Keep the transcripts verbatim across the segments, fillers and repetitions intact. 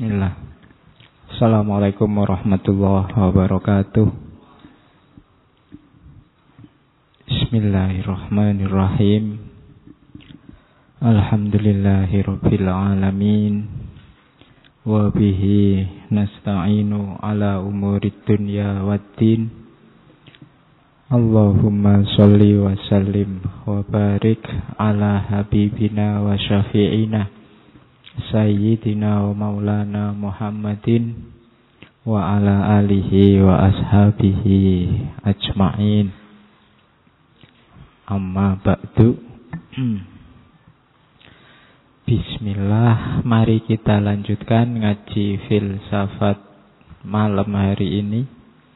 Bismillah. Assalamualaikum warahmatullahi wabarakatuh. Bismillahirrahmanirrahim. Alhamdulillahirabbil alamin. Wa bihi nasta'inu ala umurid dunya waddin. Allahumma sholli wa sallim wa barik ala habibina wa syafi'ina Sayyidina wa maulana Muhammadin wa ala alihi wa ashabihi ajma'in. Amma ba'du. Bismillah, mari kita lanjutkan ngaji filsafat malam hari ini.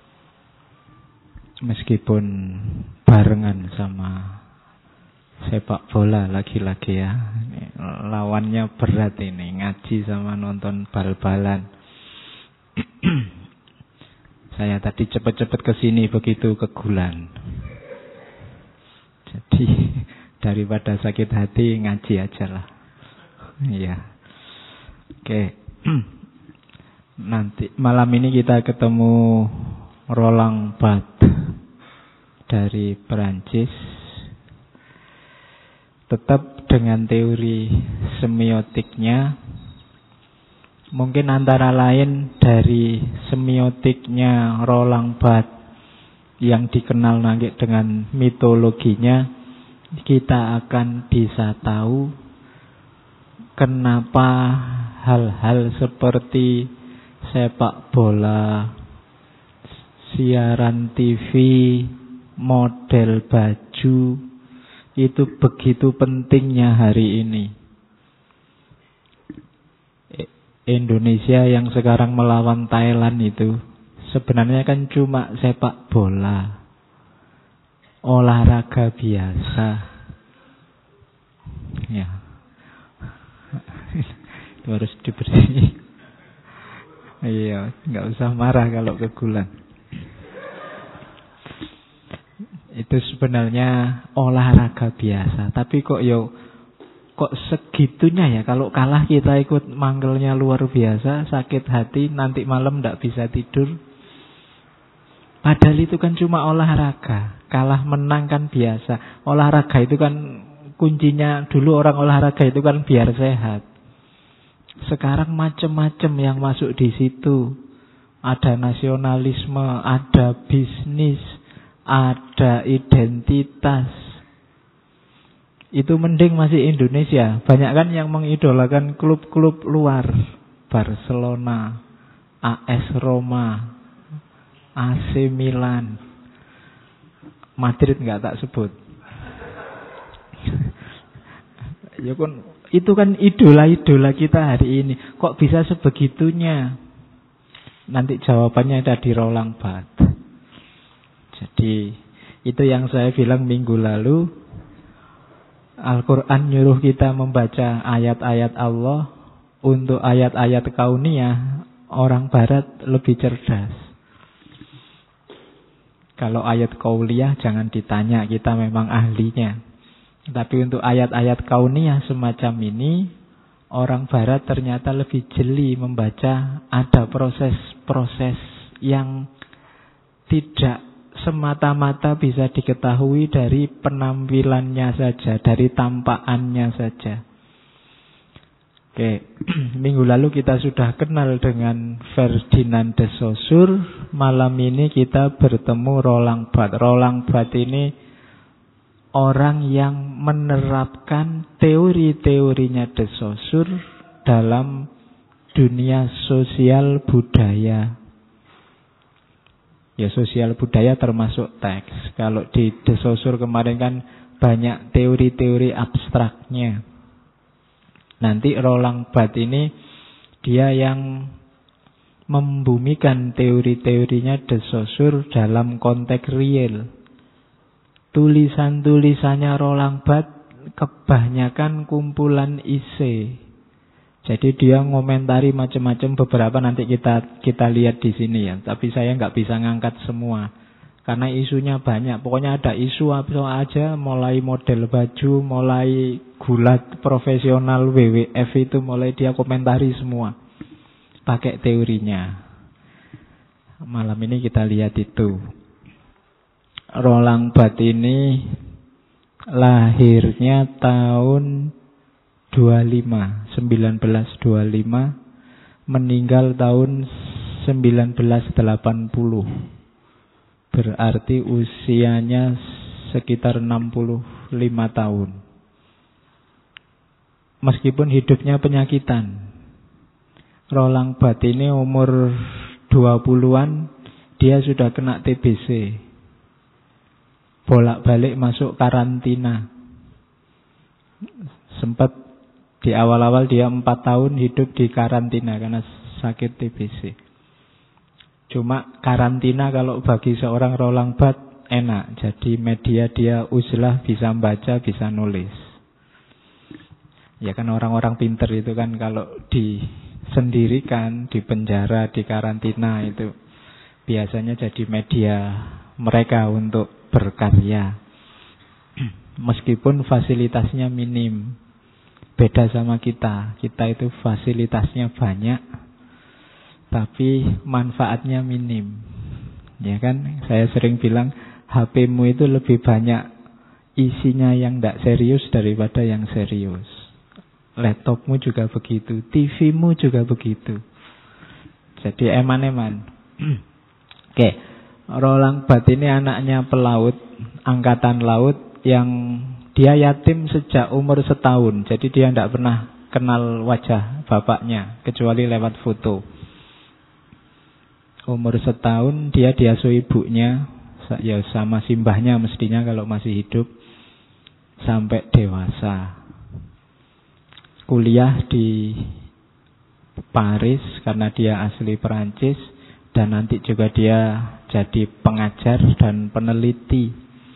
Meskipun barengan sama sepak bola lagi-lagi ya. Lawannya berat ini, ngaji sama nonton bal-balan. Saya tadi cepet-cepet kesini begitu kegulan. Jadi daripada sakit hati ngaji aja lah. Iya. Oke. Nanti malam ini kita ketemu Roland Barthes dari Perancis. Tetap dengan teori semiotiknya. Mungkin antara lain dari semiotiknya Roland Barthes yang dikenal nanti dengan mitologinya, kita akan bisa tahu kenapa hal-hal seperti sepak bola, siaran T V, model baju itu begitu pentingnya hari ini. Indonesia yang sekarang melawan Thailand itu sebenarnya kan cuma sepak bola, olahraga biasa. Ya, itu harus dibersih. Iya, nggak usah marah kalau kegulan. Itu sebenarnya olahraga biasa. Tapi kok yo kok segitunya ya. Kalau kalah kita ikut manggilnya luar biasa, sakit hati, nanti malam ndak bisa tidur. Padahal itu kan cuma olahraga. Kalah menang kan biasa. Olahraga itu kan kuncinya, dulu orang olahraga itu kan biar sehat. Sekarang macam-macam yang masuk di situ. Ada nasionalisme, ada bisnis, ada identitas. Itu mending masih Indonesia. Banyak kan yang mengidolakan klub-klub luar, Barcelona, A S Roma, A C Milan, Madrid nggak tak sebut. Ya kan, itu kan idola-idola kita hari ini. Kok bisa sebegitunya? Nanti jawabannya ada di Roland Barthes. Jadi itu yang saya bilang minggu lalu. Al-Quran nyuruh kita membaca ayat-ayat Allah. Untuk ayat-ayat kauniyah, orang barat lebih cerdas. Kalau ayat kauliyah jangan ditanya, kita memang ahlinya. Tapi untuk ayat-ayat kauniyah semacam ini, orang barat ternyata lebih jeli membaca. Ada proses-proses yang tidak semata-mata bisa diketahui dari penampilannya saja, dari tampakannya saja. Oke, minggu lalu kita sudah kenal dengan Ferdinand de Saussure. Malam ini kita bertemu Roland Barthes. Roland Barthes ini orang yang menerapkan teori-teorinya de Saussure dalam dunia sosial budaya. Ya, sosial budaya termasuk teks. Kalau di de Saussure kemarin kan banyak teori-teori abstraknya. Nanti Roland Barthes ini dia yang membumikan teori-teorinya de Saussure dalam konteks real. Tulisan-tulisannya Roland Barthes kebanyakan kumpulan isi. Jadi dia ngomentari macam-macam, beberapa nanti kita kita lihat di sini ya. Tapi saya nggak bisa ngangkat semua karena isunya banyak. Pokoknya ada isu apa aja, mulai model baju, mulai gulat profesional W W F itu mulai dia komentari semua. pakai teorinya. Malam ini kita lihat itu. Roland Barthes ini lahirnya tahun dua puluh lima, seribu sembilan ratus dua puluh lima, meninggal tahun seribu sembilan ratus delapan puluh. Berarti usianya sekitar enam puluh lima tahun. Meskipun hidupnya penyakitan. Roland Barthes ini umur dua puluhan, dia sudah kena T B C. Bolak-balik masuk karantina. Sempat di awal-awal dia empat tahun hidup di karantina karena sakit T B C. Cuma karantina kalau bagi seorang Roland Barthes enak. Jadi media dia uzlah, bisa baca, bisa nulis. Ya kan orang-orang pinter itu kan kalau disendirikan, di penjara, di karantina itu biasanya jadi media mereka untuk berkarya. Meskipun fasilitasnya minim. Beda sama kita. Kita itu fasilitasnya banyak, tapi manfaatnya minim. Ya kan? Saya sering bilang H P-mu itu lebih banyak isinya yang tidak serius daripada yang serius. Laptopmu juga begitu, T V-mu juga begitu. Jadi eman-eman. Oke, Roland Barthes ini anaknya pelaut, angkatan laut yang dia yatim sejak umur setahun. Jadi dia tidak pernah kenal wajah bapaknya kecuali lewat foto. Umur setahun dia diasuh ibunya, ya sama simbahnya mestinya kalau masih hidup, sampai dewasa. Kuliah di Paris karena dia asli Perancis, dan nanti juga dia jadi pengajar dan peneliti.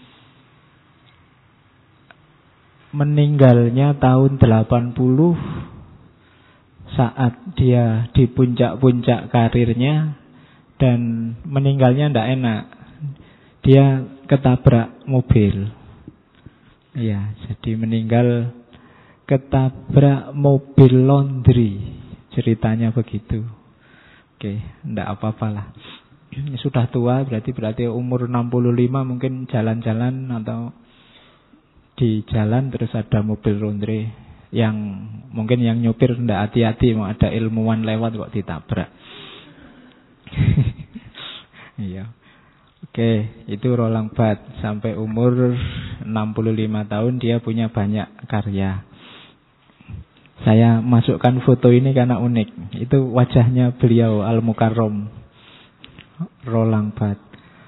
Meninggalnya tahun delapan puluh saat dia di puncak-puncak karirnya, dan meninggalnya tidak enak. Dia ketabrak mobil. Ya, jadi meninggal ketabrak mobil laundry. Ceritanya begitu. Oke, tidak apa-apalah. Sudah tua, berarti berarti umur enam puluh lima, mungkin jalan-jalan atau di jalan terus ada mobil laundry yang mungkin yang nyupir tidak hati-hati, mau ada ilmuwan lewat kok ditabrak. Iya. Oke, itu Roland Barthes. Sampai umur enam puluh lima tahun dia punya banyak karya. Saya masukkan foto ini karena unik. Itu wajahnya beliau Al-Mukarram, Roland Barthes.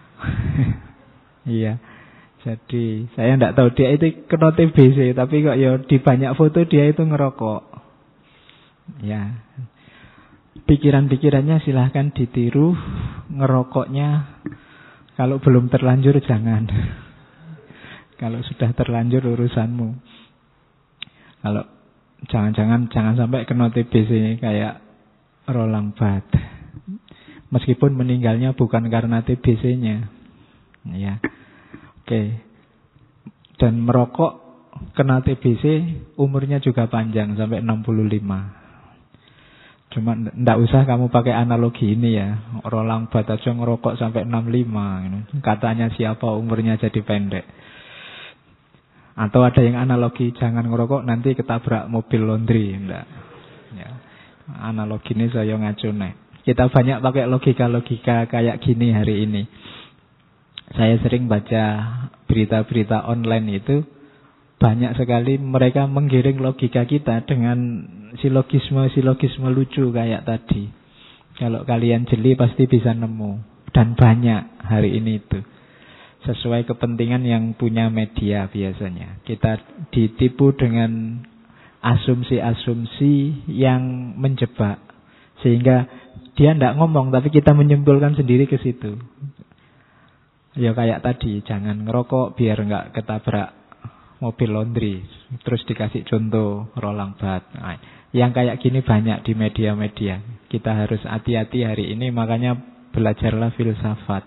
Iya. Jadi saya tidak tahu dia itu kena T B C, tapi kok ya di banyak foto dia itu ngerokok. Ya. Pikiran-pikirannya silahkan ditiru, ngerokoknya kalau belum terlanjur jangan. Kalau sudah terlanjur urusanmu. Kalau jangan-jangan jangan sampai kena T B C kayak Roland Barthes. Meskipun meninggalnya bukan karena T B C-nya. Ya. Oke. Dan merokok kena T B C umurnya juga panjang sampai enam puluh lima. Cuma ndak usah kamu pakai analogi ini ya. Roland Barthes aja ngerokok sampai enam puluh lima. Katanya siapa umurnya jadi pendek. Atau ada yang analogi jangan ngerokok nanti ketabrak mobil laundry. Enggak. Ya. Analogi ini saya ngacu nek. Kita banyak pakai logika-logika kayak gini hari ini. Saya sering baca berita-berita online itu, banyak sekali mereka menggiring logika kita dengan silogisme-silogisme lucu kayak tadi. Kalau kalian jeli pasti bisa nemu. Dan banyak hari ini itu. Sesuai kepentingan yang punya media biasanya. Kita ditipu dengan asumsi-asumsi yang menjebak. Sehingga dia tidak ngomong, tapi kita menyimpulkan sendiri ke situ. Ya kayak tadi, jangan ngerokok biar nggak ketabrak mobil laundry. Terus dikasih contoh Roland Barthes. Nah, yang kayak gini banyak di media-media. Kita harus hati-hati hari ini, makanya belajarlah filsafat.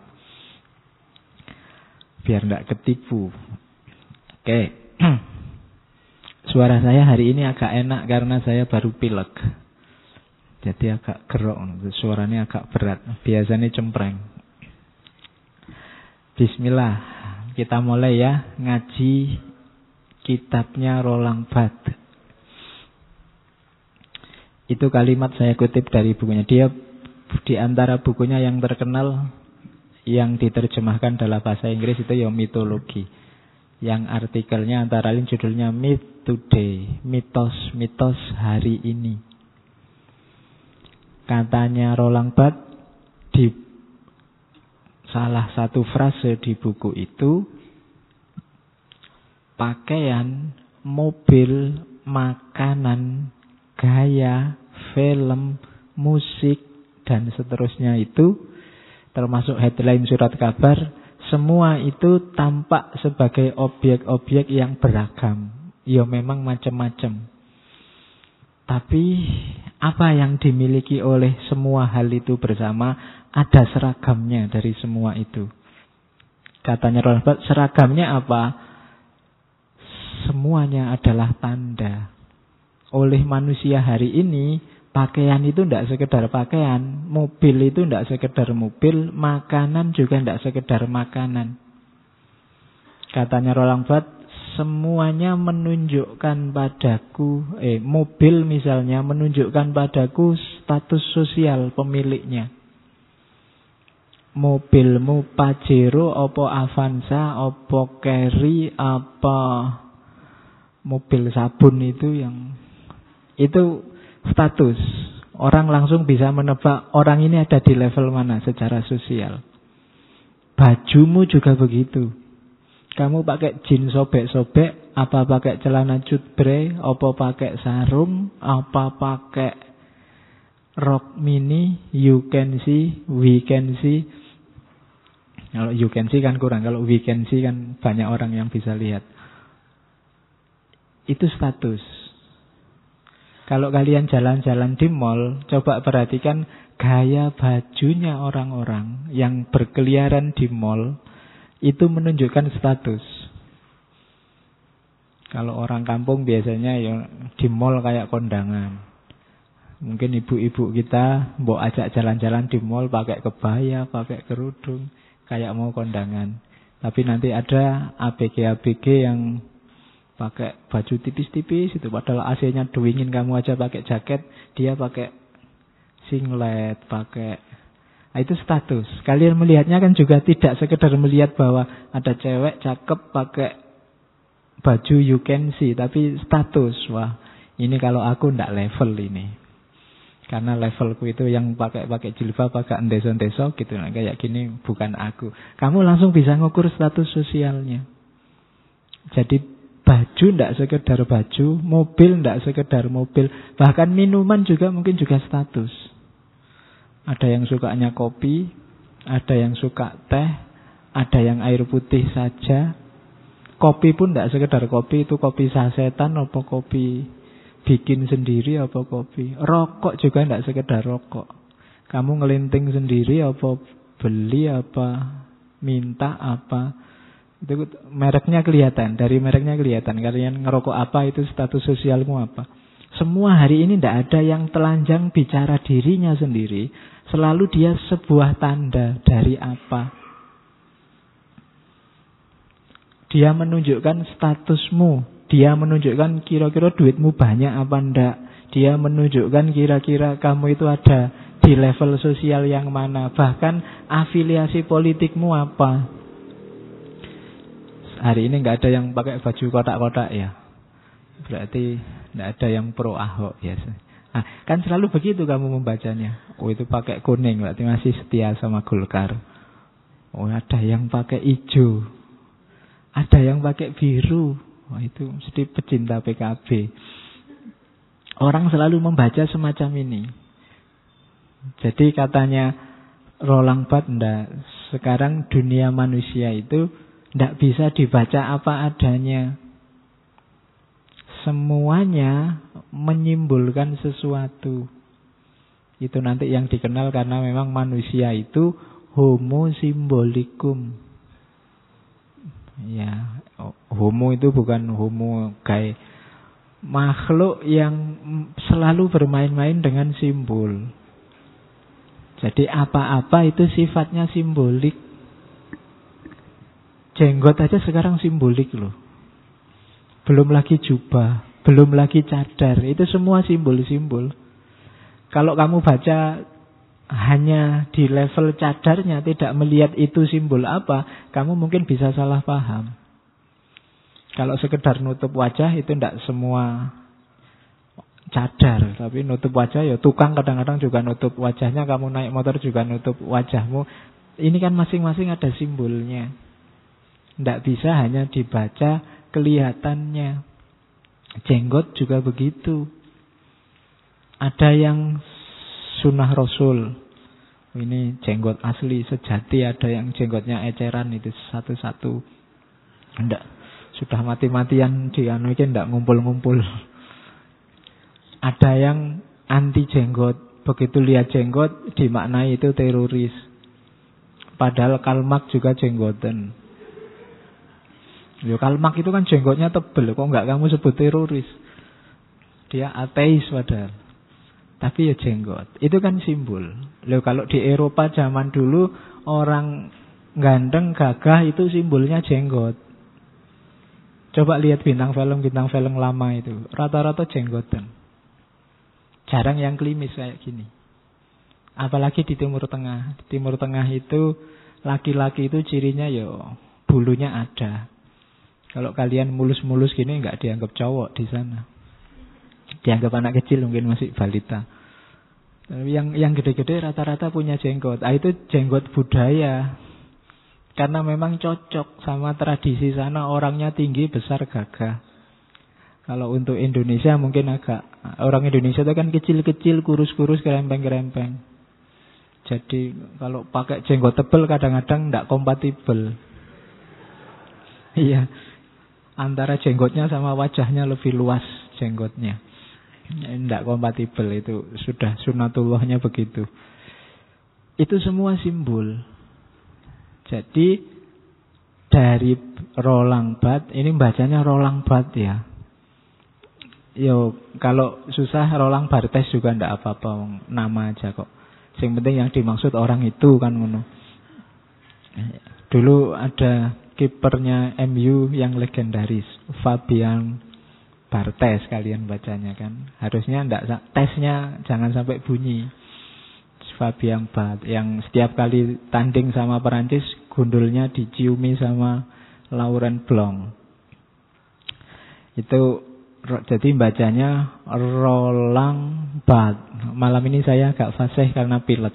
Biar nggak ketipu. Oke. Suara saya hari ini agak enak karena saya baru pilek. Jadi agak gerok, suaranya agak berat. Biasanya cempreng. Bismillah, kita mulai ya ngaji kitabnya Roland Barthes. Itu kalimat saya kutip dari bukunya. Dia di antara bukunya yang terkenal yang diterjemahkan dalam bahasa Inggris itu ya mitologi. Yang artikelnya antara lain judulnya Myth Today, mitos-mitos hari ini. Katanya Roland Barthes di salah satu frase di buku itu, pakaian, mobil, makanan, gaya, film, musik, dan seterusnya itu, termasuk headline surat kabar, semua itu tampak sebagai objek-objek yang beragam. Ya memang macam-macam. Tapi apa yang dimiliki oleh semua hal itu bersama, ada seragamnya dari semua itu. Katanya Roland Barthes, seragamnya apa? Semuanya adalah tanda. Oleh manusia hari ini, pakaian itu tidak sekedar pakaian, mobil itu tidak sekedar mobil, makanan juga tidak sekedar makanan. Katanya Roland Barthes, semuanya menunjukkan padaku, eh mobil misalnya menunjukkan padaku status sosial pemiliknya. Mobilmu Pajero, opo Avanza, opo Carry, apa mobil sabun itu yang itu status. Orang langsung bisa menebak orang ini ada di level mana secara sosial. Bajumu juga begitu. Kamu pakai jeans sobek-sobek, apa pakai celana cutbre, apa pakai sarung, apa pakai rok mini, you can see, we can see. Kalau you can see kan kurang, kalau we can see kan banyak orang yang bisa lihat. Itu status. Kalau kalian jalan-jalan di mall, coba perhatikan gaya bajunya orang-orang yang berkeliaran di mall, itu menunjukkan status. Kalau orang kampung biasanya ya di mall kayak kondangan. Mungkin ibu-ibu kita mbok ajak jalan-jalan di mall pakai kebaya, pakai kerudung, kayak mau kondangan. Tapi nanti ada A B G-A B G yang pakai baju tipis-tipis itu, padahal A C-nya dingin, kamu aja pakai jaket, dia pakai singlet, pakai. Nah, itu status. Kalian melihatnya kan juga tidak sekedar melihat bahwa ada cewek cakep pakai baju you can see, tapi status. Wah, ini kalau aku ndak level ini. Karena levelku itu yang pakai pakai jilbab, pakai endeso-endeso gitu, nah, kayak gini bukan aku. Kamu langsung bisa ngukur status sosialnya. Jadi baju tidak sekedar baju, mobil tidak sekedar mobil, bahkan minuman juga mungkin juga status. Ada yang sukanya kopi, ada yang suka teh, ada yang air putih saja. Kopi pun tidak sekedar kopi, itu kopi sasetan apa kopi bikin sendiri apa kopi. Rokok juga tidak sekedar rokok. Kamu ngelinting sendiri apa beli apa minta apa. Itu mereknya kelihatan, dari mereknya kelihatan. Kalian ngerokok apa, itu status sosialmu apa. Semua hari ini tidak ada yang telanjang bicara dirinya sendiri. Selalu dia sebuah tanda dari apa. Dia menunjukkan statusmu. Dia menunjukkan kira-kira duitmu banyak apa enggak. Dia menunjukkan kira-kira kamu itu ada di level sosial yang mana. Bahkan afiliasi politikmu apa. Hari ini nggak ada yang pakai baju kotak-kotak ya. Berarti nggak ada yang pro Ahok biasa. Nah, kan selalu begitu kamu membacanya. Oh, itu pakai kuning berarti masih setia sama Golkar. Oh, ada yang pakai hijau. Ada yang pakai biru. Oh, itu mesti pecinta P K B. Orang selalu membaca semacam ini. Jadi katanya Roland Barthes, enggak, sekarang dunia manusia itu tidak bisa dibaca apa adanya. Semuanya menyimpulkan sesuatu. Itu nanti yang dikenal karena memang manusia itu homo symbolikum. Ya, homo itu bukan homo kayak makhluk yang selalu bermain-main dengan simbol. Jadi apa-apa itu sifatnya simbolik. Jenggot aja sekarang simbolik loh. Belum lagi jubah, belum lagi cadar. Itu semua simbol-simbol. Kalau kamu baca hanya di level cadarnya, tidak melihat itu simbol apa, kamu mungkin bisa salah paham. Kalau sekedar nutup wajah itu tidak semua cadar, tapi nutup wajah ya tukang kadang-kadang juga nutup wajahnya, kamu naik motor juga nutup wajahmu. Ini kan masing-masing ada simbolnya. Tidak bisa hanya dibaca kelihatannya. Jenggot juga begitu. Ada yang sunnah Rasul. Ini jenggot asli sejati, ada yang jenggotnya eceran itu satu-satu. Tidak, sudah mati-matian dianuikin, tidak ngumpul-ngumpul. Ada yang anti jenggot, begitu lihat jenggot dimaknai itu teroris. Padahal Karl Marx juga jenggoten. Yo, Karl Marx itu kan jenggotnya tebel, kok enggak kamu sebut teroris? Dia ateis padahal. Tapi ya jenggot. Itu kan simbol. Loh, kalau di Eropa zaman dulu orang ganteng gagah itu simbolnya jenggot. Coba lihat bintang film bintang film lama itu, rata-rata jenggotan. Jarang yang klimis kayak gini. Apalagi di Timur Tengah. Di Timur Tengah itu laki-laki itu cirinya ya bulunya ada. Kalau kalian mulus-mulus gini nggak dianggap cowok di sana. Dianggap anak kecil, mungkin masih balita. Yang yang gede-gede rata-rata punya jenggot. Ah, itu jenggot budaya. Karena memang cocok sama tradisi sana, orangnya tinggi, besar, gagah. Kalau untuk Indonesia mungkin agak, orang Indonesia itu kan kecil-kecil, kurus-kurus, kerempeng-kerempeng. Jadi kalau pakai jenggot tebal kadang-kadang tidak kompatibel. Iya. Antara jenggotnya sama wajahnya lebih luas jenggotnya. Tidak kompatibel, itu sudah sunatullahnya begitu. Itu semua simbol. Jadi dari Roland Barthes, ini bacanya Roland Barthes ya. Yo, kalau susah Roland Barthes juga tidak apa-apa, nama aja kok. Yang penting yang dimaksud orang itu kan ngono. Dulu ada kipernya M U yang legendaris, Fabien Barthez, kalian bacanya kan. Harusnya enggak, tesnya jangan sampai bunyi. Fabien Barthez yang setiap kali tanding sama Perancis gundulnya diciumi sama Laurent Blanc. Itu jadi bacanya Roland Barthes. Malam ini saya agak fasih karena pilek.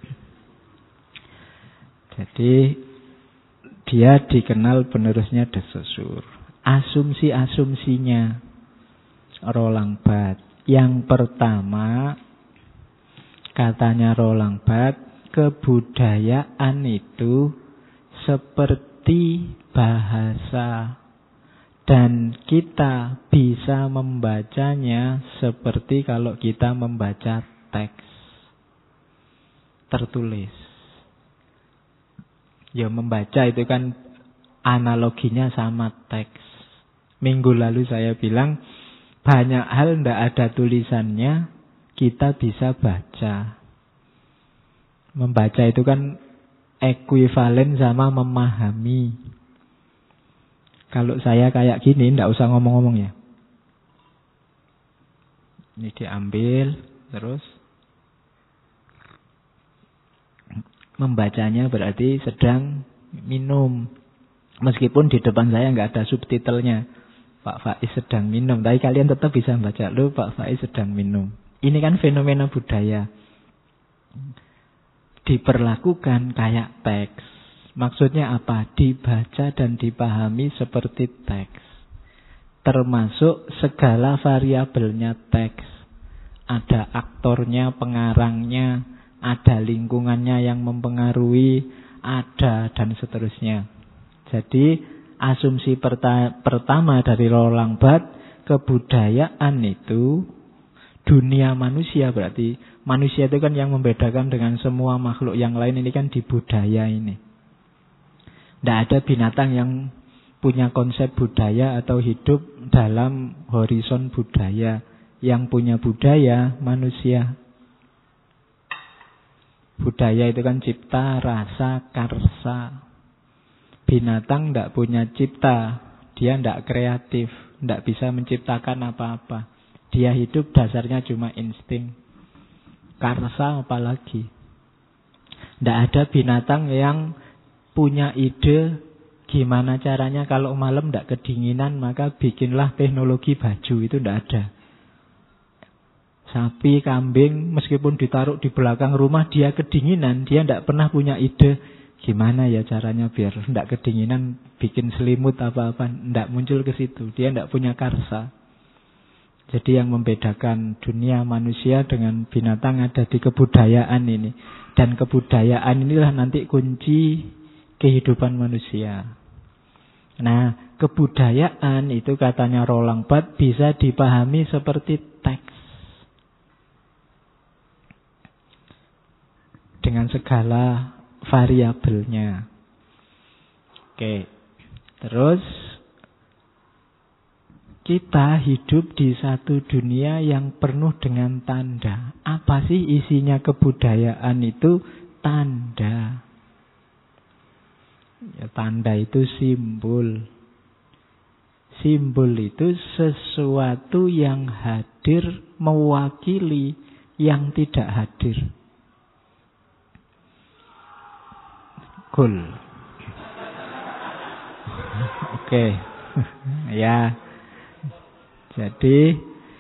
Jadi dia dikenal penerusnya De Saussure. Asumsi-asumsinya Roland Barthes. Yang pertama, katanya Roland Barthes, kebudayaan itu seperti bahasa. Dan kita bisa membacanya seperti kalau kita membaca teks tertulis. Ya, membaca itu kan analoginya sama teks. Minggu lalu saya bilang banyak hal tidak ada tulisannya, kita bisa baca. Membaca itu kan ekuivalen sama memahami. Kalau saya kayak gini tidak usah ngomong-ngomong ya. Ini diambil terus. Membacanya berarti sedang minum. Meskipun di depan saya nggak ada subtitlenya, Pak Faiz sedang minum, tapi kalian tetap bisa baca, loh Pak Faiz sedang minum. Ini kan fenomena budaya. Diperlakukan kayak teks. Maksudnya apa? Dibaca dan dipahami seperti teks. Termasuk segala variabelnya teks. Ada aktornya, pengarangnya, ada lingkungannya yang mempengaruhi, ada dan seterusnya. Jadi asumsi perta- pertama dari Roland Barthes, kebudayaan itu dunia manusia, berarti manusia itu kan yang membedakan dengan semua makhluk yang lain, ini kan di budaya ini. Tidak ada binatang yang punya konsep budaya atau hidup dalam horizon budaya. Yang punya budaya manusia. Budaya itu kan cipta, rasa, karsa. Binatang tidak punya cipta, dia tidak kreatif, tidak bisa menciptakan apa-apa. Dia hidup dasarnya cuma insting. Karsa apalagi. Tidak ada binatang yang punya ide gimana caranya kalau malam tidak kedinginan maka bikinlah teknologi baju. Itu tidak ada. Sapi, kambing, meskipun ditaruh di belakang rumah dia kedinginan, dia tidak pernah punya ide gimana ya caranya biar tidak kedinginan, bikin selimut apa-apa. Tidak muncul ke situ, dia tidak punya karsa. Jadi yang membedakan dunia manusia dengan binatang ada di kebudayaan ini. Dan kebudayaan inilah nanti kunci kehidupan manusia. Nah, kebudayaan itu katanya Roland Barthes bisa dipahami seperti teks. Dengan segala variabelnya. Oke. Terus kita hidup di satu dunia yang penuh dengan tanda. Apa sih isinya kebudayaan itu? Tanda. Ya, tanda itu simbol. Simbol itu sesuatu yang hadir mewakili yang tidak hadir. Cool. Oke. Ya. Jadi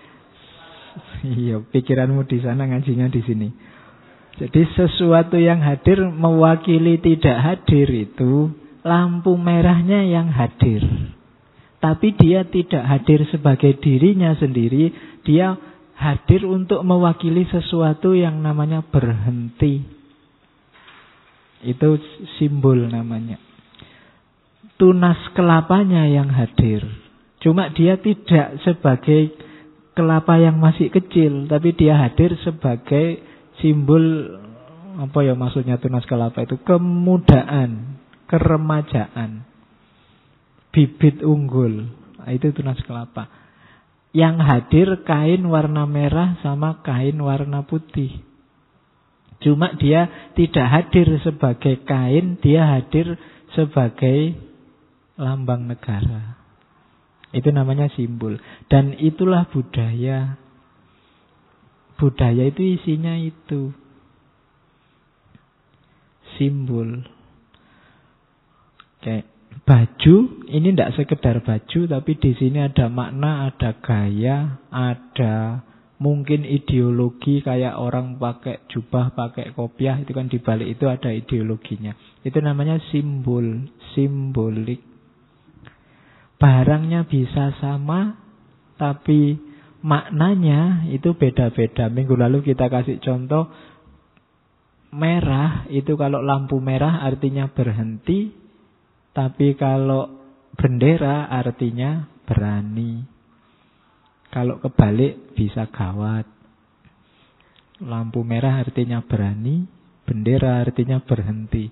iya, pikiranmu di sana, ngajinya di sini. Jadi sesuatu yang hadir mewakili tidak hadir itu lampu merahnya yang hadir. Tapi dia tidak hadir sebagai dirinya sendiri, dia hadir untuk mewakili sesuatu yang namanya berhenti. Itu simbol namanya. Tunas kelapanya yang hadir. Cuma dia tidak sebagai kelapa yang masih kecil, tapi dia hadir sebagai simbol, apa ya maksudnya tunas kelapa itu? Kemudaan, keremajaan, bibit unggul. Itu tunas kelapa. Yang hadir kain warna merah sama kain warna putih. Cuma dia tidak hadir sebagai kain, dia hadir sebagai lambang negara. Itu namanya simbol. Dan itulah budaya. Budaya itu isinya itu. Simbol. Kayak baju, ini tidak sekedar baju, tapi di sini ada makna, ada gaya, ada mungkin ideologi, kayak orang pakai jubah, pakai kopiah, itu kan di balik itu ada ideologinya. Itu namanya simbol, simbolik. Barangnya bisa sama, tapi maknanya itu beda-beda. Minggu lalu kita kasih contoh, merah itu kalau lampu merah artinya berhenti, tapi kalau bendera artinya berani. Kalau kebalik bisa gawat. Lampu merah artinya berani, bendera artinya berhenti.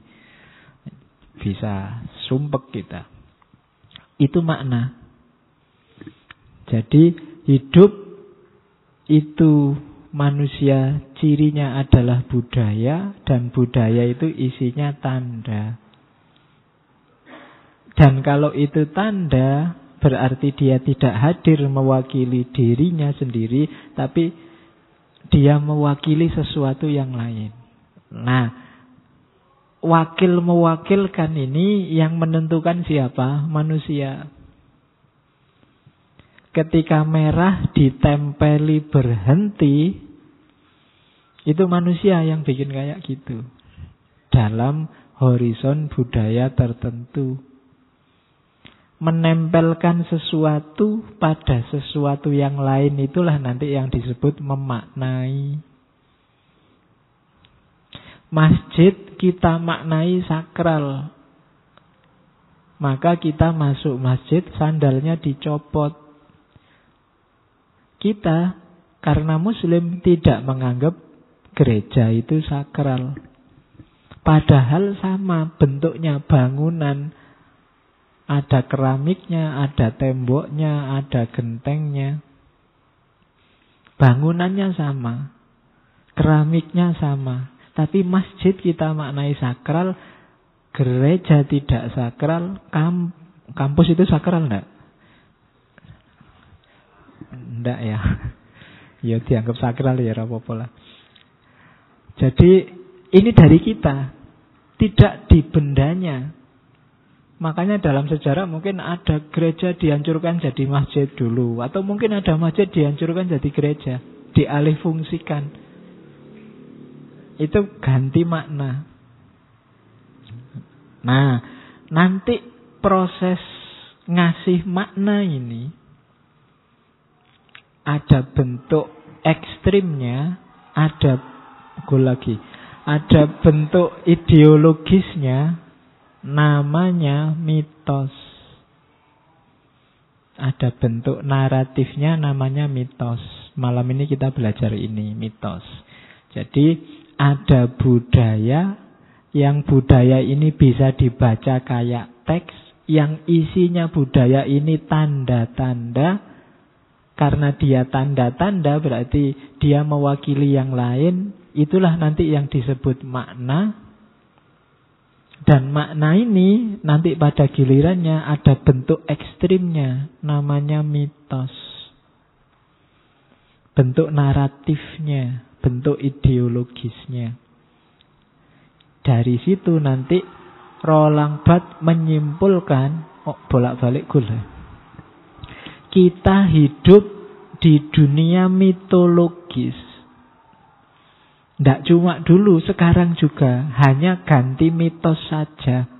Bisa sumpek kita. Itu makna. Jadi hidup itu manusia cirinya adalah budaya, dan budaya itu isinya tanda. Dan kalau itu tanda, berarti dia tidak hadir mewakili dirinya sendiri, tapi dia mewakili sesuatu yang lain. Nah, wakil mewakilkan ini yang menentukan siapa? Manusia. Ketika merah ditempeli berhenti, itu manusia yang bikin kayak gitu. Dalam horizon budaya tertentu. Menempelkan sesuatu pada sesuatu yang lain, itulah nanti yang disebut memaknai. Masjid kita maknai sakral. Maka kita masuk masjid, sandalnya dicopot. Kita karena muslim tidak menganggap gereja itu sakral. Padahal sama bentuknya bangunan, Ada keramiknya, ada temboknya, ada gentengnya. Bangunannya sama, keramiknya sama. Tapi masjid kita maknai sakral, gereja tidak sakral, kamp kampus itu sakral enggak? Enggak ya. Ya dianggap sakral ya, apa-apa lah. Jadi ini dari kita, tidak di bendanya. Makanya dalam sejarah mungkin ada gereja dihancurkan jadi masjid dulu, atau mungkin ada masjid dihancurkan jadi gereja, dialihfungsikan. Itu ganti makna. Nah, nanti proses ngasih makna ini ada bentuk ekstrimnya, ada gol lagi, ada bentuk ideologisnya. Namanya mitos. Ada bentuk naratifnya, namanya mitos. Malam ini kita belajar ini, mitos. Jadi ada budaya, yang budaya ini bisa dibaca kayak teks, yang isinya budaya ini tanda-tanda. Karena dia tanda-tanda berarti dia mewakili yang lain. Itulah nanti yang disebut makna. Dan makna ini nanti pada gilirannya ada bentuk ekstrimnya, namanya mitos. Bentuk naratifnya, bentuk ideologisnya. Dari situ nanti Roland Barthes menyimpulkan, oh bolak-balik gula. Kita hidup di dunia mitologis. Tidak cuma dulu, sekarang juga. Hanya ganti mitos saja.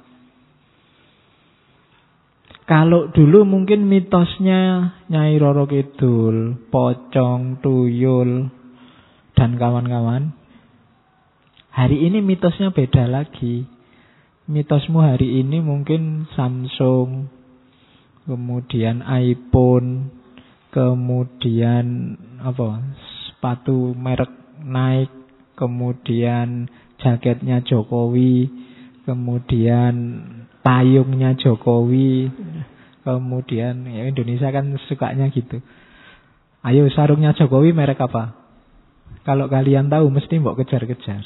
Kalau dulu mungkin mitosnya Nyai Roro Kidul, Pocong, Tuyul, dan kawan-kawan. Hari ini mitosnya beda lagi. Mitosmu hari ini mungkin Samsung, kemudian iPhone, kemudian apa? Sepatu merek Nike, kemudian jaketnya Jokowi, kemudian payungnya Jokowi, kemudian ya Indonesia kan sukanya gitu. Ayo sarungnya Jokowi merek apa? Kalau kalian tahu mesti mbok kejar-kejar.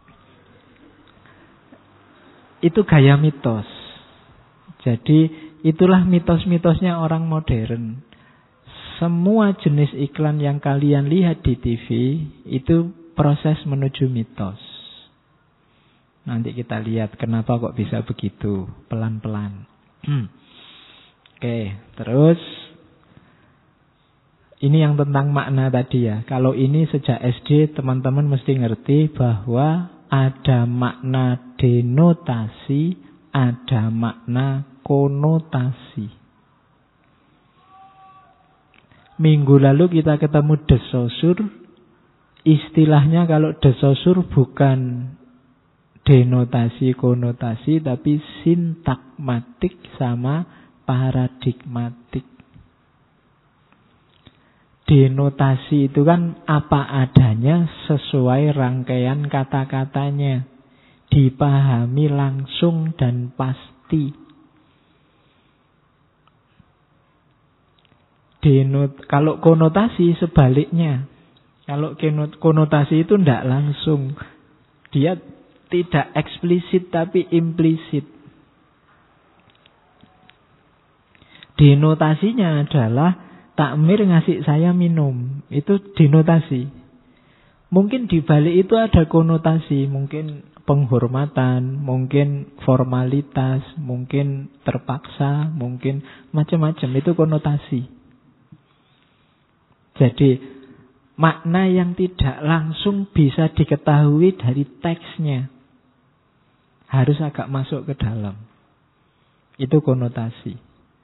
Itu gaya mitos. Jadi itulah mitos-mitosnya orang modern. Semua jenis iklan yang kalian lihat di T V itu proses menuju mitos. Nanti kita lihat kenapa kok bisa begitu, pelan-pelan. Oke, terus ini yang tentang makna tadi ya. Kalau ini sejak S D teman-teman mesti ngerti bahwa ada makna denotasi, ada makna konotasi. Minggu lalu kita ketemu desosur. Istilahnya kalau desosur bukan denotasi, konotasi, tapi sintakmatik sama paradigmatik. Denotasi itu kan apa adanya sesuai rangkaian kata-katanya. Dipahami langsung dan pasti. Denot, kalau konotasi sebaliknya. Kalau konotasi itu tidak langsung. Dia tidak eksplisit tapi implisit. Denotasinya adalah takmir ngasih saya minum. Itu denotasi. Mungkin di balik itu ada konotasi. Mungkin penghormatan, mungkin formalitas, mungkin terpaksa, mungkin macam-macam. Itu konotasi. Jadi makna yang tidak langsung bisa diketahui dari teksnya. Harus agak masuk ke dalam. Itu konotasi.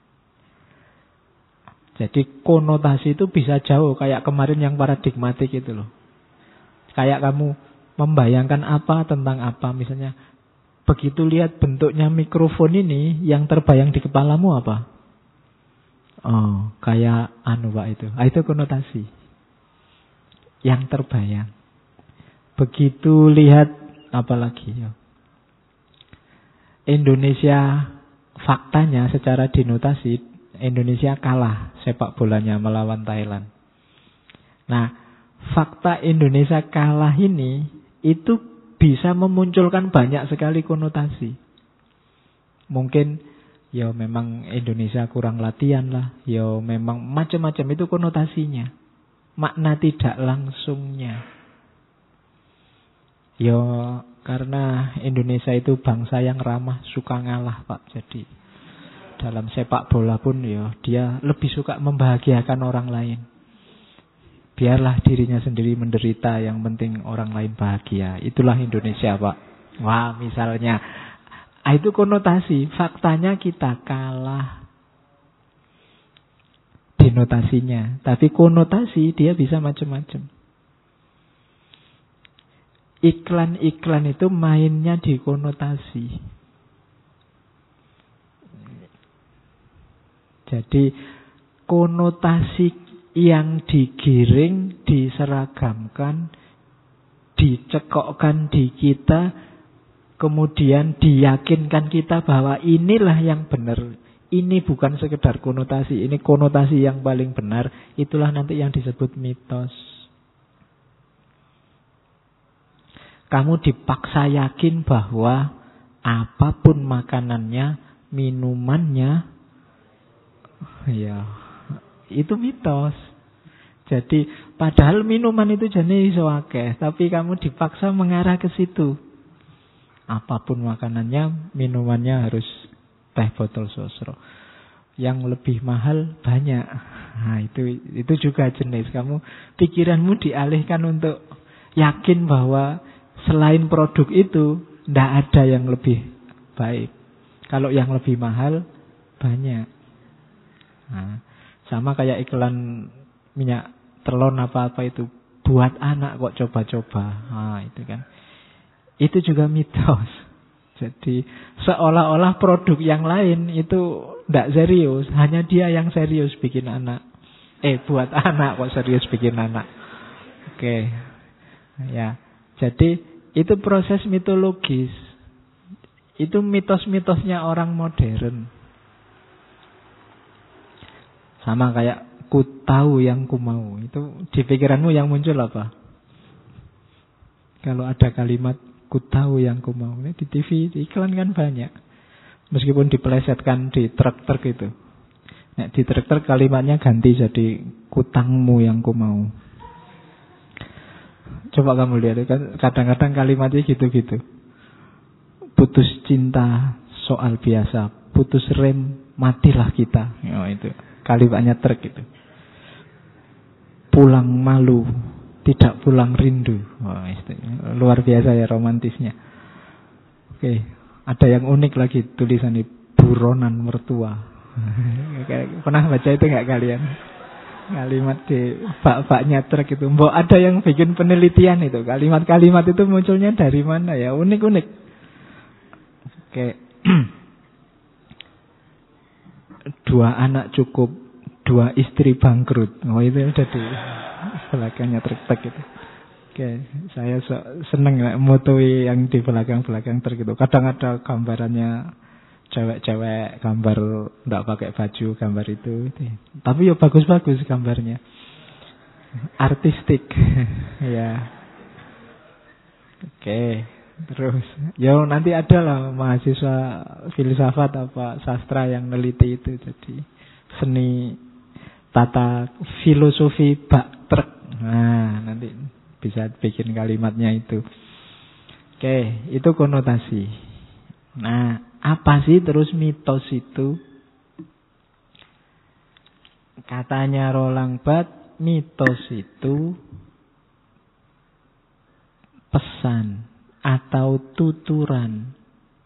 Jadi konotasi itu bisa jauh. Kayak kemarin yang paradigmatik itu loh. Kayak kamu membayangkan apa tentang apa. Misalnya begitu lihat bentuknya mikrofon ini, yang terbayang di kepalamu apa? Oh, kayak anu Pak itu. Ah, itu konotasi. Yang terbayang. Begitu lihat apa lagi ya? Indonesia faktanya secara dinotasi Indonesia kalah sepak bolanya melawan Thailand. Nah, fakta Indonesia kalah ini itu bisa memunculkan banyak sekali konotasi. Mungkin ya memang Indonesia kurang latihan lah, ya memang macam-macam itu konotasinya. Makna tidak langsungnya. Ya karena Indonesia itu bangsa yang ramah, suka ngalah Pak. Jadi dalam sepak bola pun ya dia lebih suka membahagiakan orang lain. Biarlah dirinya sendiri menderita, yang penting orang lain bahagia. Itulah Indonesia Pak. Wah misalnya, itu konotasi. Faktanya kita kalah denotasinya, tapi konotasi dia bisa macam-macam. Iklan-iklan itu mainnya di konotasi. Jadi konotasi yang digiring, diseragamkan, dicekokkan di kita, kemudian diyakinkan kita bahwa inilah yang benar. Ini bukan sekedar konotasi, ini konotasi yang paling benar. Itulah nanti yang disebut mitos. Kamu dipaksa yakin bahwa apapun makanannya, minumannya, ya itu mitos. Jadi padahal minuman itu jenis iso akeh, tapi kamu dipaksa mengarah ke situ. Apapun makanannya, minumannya harus teh botol sosro. Yang lebih mahal banyak. Nah, itu itu juga jenis. Kamu pikiranmu dialihkan untuk yakin bahwa selain produk itu tidak ada yang lebih baik. Kalau yang lebih mahal banyak. Nah, sama kayak iklan minyak telon apa-apa itu, buat anak kok coba-coba. Nah, itu kan. Itu juga mitos. Jadi seolah-olah produk yang lain itu tidak serius, hanya dia yang serius bikin anak. Eh, buat anak kok serius bikin anak. Oke. Ya. Jadi itu proses mitologis. Itu mitos-mitosnya orang modern. Sama kayak ku tahu yang ku mau. Itu di pikiranmu yang muncul apa? Kalau ada kalimat ku tahu yang ku mau, ini di T V, di iklan kan banyak. Meskipun dipelesetkan di truk-truk itu. Nah, di truk-truk kalimatnya ganti jadi kutangmu yang ku mau. Coba kamu lihat, kan kadang-kadang kalimatnya gitu-gitu. Putus cinta soal biasa, putus rem matilah kita. Oh, itu kalimatnya truk itu. Pulang malu, tidak pulang rindu. Wah, itu luar biasa ya romantisnya. Oke, ada yang unik lagi tulisannya, buronan mertua. Pernah baca itu nggak kalian? Kalimat di bak-baknya truk itu. Mbok ada yang bikin penelitian itu. Kalimat-kalimat itu munculnya dari mana ya? Unik-unik. Oke. Dua anak cukup, dua istri bangkrut. Oh, itu udah di belakangnya truk-truk itu. Oke, saya so, seneng motoi yang di belakang-belakang truk itu. Kadang ada gambarannya cewek-cewek gambar enggak pakai baju, gambar itu, itu. Tapi ya bagus-bagus gambarnya. Artistik. Ya. Oke, terus ya nanti ada lah mahasiswa filsafat apa sastra yang neliti itu, jadi seni tata filosofi bak truk. Nah, nanti bisa bikin kalimatnya itu. Oke, itu konotasi. Nah, apa sih terus mitos itu? Katanya Roland Barthes, mitos itu pesan atau tuturan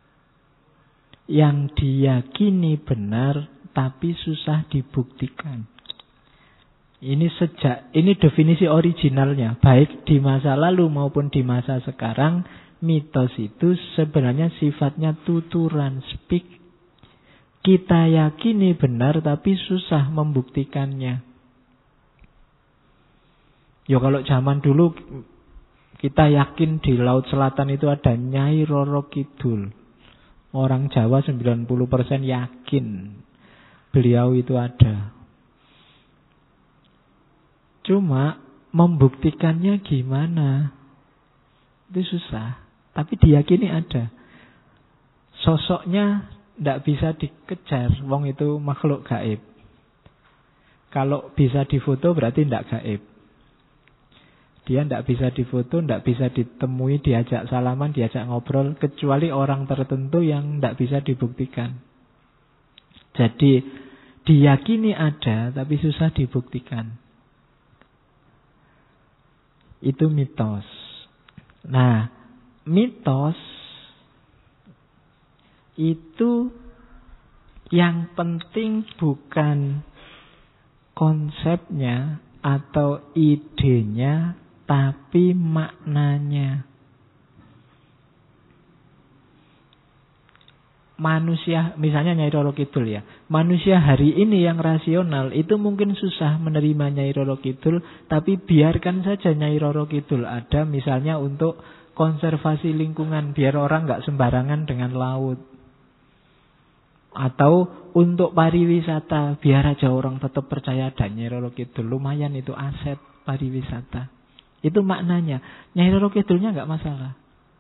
yang diyakini benar tapi susah dibuktikan. Ini sejak ini definisi originalnya, baik di masa lalu maupun di masa sekarang. Mitos itu sebenarnya sifatnya tuturan, speak. Kita yakini benar tapi susah membuktikannya. Ya kalau zaman dulu kita yakin di Laut Selatan itu ada Nyai Roro Kidul. Orang Jawa sembilan puluh persen yakin beliau itu ada. Cuma membuktikannya gimana? Itu susah. Tapi diyakini ada. Sosoknya tidak bisa dikejar. Wong itu makhluk gaib. Kalau bisa difoto berarti tidak gaib. Dia tidak bisa difoto, tidak bisa ditemui, diajak salaman, diajak ngobrol, kecuali orang tertentu yang tidak bisa dibuktikan. Jadi diyakini ada, tapi susah dibuktikan. Itu mitos. Nah, mitos itu yang penting bukan konsepnya atau idenya, tapi maknanya. Manusia, misalnya Nyai Roro Kidul ya, manusia hari ini yang rasional itu mungkin susah menerima Nyai Roro Kidul, tapi biarkan saja Nyai Roro Kidul ada, misalnya untuk konservasi lingkungan, biar orang nggak sembarangan dengan laut, atau untuk pariwisata, biar aja orang tetap percaya ada Nyai Roro Kidul, lumayan itu aset pariwisata. Itu maknanya. Nyai Roro Kidulnya nggak masalah.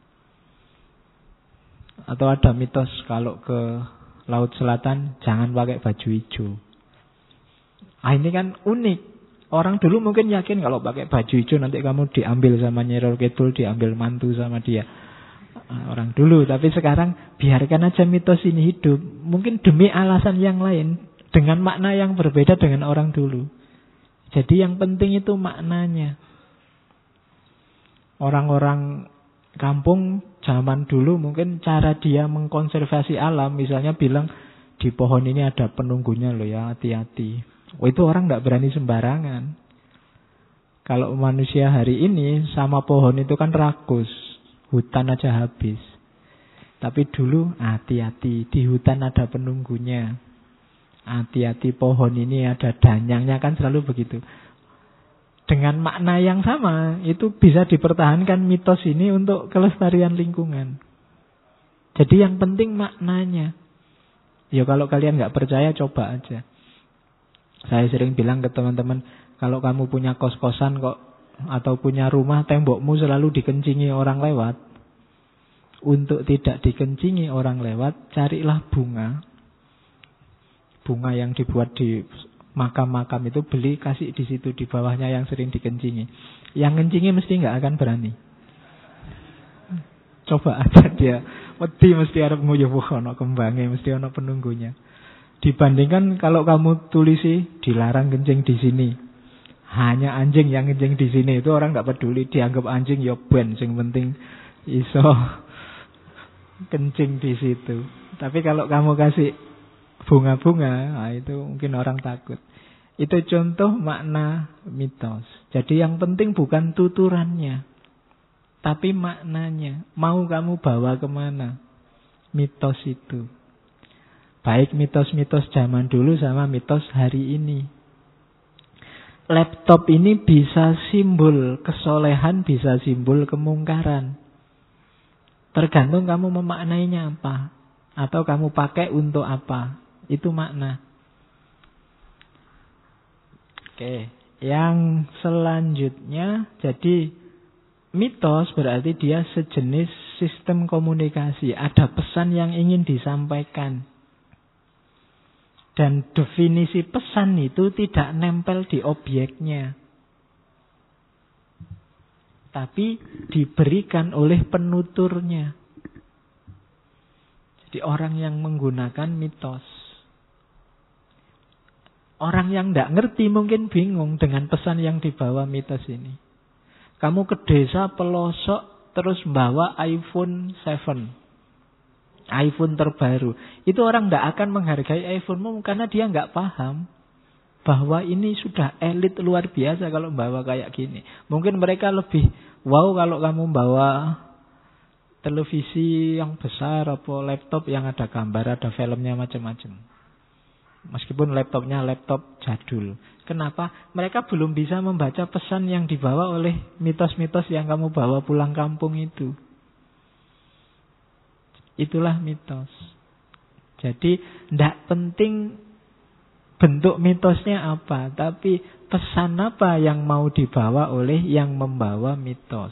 Atau ada mitos kalau ke Laut Selatan jangan pakai baju hijau. Ah, ini kan unik. Orang dulu mungkin yakin kalau pakai baju hijau nanti kamu diambil sama Nyai Roro Kidul, diambil mantu sama dia. Orang dulu, tapi sekarang biarkan aja mitos ini hidup. Mungkin demi alasan yang lain, dengan makna yang berbeda dengan orang dulu. Jadi yang penting itu maknanya. Orang-orang kampung zaman dulu mungkin cara dia mengkonservasi alam, misalnya bilang di pohon ini ada penunggunya loh ya, hati-hati. Oh, itu orang tidak berani sembarangan. Kalau manusia hari ini sama pohon itu kan rakus, hutan aja habis. Tapi dulu hati-hati, di hutan ada penunggunya. Hati-hati pohon ini ada danyangnya, kan selalu begitu. Dengan makna yang sama, itu bisa dipertahankan mitos ini untuk kelestarian lingkungan. Jadi yang penting maknanya. Ya kalau kalian nggak percaya, coba aja. Saya sering bilang ke teman-teman, kalau kamu punya kos-kosan kok, atau punya rumah, tembokmu selalu dikencingi orang lewat. Untuk tidak dikencingi orang lewat, carilah bunga. Bunga yang dibuat di makam-makam itu, beli, kasih di situ, di bawahnya yang sering dikencingi. Yang kencingi mesti nggak akan berani. Coba aja dia, wedi mesti arep nguyuh ono kembange, mesti ono penunggunya. Dibandingkan kalau kamu tulisi dilarang kencing di sini, hanya anjing yang kencing di sini, itu orang nggak peduli, dianggap anjing ya ben, sing penting iso kencing di situ. Tapi kalau kamu kasih bunga-bunga, nah itu mungkin orang takut. Itu contoh makna mitos. Jadi yang penting bukan tuturannya, tapi maknanya. Mau kamu bawa kemana mitos itu. Baik mitos-mitos zaman dulu sama mitos hari ini. Laptop ini bisa simbol kesolehan, bisa simbol kemungkaran. Tergantung kamu memaknainya apa, atau kamu pakai untuk apa. Itu makna. Oke, yang selanjutnya, jadi mitos berarti dia sejenis sistem komunikasi. Ada pesan yang ingin disampaikan. Dan definisi pesan itu tidak nempel di objeknya, tapi diberikan oleh penuturnya. Jadi orang yang menggunakan mitos, orang yang tidak ngerti mungkin bingung dengan pesan yang dibawa mitos ini. Kamu ke desa pelosok terus bawa iPhone tujuh, iPhone terbaru. Itu orang tidak akan menghargai iPhone-mu karena dia nggak paham bahwa ini sudah elit luar biasa kalau bawa kayak gini. Mungkin mereka lebih wow kalau kamu bawa televisi yang besar atau laptop yang ada gambar, ada filmnya macam-macam. Meskipun laptopnya laptop jadul. Kenapa? Mereka belum bisa membaca pesan yang dibawa oleh mitos-mitos yang kamu bawa pulang kampung itu. itulah mitos. Jadi tidak penting bentuk mitosnya apa, tapi pesan apa yang mau dibawa oleh yang membawa mitos.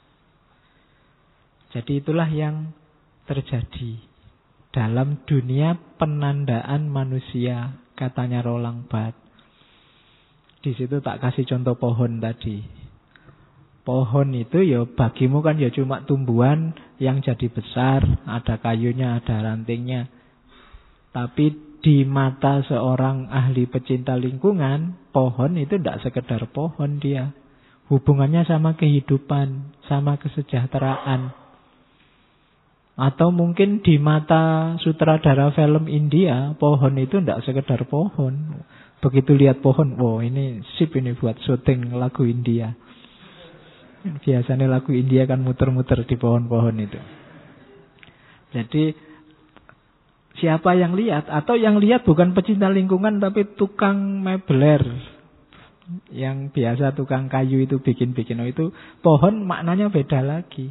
Jadi itulah yang terjadi dalam dunia penandaan manusia, katanya Roland Barthes. Di situ tak kasih contoh pohon tadi. Pohon itu ya bagimu kan ya cuma tumbuhan yang jadi besar, ada kayunya, ada rantingnya. Tapi di mata seorang ahli pecinta lingkungan, pohon itu tidak sekedar pohon dia. Hubungannya sama kehidupan, sama kesejahteraan. Atau mungkin di mata sutradara film India, pohon itu tidak sekedar pohon. Begitu lihat pohon, wow ini sip ini buat syuting lagu India. Biasanya lagu India kan muter-muter di pohon-pohon itu. Jadi siapa yang lihat, atau yang lihat bukan pecinta lingkungan tapi tukang mebeler, yang biasa tukang kayu itu bikin-bikin, oh itu pohon maknanya beda lagi.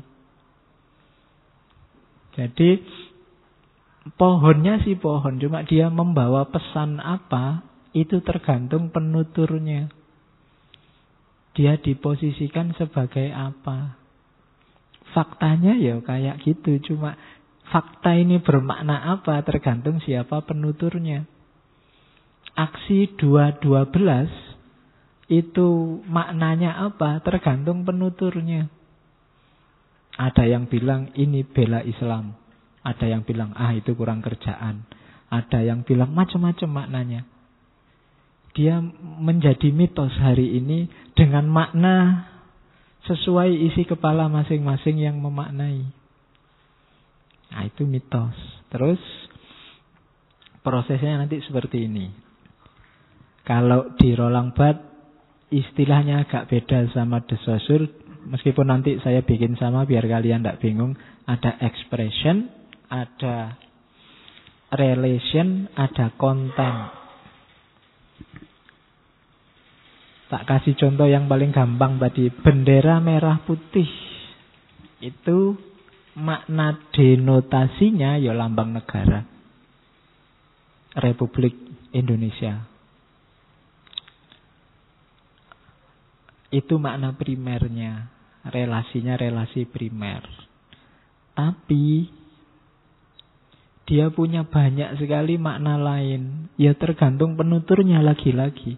Jadi pohonnya sih pohon, cuma dia membawa pesan apa itu tergantung penuturnya. Dia diposisikan sebagai apa. Faktanya ya kayak gitu, cuma fakta ini bermakna apa tergantung siapa penuturnya. Aksi dua dua belas itu maknanya apa tergantung penuturnya. Ada yang bilang ini bela Islam, ada yang bilang ah itu kurang kerjaan, ada yang bilang macam-macam maknanya. Dia menjadi mitos hari ini dengan makna sesuai isi kepala masing-masing yang memaknai. Nah itu mitos. Terus prosesnya nanti seperti ini. Kalau di Roland Barthes istilahnya agak beda sama De Saussure. Meskipun nanti saya bikin sama biar kalian tidak bingung. Ada expression, ada relation, ada content. Tak kasih contoh yang paling gampang tadi. Bendera merah putih itu makna denotasinya ya lambang negara Republik Indonesia. Itu makna primernya. Relasinya relasi primer. Tapi dia punya banyak sekali makna lain. Ya tergantung penuturnya lagi-lagi.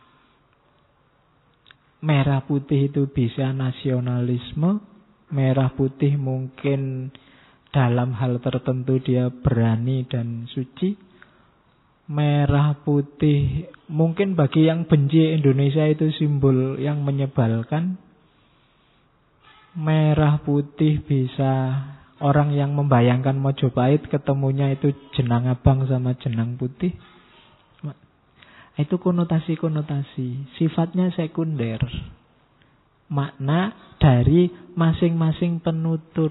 Merah putih itu bisa nasionalisme. Merah putih mungkin dalam hal tertentu dia berani dan suci. Merah putih mungkin bagi yang benci Indonesia itu simbol yang menyebalkan. Merah putih bisa orang yang membayangkan Mojopahit ketemunya itu jenang abang sama jenang putih. Itu konotasi-konotasi, sifatnya sekunder. Makna dari masing-masing penutur.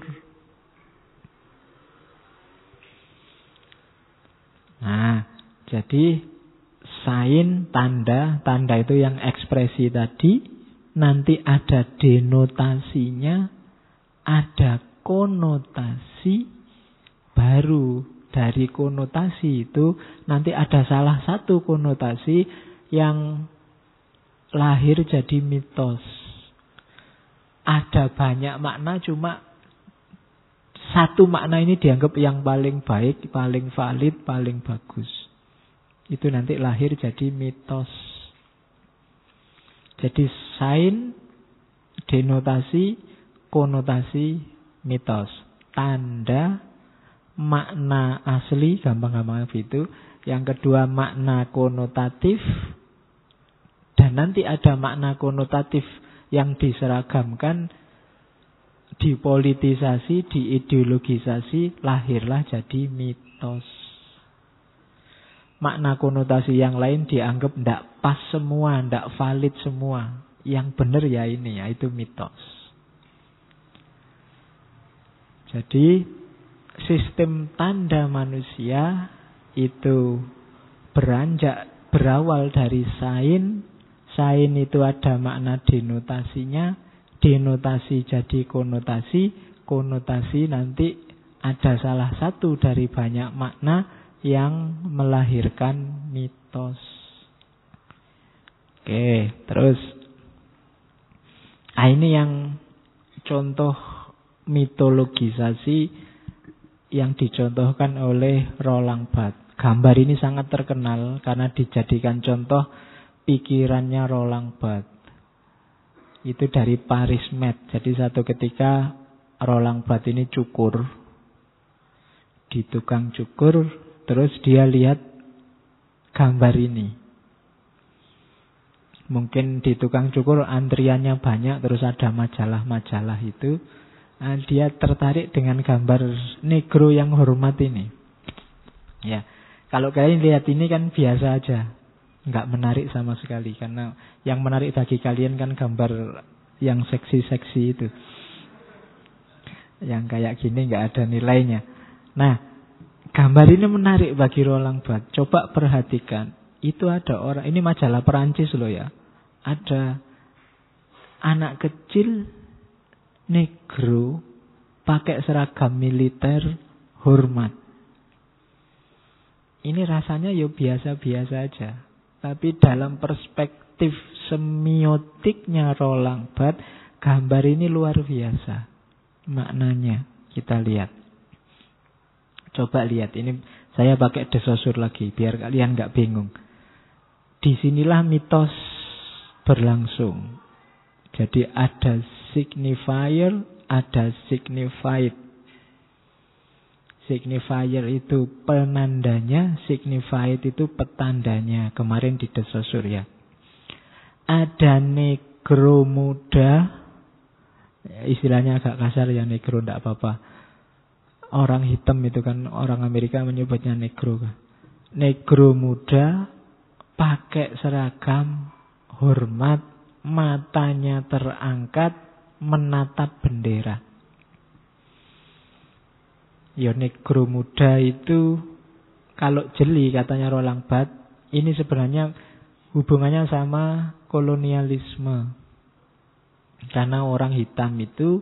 Nah, jadi sign, tanda, tanda itu yang ekspresi tadi. Nanti ada denotasinya, ada konotasi baru. Dari konotasi itu nanti ada salah satu konotasi yang lahir jadi mitos. Ada banyak makna, cuma satu makna ini dianggap yang paling baik, paling valid, paling bagus. Itu nanti lahir jadi mitos. Jadi sign, denotasi, konotasi, mitos. Tanda, makna asli, gampang-gampang begitu. Yang kedua makna konotatif. Dan nanti ada makna konotatif yang diseragamkan, dipolitisasi, diideologisasi, lahirlah jadi mitos. Makna konotasi yang lain dianggap tidak pas semua, tidak valid semua. Yang benar ya ini, ya itu mitos. Jadi sistem tanda manusia itu beranjak, berawal dari sign. Sign itu ada makna denotasinya. Denotasi jadi konotasi. Konotasi nanti ada salah satu dari banyak makna yang melahirkan mitos. Oke, terus ah, ini yang contoh mitologisasi yang dicontohkan oleh Roland Barthes. Gambar ini sangat terkenal karena dijadikan contoh pikirannya Roland Barthes. Itu dari Paris Met. Jadi satu ketika Roland Barthes ini cukur di tukang cukur, terus dia lihat gambar ini. Mungkin di tukang cukur antriannya banyak, terus ada majalah-majalah itu. Nah, dia tertarik dengan gambar negro yang hormat ini. Ya, kalau kalian lihat ini kan biasa aja, nggak menarik sama sekali. Karena yang menarik bagi kalian kan gambar yang seksi-seksi itu, yang kayak gini nggak ada nilainya. Nah, gambar ini menarik bagi Roland Barthes. Coba perhatikan. Itu ada orang, ini majalah Perancis loh ya. Ada anak kecil negro pakai seragam militer hormat. Ini rasanya ya biasa-biasa aja. Tapi dalam perspektif semiotiknya Roland Barthes, gambar ini luar biasa maknanya. Kita lihat. Coba lihat, ini saya pakai desosur lagi biar kalian nggak bingung. Disinilah mitos berlangsung. Jadi ada signifier, ada signified. Signifier itu penandanya, signified itu petandanya. Kemarin di desosur ya. Ada negro muda, istilahnya agak kasar ya negro, enggak apa-apa. Orang hitam itu kan, orang Amerika menyebutnya negro. Negro muda pakai seragam hormat, matanya terangkat menatap bendera. Ya negro muda itu kalau jeli katanya Roland Barthes, ini sebenarnya hubungannya sama kolonialisme. Karena orang hitam itu,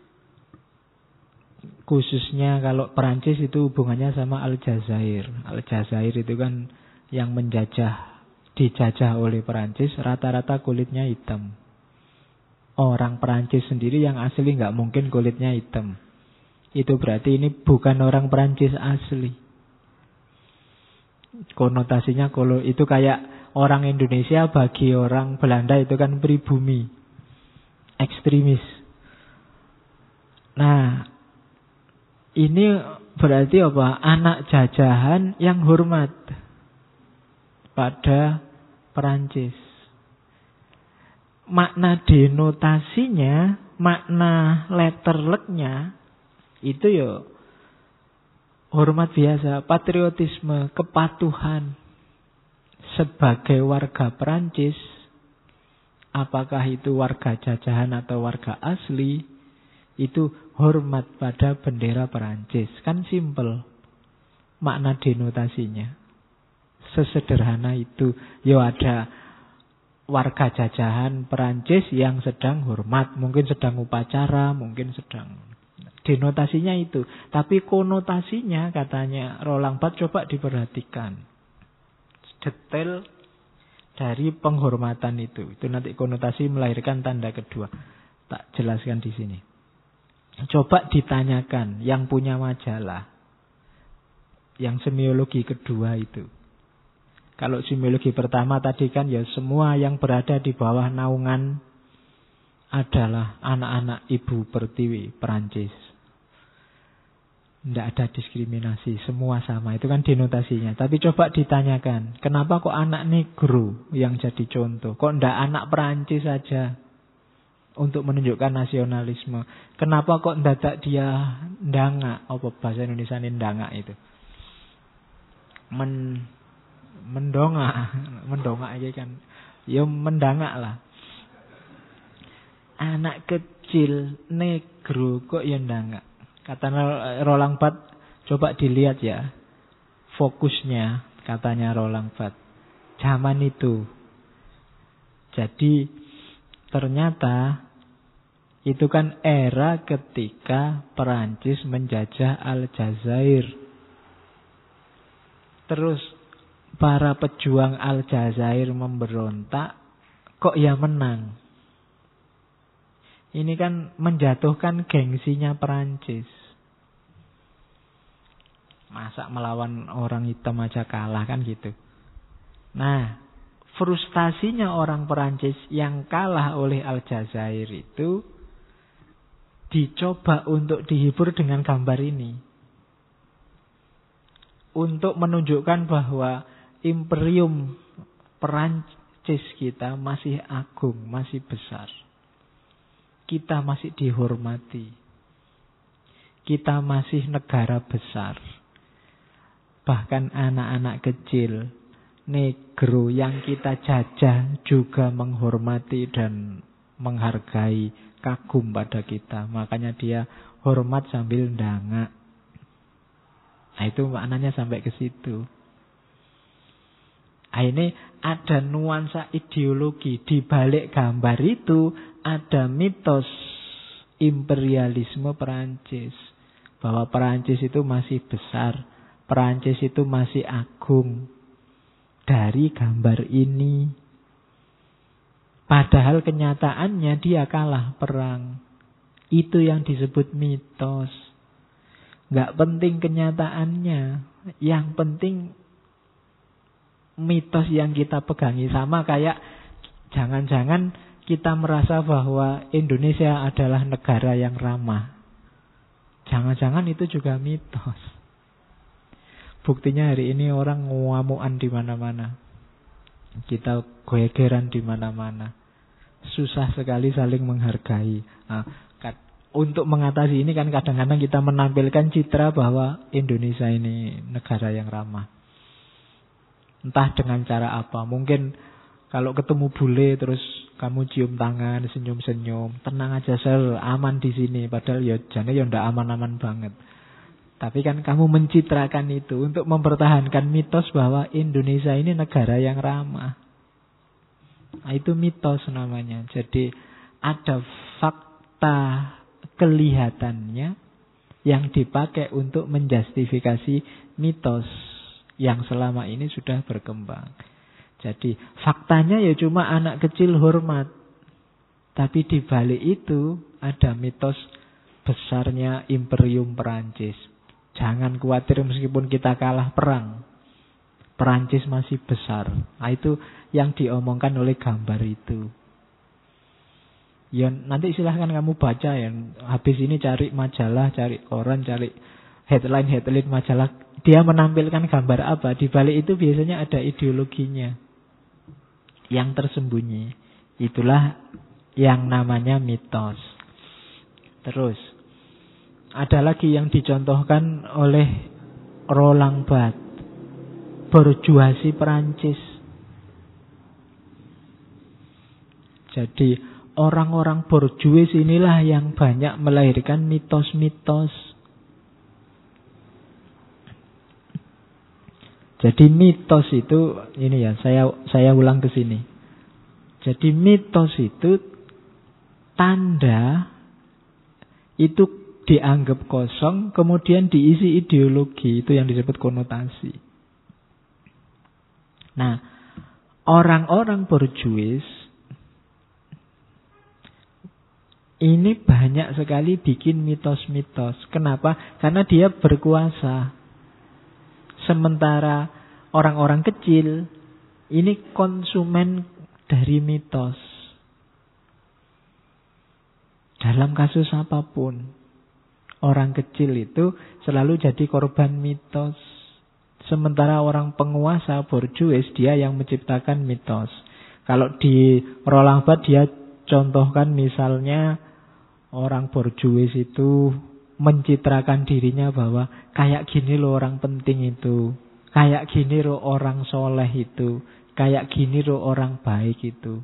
khususnya kalau Perancis itu hubungannya sama Aljazair. Aljazair itu kan yang menjajah, dijajah oleh Perancis, rata-rata kulitnya hitam. Orang Perancis sendiri yang asli nggak mungkin kulitnya hitam. Itu berarti ini bukan orang Perancis asli. Konotasinya kalau itu kayak orang Indonesia bagi orang Belanda itu kan pribumi, ekstremis. Nah, ini berarti apa? Anak jajahan yang hormat pada Perancis. Makna denotasinya, makna letterleknya itu ya hormat biasa, patriotisme, kepatuhan sebagai warga Perancis. Apakah itu warga jajahan atau warga asli, itu hormat pada bendera Perancis. Kan simpel makna denotasinya. Sesederhana itu. Ya ada warga jajahan Perancis yang sedang hormat, mungkin sedang upacara, mungkin sedang, denotasinya itu. Tapi konotasinya katanya Roland Barthes, coba diperhatikan detail dari penghormatan itu. Itu nanti konotasi melahirkan tanda kedua. Tak jelaskan di sini. Coba ditanyakan yang punya majalah, yang semiologi kedua itu. Kalau semiologi pertama tadi kan ya semua yang berada di bawah naungan adalah anak-anak ibu pertiwi Perancis. Tidak ada diskriminasi, semua sama. Itu kan denotasinya. Tapi coba ditanyakan, kenapa kok anak negro yang jadi contoh? Kok tidak anak Perancis saja untuk menunjukkan nasionalisme? Kenapa kok tidak dia ndangak? Apa bahasa Indonesia ini ndangak itu? Men... mendongak, mendongak aja kan, ya mendangak lah. Anak kecil negro kok ya ndangak. Kata Roland Barthes, coba dilihat ya fokusnya, katanya Roland Barthes, zaman itu. Jadi ternyata Itu kan era ketika Perancis menjajah Aljazair. Terus para pejuang Aljazair memberontak, kok ya menang. Ini kan menjatuhkan gengsinya Perancis. Masa melawan orang hitam aja kalah kan gitu. Nah, frustasinya orang Perancis yang kalah oleh Aljazair itu dicoba untuk dihibur dengan gambar ini. Untuk menunjukkan bahwa imperium Perancis kita masih agung, masih besar. Kita masih dihormati. Kita masih negara besar. Bahkan anak-anak kecil, negro yang kita jajah juga menghormati dan menghargai, kagum pada kita. Makanya dia hormat sambil ndangak. Nah, itu maknanya sampai ke situ. Nah, ini ada nuansa ideologi. Di balik gambar itu ada mitos imperialisme Perancis. Bahwa Perancis itu masih besar. Perancis itu masih agung. Dari gambar ini. Padahal kenyataannya dia kalah perang. Itu yang disebut mitos. Gak penting kenyataannya. Yang penting mitos yang kita pegangi. Sama kayak jangan-jangan kita merasa bahwa Indonesia adalah negara yang ramah. Jangan-jangan itu juga mitos. Buktinya hari ini orang nguamuan di mana-mana. Kita gegeran di mana-mana. Susah sekali saling menghargai. Nah, untuk mengatasi ini kan kadang-kadang kita menampilkan citra bahwa Indonesia ini negara yang ramah. Entah dengan cara apa. Mungkin kalau ketemu bule terus kamu cium tangan, senyum-senyum, tenang aja sel, aman di sini. Padahal ya jane ya ndak aman-aman banget. Tapi kan kamu mencitrakan itu untuk mempertahankan mitos bahwa Indonesia ini negara yang ramah. Nah, itu mitos namanya. Jadi ada fakta kelihatannya yang dipakai untuk menjustifikasi mitos yang selama ini sudah berkembang. Jadi faktanya ya cuma anak kecil hormat. Tapi di balik itu ada mitos besarnya imperium Perancis. Jangan khawatir meskipun kita kalah perang. Perancis masih besar. Nah, itu yang diomongkan oleh gambar itu. Ya nanti silahkan kamu baca ya. Habis ini cari majalah, cari koran, cari headline-headline majalah. Dia menampilkan gambar apa. Di balik itu biasanya ada ideologinya yang tersembunyi. Itulah yang namanya mitos. Terus ada lagi yang dicontohkan oleh Roland Barthes, borjuasi Perancis. Jadi orang-orang borjuis inilah yang banyak melahirkan mitos-mitos. Jadi mitos itu, ini ya, saya saya ulang ke sini. Jadi mitos itu tanda itu dianggap kosong, kemudian diisi ideologi, itu yang disebut konotasi. Nah, orang-orang borjuis ini banyak sekali bikin mitos-mitos. Kenapa? Karena dia berkuasa. Sementara orang-orang kecil ini konsumen dari mitos. Dalam kasus apapun, orang kecil itu selalu jadi korban mitos. Sementara orang penguasa borjuis, dia yang menciptakan mitos. Kalau di Roland Barthes dia contohkan misalnya orang borjuis itu mencitrakan dirinya bahwa kayak gini loh orang penting itu, kayak gini loh orang soleh itu, kayak gini loh orang baik itu.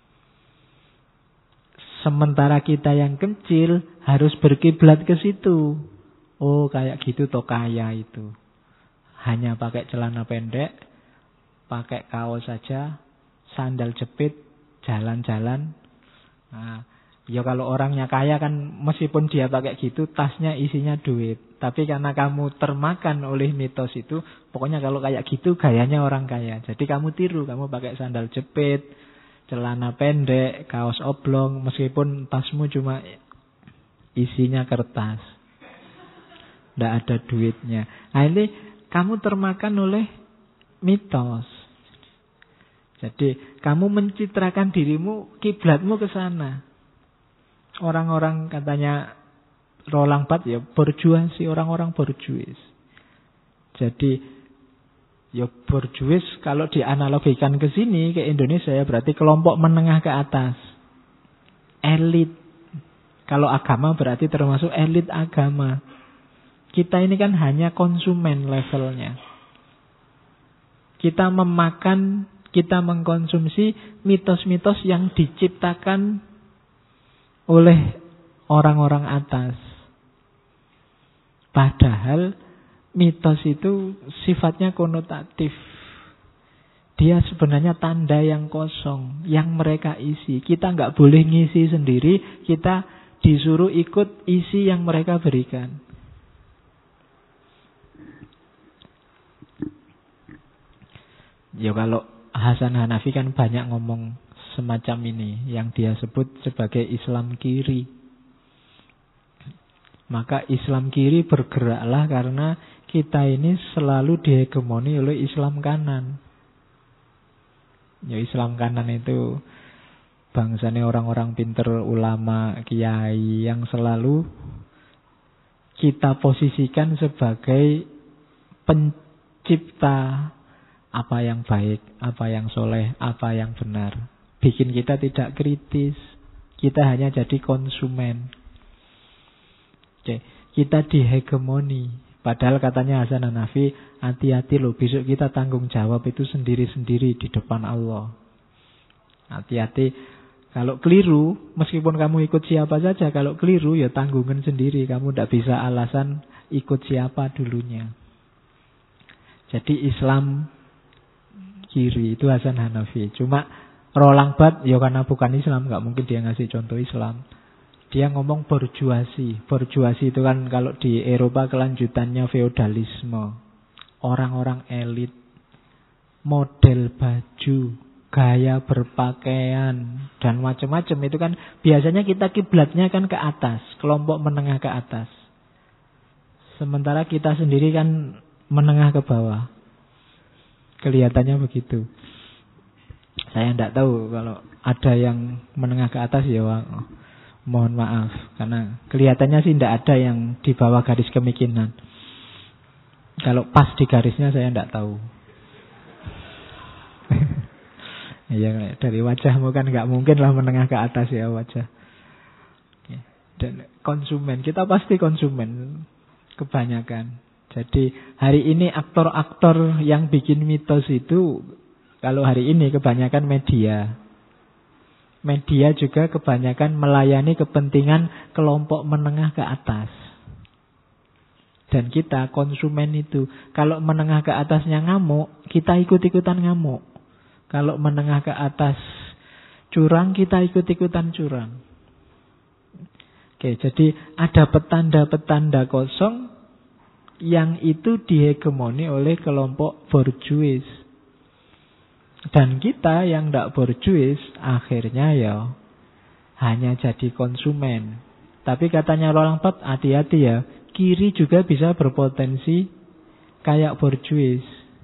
Sementara kita yang kecil harus berkiblat ke situ. Oh kayak gitu toh kaya itu. Hanya pakai celana pendek, pakai kaos saja, sandal jepit, jalan-jalan. Nah, Ya kalau orangnya kaya kan meskipun dia pakai gitu tasnya isinya duit. Tapi karena kamu termakan oleh mitos itu, pokoknya kalau kayak gitu gayanya orang kaya. Jadi kamu tiru, kamu pakai sandal jepit, celana pendek, kaos oblong, meskipun tasmu cuma isinya kertas. Tidak ada duitnya. Nah ini kamu termakan oleh mitos. Jadi kamu mencitrakan dirimu, kiblatmu ke sana. Orang-orang katanya Roland Barthes ya borjuasi, orang-orang borjuis. Jadi ya borjuis kalau dianalogikan ke sini ke Indonesia ya berarti kelompok menengah ke atas. Elit. Kalau agama berarti termasuk elit agama. Kita ini kan hanya konsumen levelnya. Kita memakan, kita mengkonsumsi mitos-mitos yang diciptakan oleh orang-orang atas. Padahal mitos itu sifatnya konotatif. Dia sebenarnya tanda yang kosong, yang mereka isi. Kita nggak boleh ngisi sendiri, kita disuruh ikut isi yang mereka berikan. Ya kalau Hasan Hanafi kan banyak ngomong semacam ini, yang dia sebut sebagai Islam kiri. Maka Islam kiri bergeraklah karena kita ini selalu dihegemoni oleh Islam kanan. Ya Islam kanan itu bangsanya orang-orang pinter, ulama, kiai yang selalu kita posisikan sebagai pencipta apa yang baik, apa yang soleh, apa yang benar. Bikin kita tidak kritis. Kita hanya jadi konsumen. Oke, kita dihegemoni. Padahal katanya Hasan Hanafi, hati-hati loh, besok kita tanggung jawab itu sendiri-sendiri di depan Allah. Hati-hati, kalau keliru, meskipun kamu ikut siapa saja, kalau keliru ya tanggungan sendiri. Kamu tidak bisa alasan ikut siapa dulunya. Jadi Islam kiri itu Hasan Hanafi. Cuma Roland Barthes ya karena bukan Islam, nggak mungkin dia ngasih contoh Islam. Dia ngomong borjuasi. Borjuasi itu kan kalau di Eropa kelanjutannya feodalisme. Orang-orang elit, model baju, gaya berpakaian, dan macam-macam itu kan biasanya kita kiblatnya kan ke atas, kelompok menengah ke atas. Sementara kita sendiri kan menengah ke bawah. Kelihatannya begitu. Saya tidak tahu kalau ada yang menengah ke atas ya mohon maaf. Karena kelihatannya sih tidak ada yang di bawah garis kemiskinan. Kalau pas di garisnya saya tidak tahu. Ya dari wajahmu kan nggak mungkin lah menengah ke atas ya wajah. Dan konsumen, kita pasti konsumen kebanyakan. Jadi hari ini aktor-aktor yang bikin mitos itu, kalau hari ini kebanyakan media. Media juga kebanyakan melayani kepentingan kelompok menengah ke atas. Dan kita konsumen itu. Kalau menengah ke atasnya ngamuk, kita ikut-ikutan ngamuk. Kalau menengah ke atas curang, kita ikut-ikutan curang. Oke, jadi ada petanda-petanda kosong yang itu dihegemoni oleh kelompok borjuis. Dan kita yang tidak borjuis akhirnya ya hanya jadi konsumen. Tapi katanya Roland Barthes, hati-hati ya, kiri juga bisa berpotensi kayak borjuis.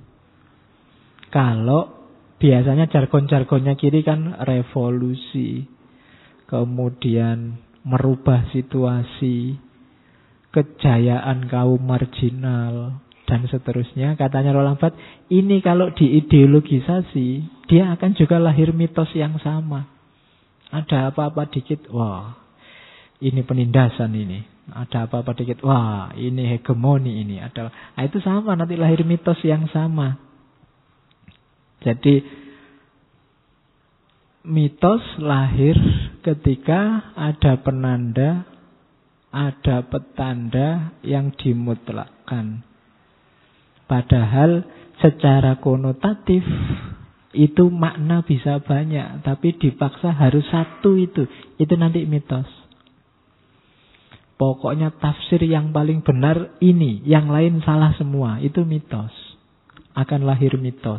Kalau biasanya jargon-jargonnya kiri kan revolusi, kemudian merubah situasi, kejayaan kaum marginal, dan seterusnya. Katanya Roland Barthes, ini kalau diideologisasi, dia akan juga lahir mitos yang sama. Ada apa-apa dikit, wah, ini penindasan ini. Ada apa-apa dikit, wah, ini hegemoni ini. Ada, nah, itu sama, nanti lahir mitos yang sama. Jadi, mitos lahir ketika ada penanda, ada petanda yang dimutlakkan. Padahal secara konotatif Itu makna bisa banyak, tapi dipaksa harus satu itu. Itu nanti mitos. Pokoknya tafsir yang paling benar ini, yang lain salah semua. Itu mitos. Akan lahir mitos.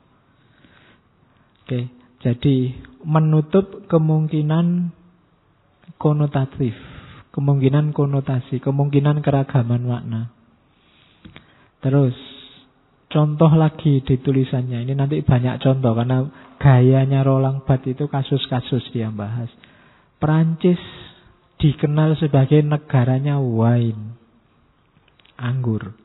Oke, jadi menutup kemungkinan konotatif, kemungkinan konotasi, kemungkinan keragaman makna. Terus contoh lagi di tulisannya. Ini nanti banyak contoh karena gayanya Roland Barthes itu kasus-kasus dia bahas. Perancis dikenal sebagai negaranya wine, anggur.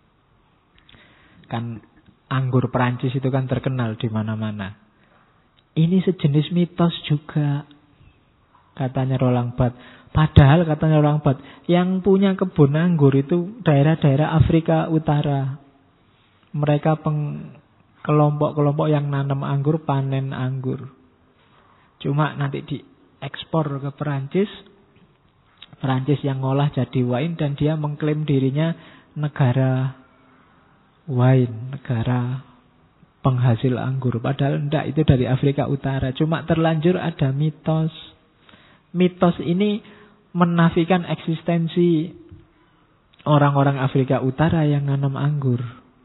Kan anggur Perancis itu kan terkenal di mana-mana. Ini sejenis mitos juga, katanya Roland Barthes. Padahal katanya Roland Barthes, yang punya kebun anggur itu daerah-daerah Afrika Utara. Mereka peng, kelompok-kelompok yang nanam anggur, panen anggur. Cuma nanti diekspor ke Perancis. Perancis yang ngolah jadi wine dan dia mengklaim dirinya negara wine, negara penghasil anggur. Padahal enggak, itu dari Afrika Utara. Cuma terlanjur ada mitos. Mitos ini menafikan eksistensi orang-orang Afrika Utara yang nanam anggur.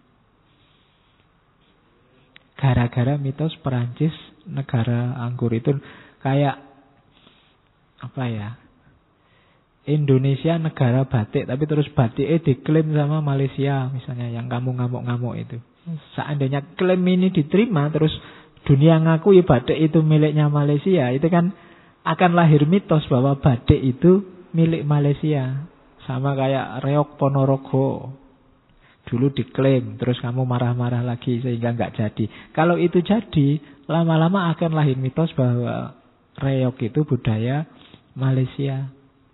Gara-gara mitos Perancis negara anggur itu kayak apa ya? Indonesia negara batik, tapi terus batiknya diklaim sama Malaysia misalnya, yang kamu ngamuk-ngamuk itu. Seandainya klaim ini diterima, terus dunia ngaku ya batik itu miliknya Malaysia, itu kan akan lahir mitos bahwa batik itu milik Malaysia. Sama kayak reok Ponorogo. Dulu diklaim, terus kamu marah-marah lagi sehingga nggak jadi. Kalau itu jadi, lama-lama akan lahir mitos bahwa reok itu budaya Malaysia.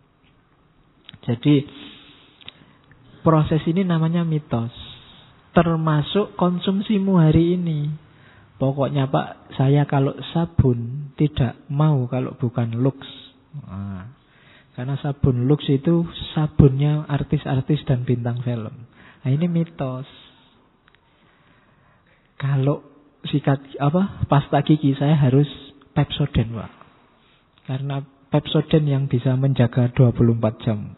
Jadi proses ini namanya mitos. Termasuk konsumsimu hari ini. Pokoknya Pak, saya kalau sabun tidak mau kalau bukan Lux. Nah, karena sabun Lux itu sabunnya artis-artis dan bintang film. Nah, ini mitos. Kalau sikat apa pasta gigi saya harus Pepsodent, Pak. Karena Pepsodent yang bisa menjaga dua puluh empat jam.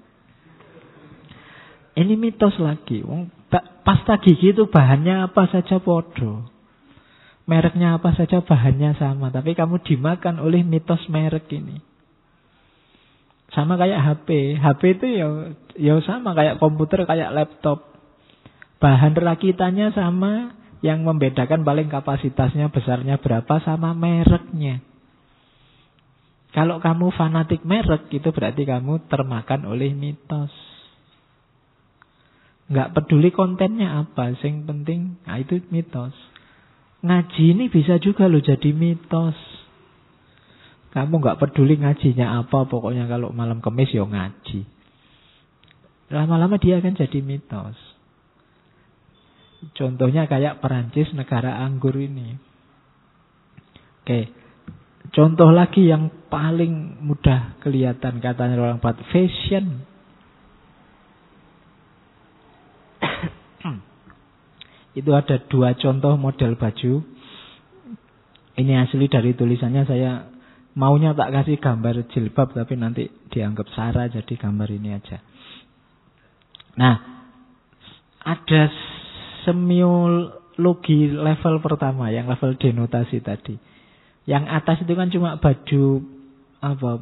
Ini mitos lagi. Pasta gigi itu bahannya apa saja podo. Mereknya apa saja bahannya sama. Tapi kamu dimakan oleh mitos merek ini. Sama kayak H P. H P itu ya, ya sama kayak komputer, kayak laptop. Bahan rakitannya sama. Yang membedakan paling kapasitasnya besarnya berapa sama mereknya. Kalau kamu fanatik merek, itu berarti kamu termakan oleh mitos. Nggak peduli kontennya apa, yang penting, nah itu mitos. Ngaji ini bisa juga loh jadi mitos. Kamu nggak peduli ngajinya apa, pokoknya kalau malam Kamis ya ngaji. Lama-lama dia akan jadi mitos. Contohnya kayak Perancis, negara anggur ini. Oke, contoh lagi yang paling mudah kelihatan katanya orang Barat, fashion. Itu ada dua contoh model baju. Ini asli dari tulisannya, saya maunya tak kasih gambar jilbab, tapi nanti dianggap sara, jadi gambar ini aja. Nah, ada semiologi level pertama, yang level denotasi tadi. Yang atas itu kan cuma baju apa,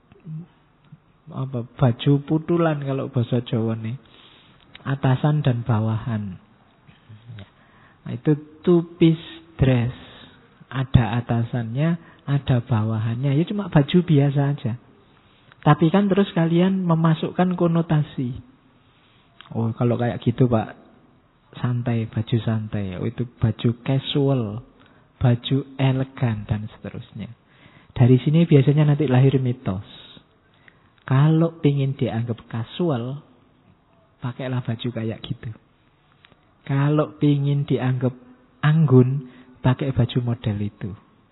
apa baju putulan kalau bahasa Jawa nih. Atasan dan bawahan. Nah, itu two-piece dress. Ada atasannya, ada bawahannya. Ya cuma baju biasa aja. Tapi kan terus kalian memasukkan konotasi. Oh, kalau kayak gitu Pak, santai, baju santai. Oh, itu baju casual, baju elegan, dan seterusnya. Dari sini biasanya nanti lahir mitos. Kalau ingin dianggap casual, pakailah baju kayak gitu. Kalau ingin dianggap anggun, pakai baju model itu.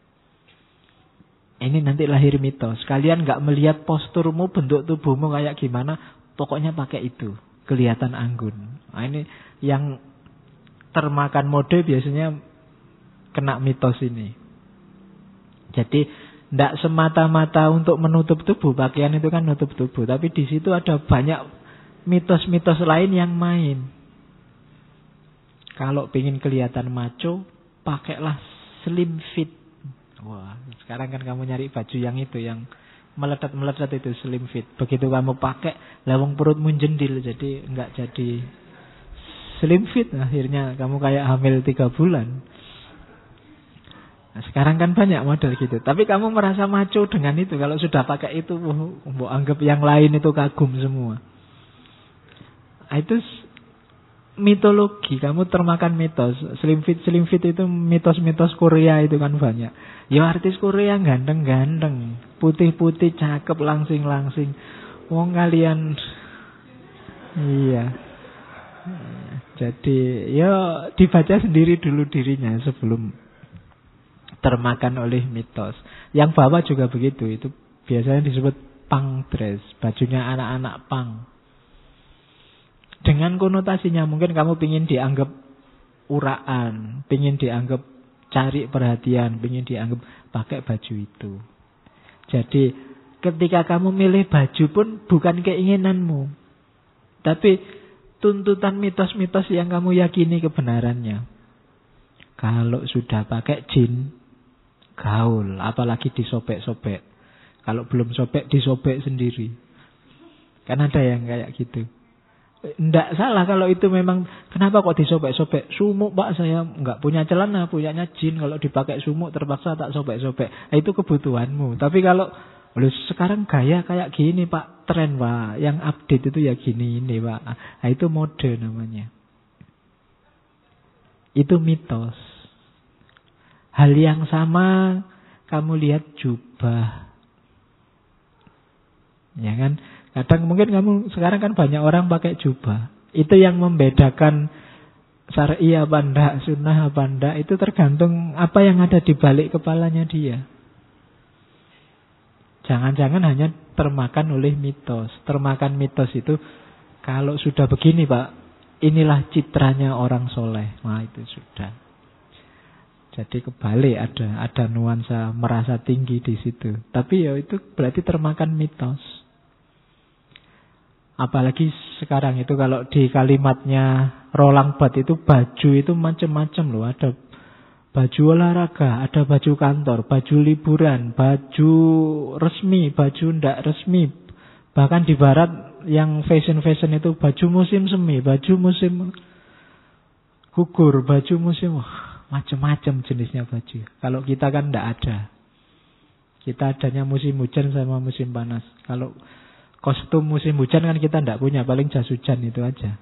Ini nanti lahir mitos. Kalian gak melihat posturmu, bentuk tubuhmu kayak gimana, pokoknya pakai itu. Kelihatan anggun. Nah, ini yang termakan mode biasanya kena mitos ini. Jadi tidak semata-mata untuk menutup tubuh, pakaian itu kan menutup tubuh, tapi di situ ada banyak mitos-mitos lain yang main. Kalau ingin kelihatan macho, pakailah slim fit. Wah, sekarang kan kamu nyari baju yang itu, yang meledat-meledat itu slim fit. Begitu kamu pakai, lawang perutmu jendil, jadi enggak jadi slim fit. Akhirnya kamu kayak hamil tiga bulan. Nah, sekarang kan banyak model gitu. Tapi kamu merasa maco dengan itu. Kalau sudah pakai itu, mau anggap yang lain itu kagum semua. Nah, itu mitologi. Kamu termakan mitos. Slim fit, slim fit itu mitos-mitos Korea itu kan banyak. Ya artis Korea ganteng-ganteng, putih-putih, cakep, langsing-langsing. Wong kalian, iya. Jadi ya dibaca sendiri dulu dirinya sebelum termakan oleh mitos. Yang bawah juga begitu. Itu biasanya disebut punk dress, bajunya anak-anak punk. Dengan konotasinya mungkin kamu pingin dianggap uraan, pingin dianggap cari perhatian, pingin dianggap pakai baju itu. Jadi ketika kamu milih baju pun bukan keinginanmu, tapi tuntutan mitos-mitos yang kamu yakini kebenarannya. Kalau sudah pakai jin, gaul, apalagi disobek-sobek. Kalau belum sobek, disobek sendiri. Kan ada yang kayak gitu. Tidak salah kalau itu memang. Kenapa kok disobek-sobek? Sumuk pak, saya nggak punya celana, punyanya jin. Kalau dipakai sumuk terpaksa tak sobek-sobek. Nah, itu kebutuhanmu. Tapi kalau loh, sekarang gaya kayak gini pak, tren pak, yang update itu ya gini ini pak. Nah, itu mode namanya. Itu mitos. Hal yang sama kamu lihat jubah. Ya kan? Kadang mungkin kamu sekarang kan banyak orang pakai jubah. Itu yang membedakan syar'i apa ndak, sunnah apa ndak, itu tergantung apa yang ada di balik kepalanya dia. Jangan-jangan hanya termakan oleh mitos. Termakan mitos itu kalau sudah begini pak, inilah citranya orang soleh. Nah itu sudah. Jadi kebalik, ada ada nuansa merasa tinggi di situ. Tapi ya itu berarti termakan mitos. Apalagi sekarang itu kalau di kalimatnya Roland Barthes itu baju itu macam-macam loh. Ada baju olahraga, ada baju kantor, baju liburan, baju resmi, baju ndak resmi. Bahkan di barat yang fashion-fashion itu baju musim semi, baju musim gugur, baju musim... Macam-macam jenisnya baju. Kalau kita kan tidak ada. Kita adanya musim hujan sama musim panas. Kalau kostum musim hujan kan kita tidak punya. Paling jas hujan itu aja.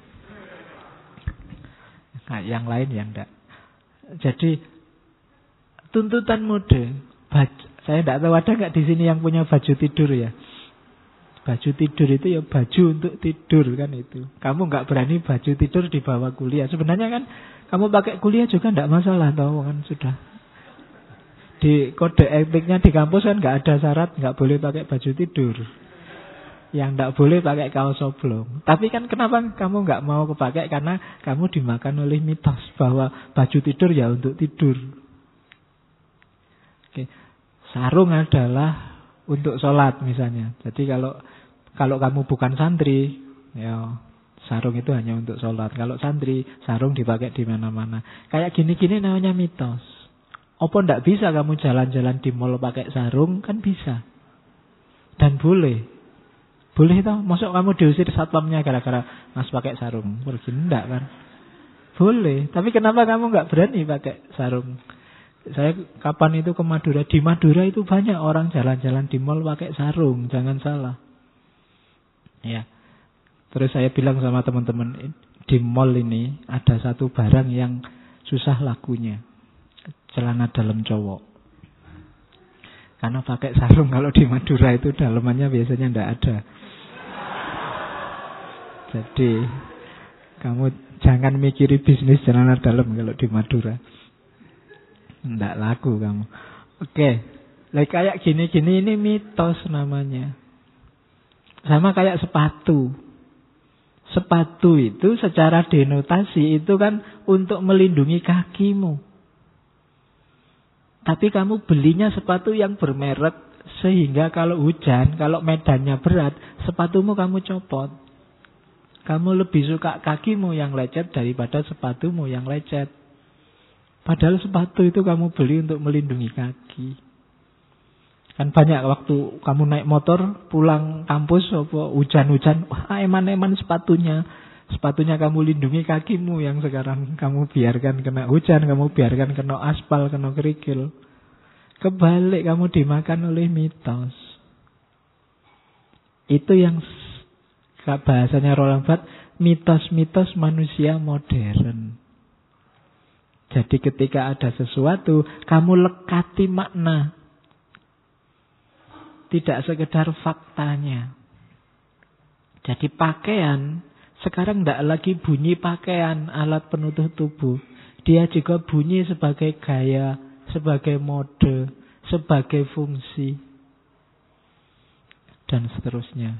Nah, yang lain yang tidak. Jadi tuntutan mode. Baju, saya tidak tahu ada nggak di sini yang punya baju tidur ya. Baju tidur itu ya baju untuk tidur kan itu. Kamu nggak berani baju tidur di bawah kuliah. Sebenarnya kan kamu pakai kuliah juga tidak masalah, tahu kan sudah. Di kode etiknya di kampus kan nggak ada syarat nggak boleh pakai baju tidur. Yang tidak boleh pakai kaos oblong. Tapi kan kenapa kamu nggak mau kepakai? Karena kamu dimakan oleh mitos bahwa baju tidur ya untuk tidur. Oke. Sarung adalah untuk sholat misalnya. Jadi kalau kalau kamu bukan santri, ya sarung itu hanya untuk sholat. Kalau santri, sarung dipakai di mana-mana. Kayak gini-gini namanya mitos. Apa ndak bisa kamu jalan-jalan di mall pakai sarung? Kan bisa. Dan boleh. Boleh toh? Masuk kamu diusir satpamnya gara-gara mas pakai sarung? Pergi enggak kan? Boleh. Tapi kenapa kamu nggak berani pakai sarung? Saya kapan itu ke Madura? Di Madura itu banyak orang jalan-jalan di mall pakai sarung. Jangan salah. Ya. Terus saya bilang sama teman-teman, di mall ini ada satu barang yang susah lakunya. Celana dalam cowok. Karena pakai sarung kalau di Madura itu dalamannya biasanya tidak ada. Jadi kamu jangan mikiri bisnis celana dalam kalau di Madura. Tidak laku kamu. Oke. Like kayak gini-gini ini mitos namanya. Sama kayak sepatu. Sepatu itu secara denotasi itu kan untuk melindungi kakimu. Tapi kamu belinya sepatu yang bermerek, sehingga kalau hujan, kalau medannya berat, sepatumu kamu copot. Kamu lebih suka kakimu yang lecet daripada sepatumu yang lecet. Padahal sepatu itu kamu beli untuk melindungi kaki. Kan banyak waktu kamu naik motor pulang kampus, apa hujan-hujan, wah eman-eman sepatunya. Sepatunya kamu lindungi kakimu yang sekarang kamu biarkan kena hujan, kamu biarkan kena aspal, kena kerikil. Kebalik, kamu dimakan oleh mitos. Itu yang bahasanya Roland Barthes, mitos-mitos manusia modern. Jadi ketika ada sesuatu, kamu lekati makna. Tidak sekedar faktanya. Jadi pakaian sekarang tidak lagi bunyi pakaian, alat penutup tubuh. Dia juga bunyi sebagai gaya, sebagai mode, sebagai fungsi, dan seterusnya.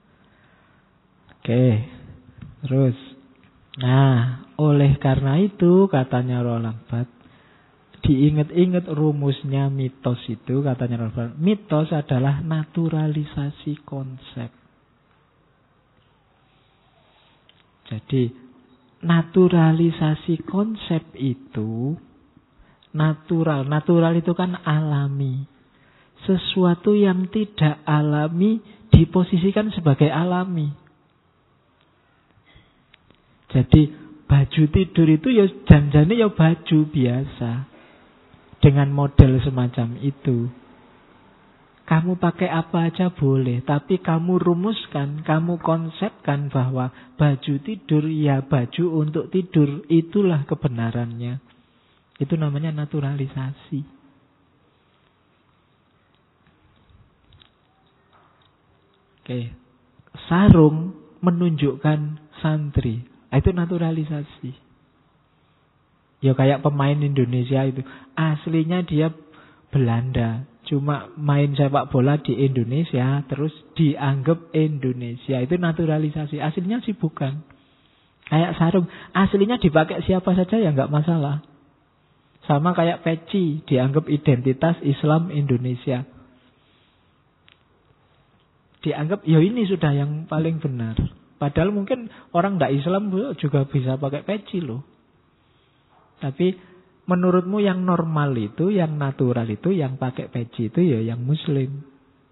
Oke, terus. Nah, oleh karena itu, katanya Roland Barthes, diingat-ingat rumusnya mitos itu, katanya Roland Barthes, mitos adalah naturalisasi konsep. Jadi naturalisasi konsep itu natural. Natural itu kan alami. Sesuatu yang tidak alami diposisikan sebagai alami. Jadi baju tidur itu ya janjane ya baju biasa. Dengan model semacam itu. Kamu pakai apa aja boleh, tapi kamu rumuskan, kamu konsepkan bahwa baju tidur ya baju untuk tidur, itulah kebenarannya. Itu namanya naturalisasi. Oke, sarung menunjukkan santri, itu naturalisasi. Ya kayak pemain Indonesia itu, aslinya dia Belanda. Cuma main sepak bola di Indonesia, terus dianggap Indonesia. Itu naturalisasi. Aslinya sih bukan. Kayak sarung, aslinya dipakai siapa saja ya nggak masalah. Sama kayak peci, dianggap identitas Islam Indonesia. Dianggap, ya ini sudah yang paling benar. Padahal mungkin orang nggak Islam juga bisa pakai peci loh. Tapi menurutmu yang normal itu, yang natural itu, yang pakai peci itu ya yang muslim.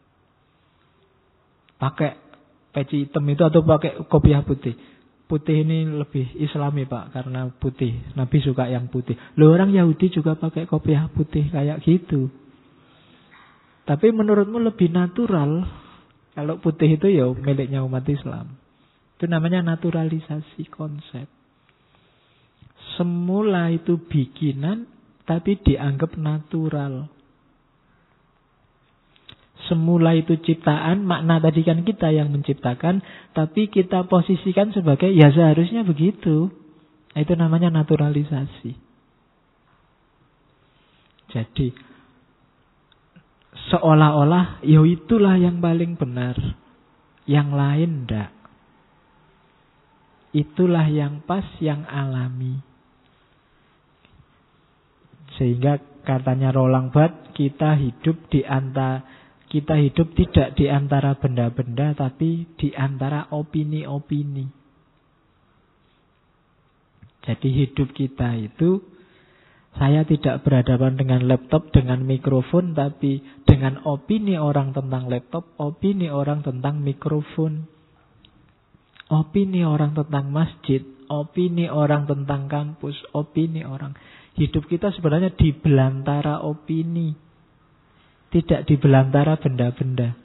Pakai peci hitam itu atau pakai kopiah putih. Putih ini lebih islami Pak, karena putih. Nabi suka yang putih. Loh orang Yahudi juga pakai kopiah putih kayak gitu. Tapi menurutmu lebih natural kalau putih itu ya miliknya umat Islam. Itu namanya naturalisasi konsep. Semula itu bikinan, tapi dianggap natural. Semula itu ciptaan, makna tadi kan kita yang menciptakan, tapi kita posisikan sebagai, ya seharusnya begitu. Itu namanya naturalisasi. Jadi, seolah-olah, ya itulah yang paling benar. Yang lain enggak. Itulah yang pas, yang alami. Sehingga katanya Roland Barthes, kita hidup di antara kita hidup tidak di antara benda-benda, tapi di antara opini-opini. Jadi hidup kita itu, saya tidak berhadapan dengan laptop, dengan mikrofon, tapi dengan opini orang tentang laptop, opini orang tentang mikrofon, opini orang tentang masjid, opini orang tentang kampus, opini orang. Hidup kita sebenarnya di belantara opini, tidak di belantara benda-benda.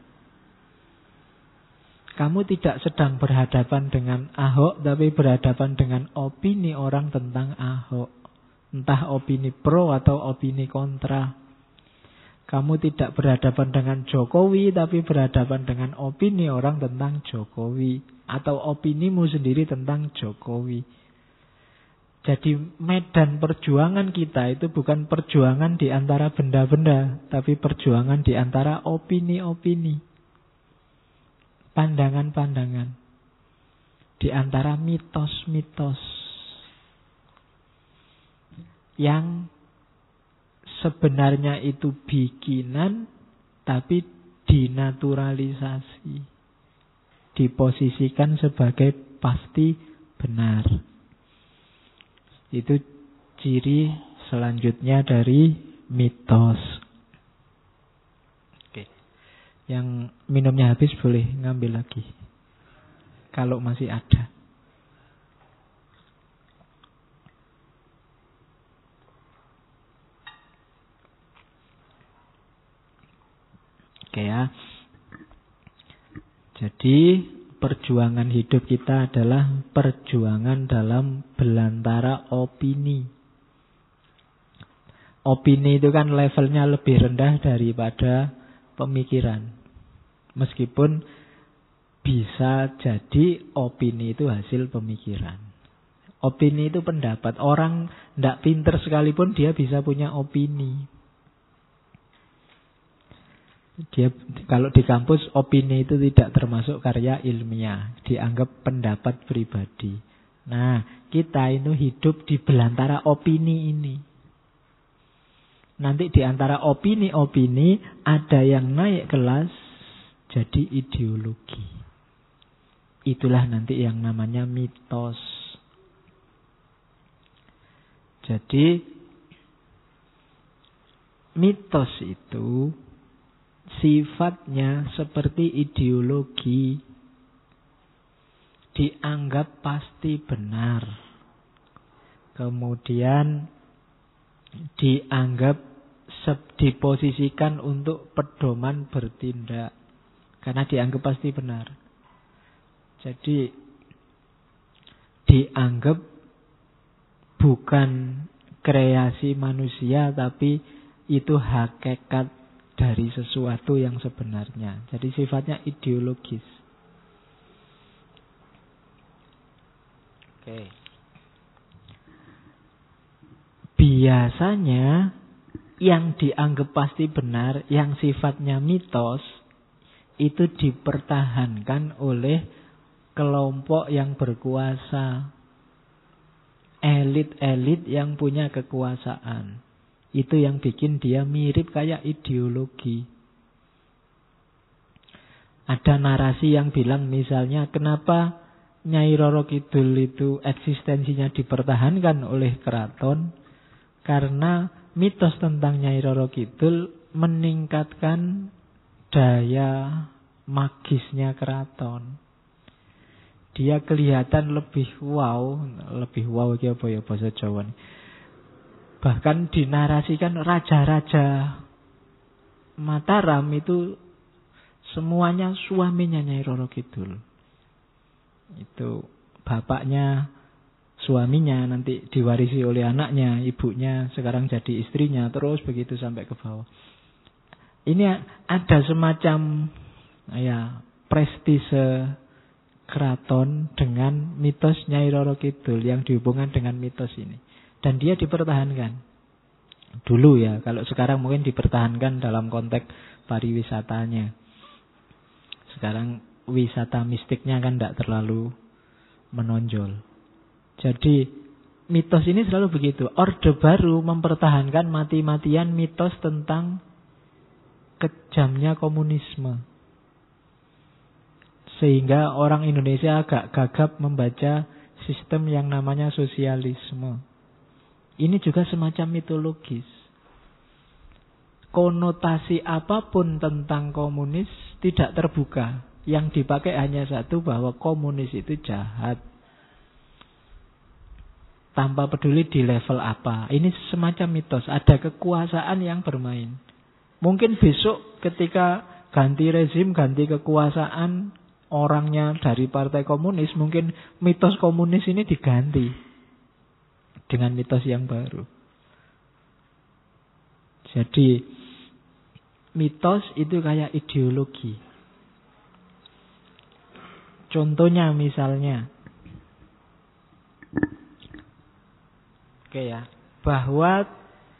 Kamu tidak sedang berhadapan dengan Ahok, tapi berhadapan dengan opini orang tentang Ahok. Entah opini pro atau opini kontra. Kamu tidak berhadapan dengan Jokowi, tapi berhadapan dengan opini orang tentang Jokowi. Atau opinimu sendiri tentang Jokowi. Jadi medan perjuangan kita itu bukan perjuangan di antara benda-benda, tapi perjuangan di antara opini-opini, pandangan-pandangan, di antara mitos-mitos yang sebenarnya itu bikinan, tapi dinaturalisasi, diposisikan sebagai pasti benar. Itu ciri selanjutnya dari mitos. Oke. Yang minumnya habis boleh ngambil lagi, kalau masih ada. Oke ya. Jadi perjuangan hidup kita adalah perjuangan dalam belantara opini. Opini itu kan levelnya lebih rendah daripada pemikiran. Meskipun bisa jadi opini itu hasil pemikiran. Opini itu pendapat. Orang tidak pinter sekalipun dia bisa punya opini. Dia kalau di kampus opini itu tidak termasuk karya ilmiah, dianggap pendapat pribadi. Nah, kita itu hidup di belantara opini ini. Nanti di antara opini-opini ada yang naik kelas jadi ideologi. Itulah nanti yang namanya mitos. Jadi mitos itu sifatnya seperti ideologi, dianggap pasti benar, kemudian dianggap diposisikan untuk pedoman bertindak, karena dianggap pasti benar. Jadi dianggap bukan kreasi manusia, tapi itu hakikat dari sesuatu yang sebenarnya. Jadi sifatnya ideologis. Oke. Biasanya yang dianggap pasti benar, yang sifatnya mitos, itu dipertahankan oleh kelompok yang berkuasa, elit-elit yang punya kekuasaan. Itu yang bikin dia mirip kayak ideologi. Ada narasi yang bilang misalnya, kenapa Nyai Roro Kidul itu eksistensinya dipertahankan oleh keraton? Karena mitos tentang Nyai Roro Kidul meningkatkan daya magisnya keraton. Dia kelihatan lebih wow, lebih wow iki apa ya bahasa Jawa nih. Bahkan dinarasikan raja-raja Mataram itu semuanya suaminya Nyai Roro Kidul. Itu bapaknya, suaminya, nanti diwarisi oleh anaknya, ibunya, sekarang jadi istrinya, terus begitu sampai ke bawah. Ini ada semacam ya prestise keraton dengan mitos Nyai Roro Kidul yang dihubungkan dengan mitos ini. Dan dia dipertahankan. Dulu ya, kalau sekarang mungkin dipertahankan dalam konteks pariwisatanya. Sekarang wisata mistiknya kan tidak terlalu menonjol. Jadi mitos ini selalu begitu. Orde Baru mempertahankan mati-matian mitos tentang kejamnya komunisme. Sehingga orang Indonesia agak gagap membaca sistem yang namanya sosialisme. Ini juga semacam mitologis. Konotasi apapun tentang komunis tidak terbuka. Yang dipakai hanya satu, bahwa komunis itu jahat. Tanpa peduli di level apa. Ini semacam mitos. Ada kekuasaan yang bermain. Mungkin besok ketika ganti rezim, ganti kekuasaan, orangnya dari partai komunis, mungkin mitos komunis ini diganti dengan mitos yang baru. Jadi mitos itu kayak ideologi. Contohnya misalnya, oke ya, bahwa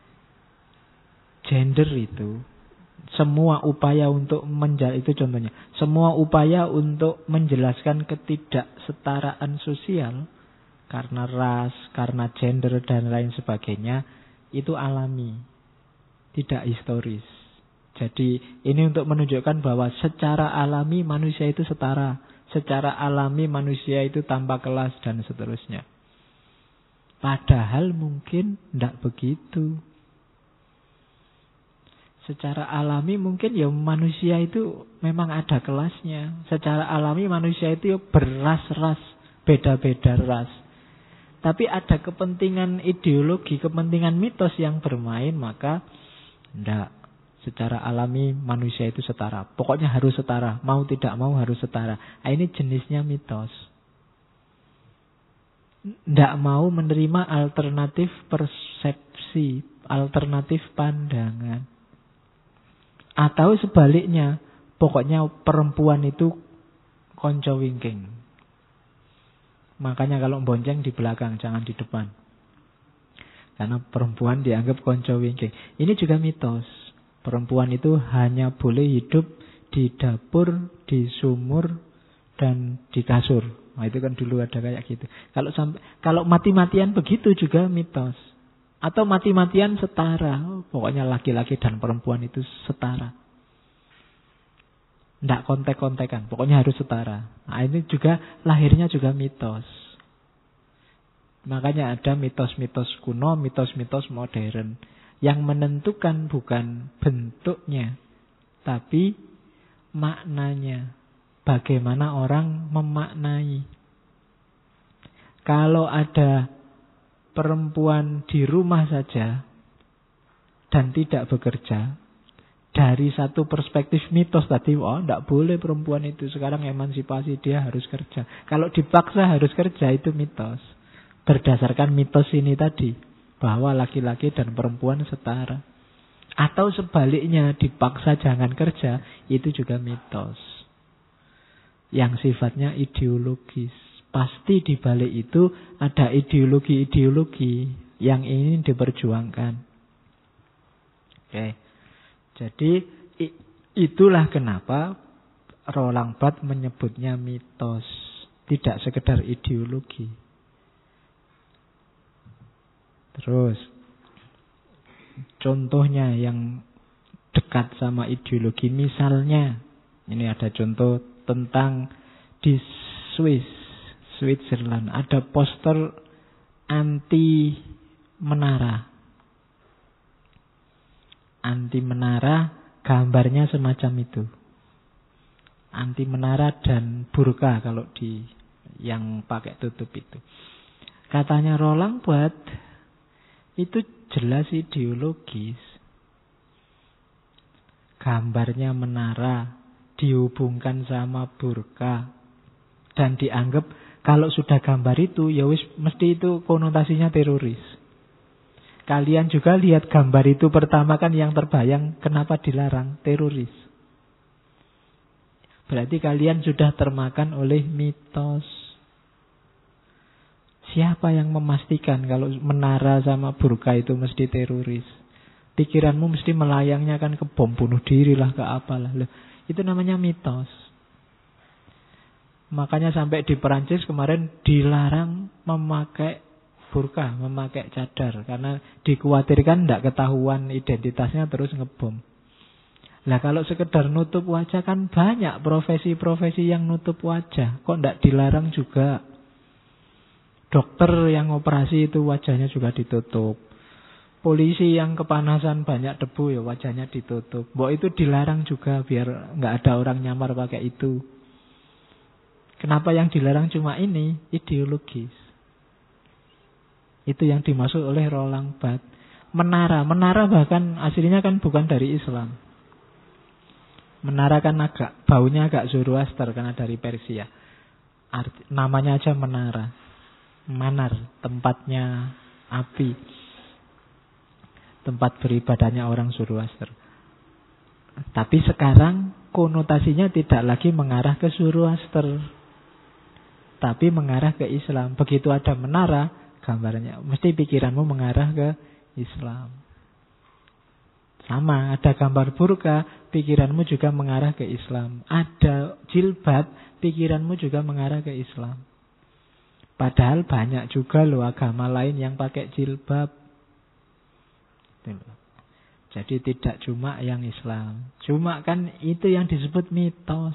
gender itu, semua upaya untuk menjal itu contohnya, semua upaya untuk menjelaskan ketidaksetaraan sosial karena ras, karena gender dan lain sebagainya itu alami. tidak historis. Jadi ini untuk menunjukkan bahwa secara alami manusia itu setara. Secara alami manusia itu tanpa kelas dan seterusnya. Padahal mungkin tidak begitu. Secara alami mungkin ya manusia itu memang ada kelasnya. Secara alami manusia itu ya beras-ras, beda-beda ras. Tapi ada kepentingan ideologi, kepentingan mitos yang bermain, maka tidak. Secara alami manusia itu setara. Pokoknya harus setara, mau tidak mau harus setara. Nah, ini jenisnya mitos. Tidak mau menerima alternatif persepsi, alternatif pandangan. Atau sebaliknya, pokoknya perempuan itu konco wingking. Makanya kalau bonceng di belakang, jangan di depan. Karena perempuan dianggap konco wingking. Ini juga mitos. Perempuan itu hanya boleh hidup di dapur, di sumur, dan di kasur. Nah, itu kan dulu ada kayak gitu. Kalau sampai kalau mati-matian begitu juga mitos. Atau mati-matian setara. Pokoknya laki-laki dan perempuan itu setara. Tidak kontek-kontekan. Pokoknya harus setara. Nah, ini juga lahirnya juga mitos. Makanya ada mitos-mitos kuno, mitos-mitos modern. Yang menentukan bukan bentuknya, tapi maknanya. Bagaimana orang memaknai. Kalau ada perempuan di rumah saja dan tidak bekerja, dari satu perspektif mitos tadi, oh tidak boleh perempuan itu sekarang emansipasi, dia harus kerja. Kalau dipaksa harus kerja, itu mitos. Berdasarkan mitos ini tadi, bahwa laki-laki dan perempuan setara. Atau sebaliknya, dipaksa jangan kerja, itu juga mitos. Yang sifatnya ideologis. Pasti di balik itu ada ideologi-ideologi yang ingin diperjuangkan. Oke. Jadi itulah kenapa Roland Barthes menyebutnya mitos. Tidak sekedar ideologi. Terus contohnya yang dekat sama ideologi, misalnya ini ada contoh tentang di Swiss, Switzerland ada poster anti menara. Anti menara, gambarnya semacam itu. Anti menara dan burka kalau di yang pakai tutup itu. Katanya Roland Barthes, itu jelas ideologis. Gambarnya menara dihubungkan sama burka dan dianggap kalau sudah gambar itu ya wis mesti itu konotasinya teroris. Kalian juga lihat gambar itu pertama kan yang terbayang kenapa dilarang, teroris. Berarti kalian sudah termakan oleh mitos. Siapa yang memastikan kalau menara sama burka itu mesti teroris? Pikiranmu mesti melayangnya kan ke bom bunuh diri lah, ke apalah. Loh, itu namanya mitos. Makanya sampai di Perancis kemarin dilarang memakai burka, memakai cadar. Karena dikhawatirkan tidak ketahuan identitasnya terus ngebom. Lah kalau sekedar nutup wajah kan banyak profesi-profesi yang nutup wajah. Kok tidak dilarang juga? Dokter yang operasi itu wajahnya juga ditutup. Polisi yang kepanasan banyak debu ya wajahnya ditutup. Mbok itu dilarang juga biar nggak ada orang nyamar pakai itu. Kenapa yang dilarang cuma ini? Ideologis. Itu yang dimaksud oleh Roland Barthes. Menara, menara bahkan aslinya kan bukan dari Islam. Menara kan agak baunya agak Zoroaster karena dari Persia. Arti, namanya aja menara. Manar, tempatnya api. Tempat beribadahnya orang Zoroaster. Tapi sekarang konotasinya tidak lagi mengarah ke Zoroaster, tapi mengarah ke Islam. Begitu ada menara, gambarnya mesti pikiranmu mengarah ke Islam. Sama, ada gambar burka, pikiranmu juga mengarah ke Islam. Ada jilbab, pikiranmu juga mengarah ke Islam. Padahal banyak juga loh agama lain yang pakai jilbab. Jadi tidak cuma yang Islam. Cuma kan itu yang disebut mitos.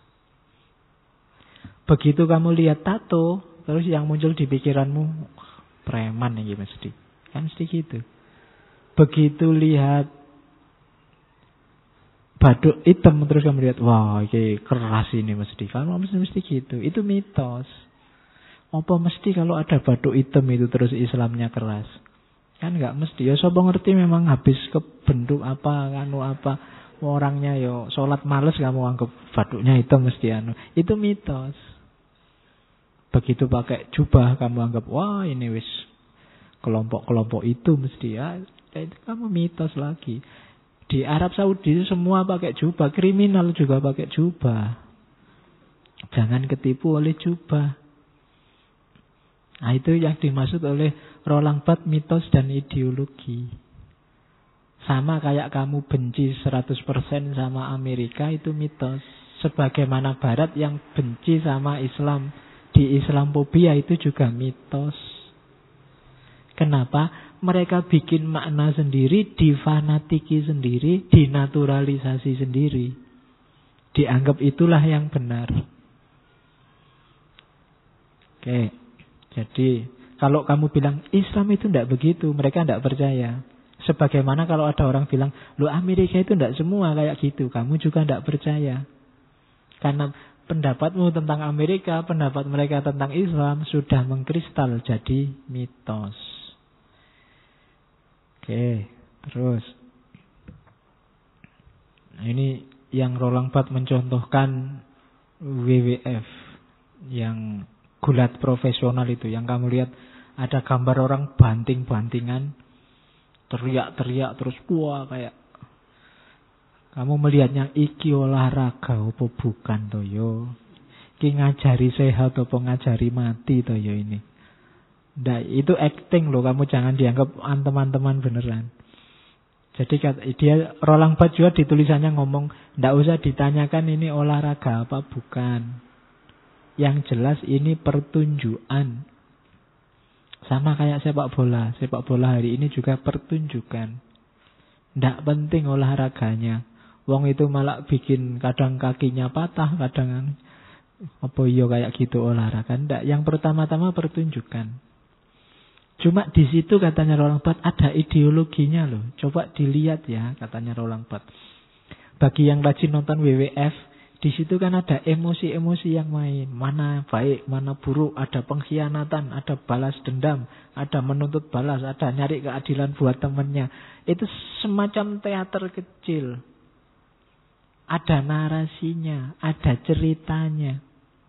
Begitu kamu lihat tato, terus yang muncul di pikiranmu, preman ini mesti. Kan mesti gitu. Begitu lihat baduk hitam, terus kamu lihat, wah ini keras ini mesti. Kamu mesti, mesti gitu. Itu mitos. Apa mesti kalau ada baduk hitam itu terus Islamnya keras? Kan nggak mesti. Ya siapa ngerti memang habis kebentuk apa, anu apa, orangnya yo sholat males kamu anggap baduknya hitam mesti anu. Itu mitos. Begitu pakai jubah kamu anggap wah ini wis kelompok-kelompok itu mesti ya. Itu kamu mitos lagi. Di Arab Saudi semua pakai jubah, kriminal juga pakai jubah. Jangan ketipu oleh jubah. Nah itu yang dimaksud oleh Roland Barthes mitos dan ideologi. Sama kayak kamu benci seratus persen sama Amerika, itu mitos. Sebagaimana Barat yang benci sama Islam, di Islamophobia itu juga mitos. Kenapa? Mereka bikin makna sendiri, difanatiki sendiri, dinaturalisasi sendiri. Dianggap itulah yang benar. Oke, jadi kalau kamu bilang Islam itu tidak begitu, mereka tidak percaya. Sebagaimana kalau ada orang bilang, loh Amerika itu tidak semua kayak gitu, kamu juga tidak percaya. Karena pendapatmu tentang Amerika, pendapat mereka tentang Islam sudah mengkristal jadi mitos. Oke, terus. Nah, ini yang Roland Barthes mencontohkan W W F yang gulat profesional itu, yang kamu lihat ada gambar orang banting-bantingan, teriak-teriak terus wah kayak kamu melihatnya iki olahraga apa bukan to yo? Iki ngajari sehat apa ngajari mati to yo ini. Nah, itu acting loh, kamu jangan dianggap teman-teman beneran. Jadi dia Roland Barthes juga di tulisannya ngomong, ndak usah ditanyakan ini olahraga apa bukan. Yang jelas ini pertunjukan. Sama kayak sepak bola. Sepak bola hari ini juga pertunjukan. Ndak penting olahraganya. Wong itu malah bikin kadang kakinya patah, kadang apa iya kayak gitu olahraga. Ndak, yang pertama-tama pertunjukan. Cuma di situ katanya Roland Barthes ada ideologinya loh. Coba dilihat ya, katanya Roland Barthes. Bagi yang rajin nonton W W F, di situ kan ada emosi-emosi yang main. Mana baik, mana buruk, ada pengkhianatan, ada balas dendam, ada menuntut balas, ada nyari keadilan buat temennya. Itu semacam teater kecil. Ada narasinya, ada ceritanya.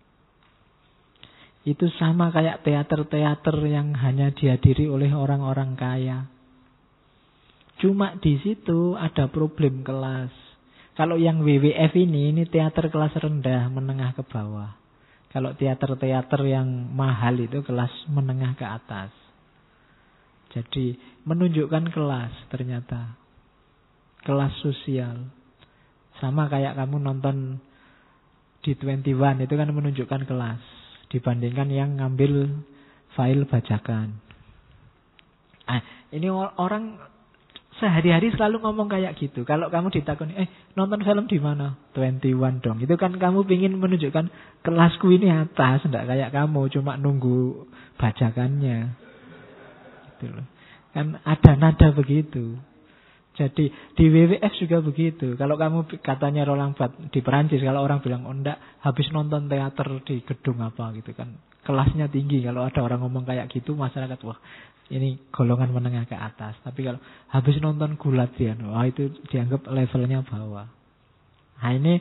Itu sama kayak teater-teater yang hanya dihadiri oleh orang-orang kaya. Cuma di situ ada problem kelas. Kalau yang W W F ini, ini teater kelas rendah, menengah ke bawah. Kalau teater-teater yang mahal itu kelas menengah ke atas. Jadi menunjukkan kelas ternyata. Kelas sosial. Sama kayak kamu nonton di dua puluh satu itu kan menunjukkan kelas. Dibandingkan yang ngambil file bajakan. Ah, ini orang sehari-hari selalu ngomong kayak gitu. Kalau kamu ditakoni, eh nonton film di mana? dua puluh satu dong. Itu kan kamu ingin menunjukkan kelasku ini atas, enggak kayak kamu cuma nunggu bajakannya. Gitu loh. Kan ada nada begitu. Jadi di W W F juga begitu. Kalau kamu katanya Roland Barthes di Perancis, kalau orang bilang oh enggak, habis nonton teater di gedung apa gitu kan, kelasnya tinggi. Kalau ada orang ngomong kayak gitu, masyarakat wah ini golongan menengah ke atas. Tapi kalau habis nonton gulat ya, wah itu dianggap levelnya bawah. Nah ini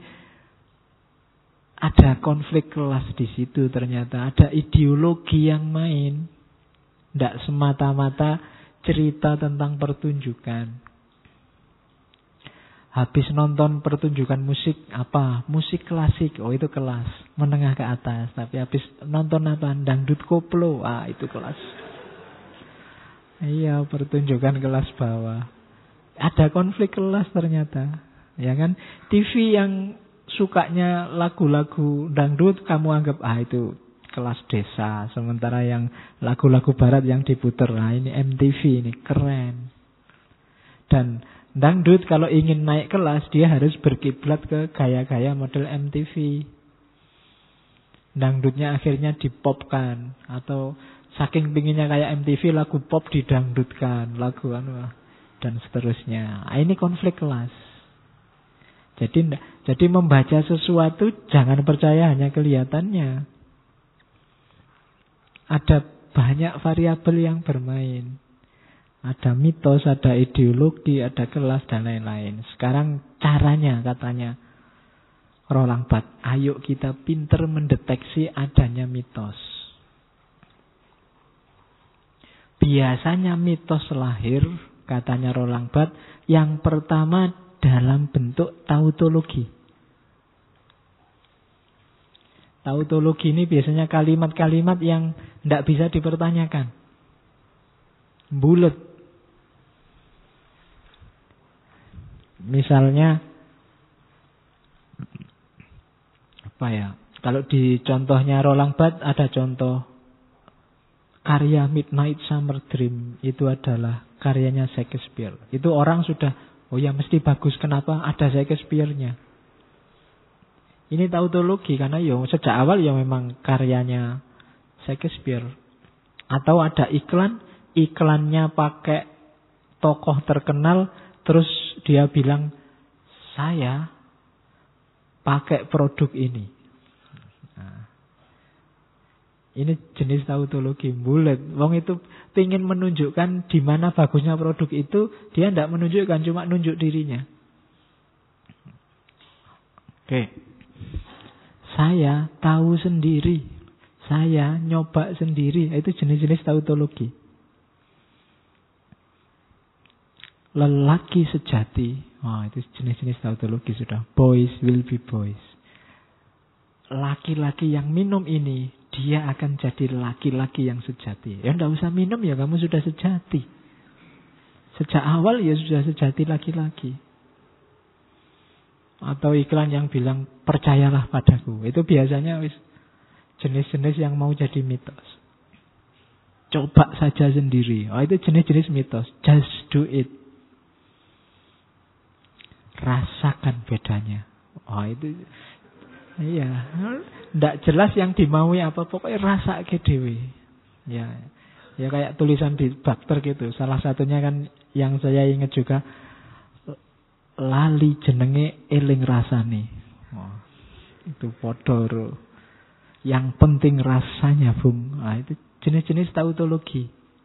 ada konflik kelas di situ ternyata. Ada ideologi yang main. Tidak semata-mata cerita tentang pertunjukan. Habis nonton pertunjukan musik apa? Musik klasik. Oh itu kelas menengah ke atas. Tapi habis nonton apa? Dangdut koplo. Ah itu kelas. Iya, pertunjukan kelas bawah. Ada konflik kelas ternyata. Ya kan? T V yang sukanya lagu-lagu dangdut kamu anggap ah itu kelas desa. Sementara yang lagu-lagu barat yang diputer, nah ini M T V ini keren. Dan Dangdut kalau ingin naik kelas, dia harus berkiblat ke gaya-gaya model M T V. Dangdutnya akhirnya dipopkan, atau saking pinginnya kayak M T V, lagu pop didangdutkan, lagu anu, dan seterusnya. Nah, ini konflik kelas. Jadi, jadi membaca sesuatu jangan percaya hanya kelihatannya. Ada banyak variabel yang bermain. Ada mitos, ada ideologi, ada kelas, dan lain-lain. Sekarang caranya katanya Roland Barthes, ayo kita pinter mendeteksi adanya mitos. Biasanya mitos lahir, katanya Roland Barthes, yang pertama dalam bentuk tautologi. Tautologi ini biasanya kalimat-kalimat yang tidak bisa dipertanyakan. Bulet. Misalnya apa ya? Kalau di contohnya Roland Barthes ada contoh karya Midnight Summer Dream, itu adalah karyanya Shakespeare. Itu orang sudah, oh ya mesti bagus, kenapa? Ada Shakespeare-nya. Ini tautologi karena yo sejak awal ya memang karyanya Shakespeare. Atau ada iklan, iklannya pakai tokoh terkenal, terus dia bilang, saya pakai produk ini. Nah, ini jenis tautologi bulat. Wong itu ingin menunjukkan di mana bagusnya produk itu, dia tidak menunjukkan, cuma nunjuk dirinya. Oke, saya tahu sendiri, saya nyoba sendiri. Itu jenis-jenis tautologi. Lelaki sejati, oh, itu jenis-jenis tautologi sudah. Boys will be boys. Laki-laki yang minum ini, dia akan jadi laki-laki yang sejati. Ya tidak usah minum ya, kamu sudah sejati. Sejak awal ya sudah sejati laki-laki. Atau iklan yang bilang, percayalah padaku. Itu biasanya wis jenis-jenis yang mau jadi mitos. Coba saja sendiri. Oh, itu jenis-jenis mitos. Just do it. Rasakan bedanya. Oh itu, iya, tidak jelas yang dimaui apa, pokoknya rasa ke dewe. Ya, ya kayak tulisan di bakter gitu. Salah satunya kan yang saya ingat juga, lali jenenge eling rasane. Oh, itu podor. Yang penting rasanya, Bung. Nah, itu jenis-jenis tautologi.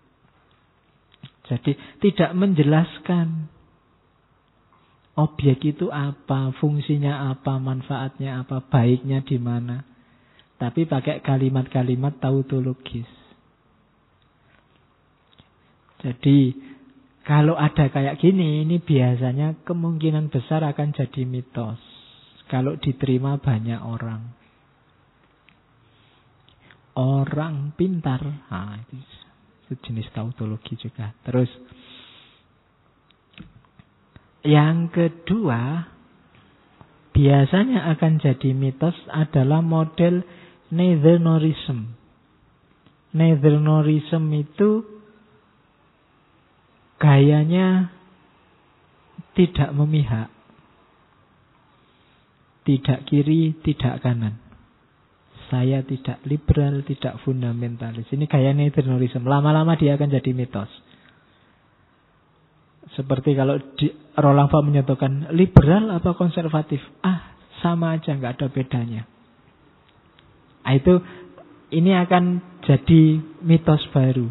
Jadi tidak menjelaskan objek itu apa, fungsinya apa, manfaatnya apa, baiknya di mana. Tapi pakai kalimat-kalimat tautologis. Jadi kalau ada kayak gini, ini biasanya kemungkinan besar akan jadi mitos. Kalau diterima banyak orang. Orang pintar. Nah, itu jenis tautologi juga. Terus yang kedua, biasanya akan jadi mitos adalah model neither-norism. Neither-norism itu gayanya tidak memihak. Tidak kiri, tidak kanan. Saya tidak liberal, tidak fundamentalis. Ini gaya neither-norism. Lama-lama dia akan jadi mitos. Seperti kalau di, Roland Barthes menyatakan liberal apa konservatif, ah sama aja, nggak ada bedanya. Nah, itu ini akan jadi mitos baru.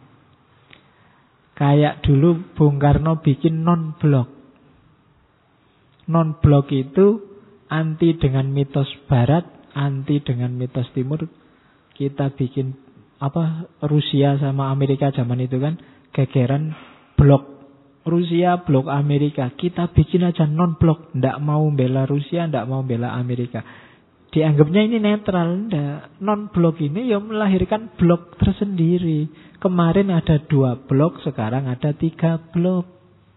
Kayak dulu Bung Karno bikin non-blok. Non-blok itu anti dengan mitos Barat, anti dengan mitos Timur. Kita bikin apa Rusia sama Amerika zaman itu kan gegeran blok. Rusia, blok Amerika. Kita bikin aja non-blok. Tidak mau bela Rusia, tidak mau bela Amerika. Dianggapnya ini netral. Tidak. Non-blok ini ya melahirkan blok tersendiri. Kemarin ada dua blok, sekarang ada tiga blok.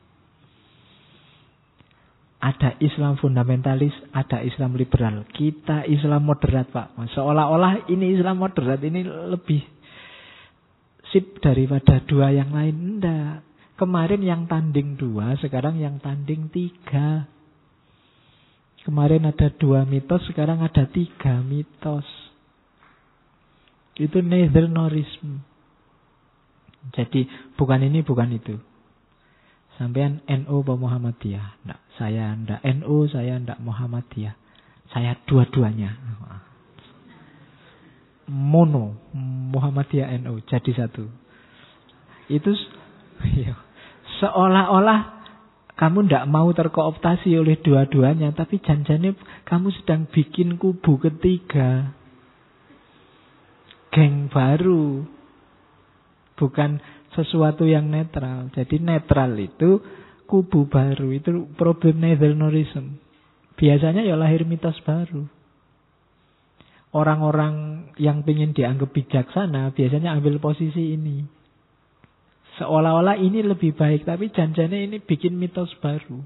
Ada Islam fundamentalis, ada Islam liberal. Kita Islam moderat, Pak. Seolah-olah ini Islam moderat ini lebih sip daripada dua yang lain. Tidak. Kemarin yang tanding dua, sekarang yang tanding tiga. Kemarin ada dua mitos, sekarang ada tiga mitos. Itu neither-norism. Jadi bukan ini, bukan itu. Sampean N U atau Muhammadiyah? Nggak, saya ndak N U, saya ndak Muhammadiyah. Saya dua-duanya. Mono, Muhammadiyah N U, jadi satu. Itu seolah-olah kamu ndak mau terkooptasi oleh dua-duanya, tapi janjane kamu sedang bikin kubu ketiga. Geng baru. Bukan sesuatu yang netral. Jadi netral itu kubu baru. Itu problem neither-norism. Biasanya ya lahir mitos baru. Orang-orang yang ingin dianggap bijaksana biasanya ambil posisi ini. Seolah-olah ini lebih baik, tapi janjane ini bikin mitos baru.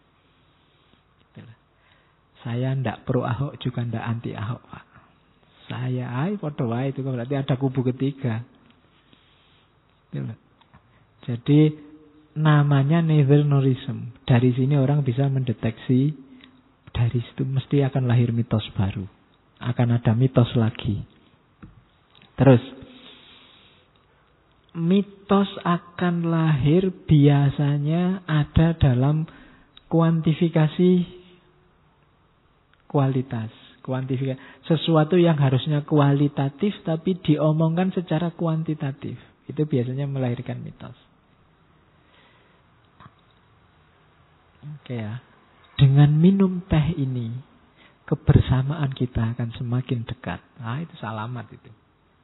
Saya ndak pro Ahok juga ndak anti Ahok, Pak. Saya ay podo wae, itu berarti ada kubu ketiga. Jadi namanya neither-norism. Dari sini orang bisa mendeteksi, dari situ mesti akan lahir mitos baru. Akan ada mitos lagi. Terus, mitos akan lahir biasanya ada dalam kuantifikasi kualitas. Kuantifikasi sesuatu yang harusnya kualitatif tapi diomongkan secara kuantitatif. Itu biasanya melahirkan mitos. Oke ya. Dengan minum teh ini, kebersamaan kita akan semakin dekat. Nah, itu salamat itu.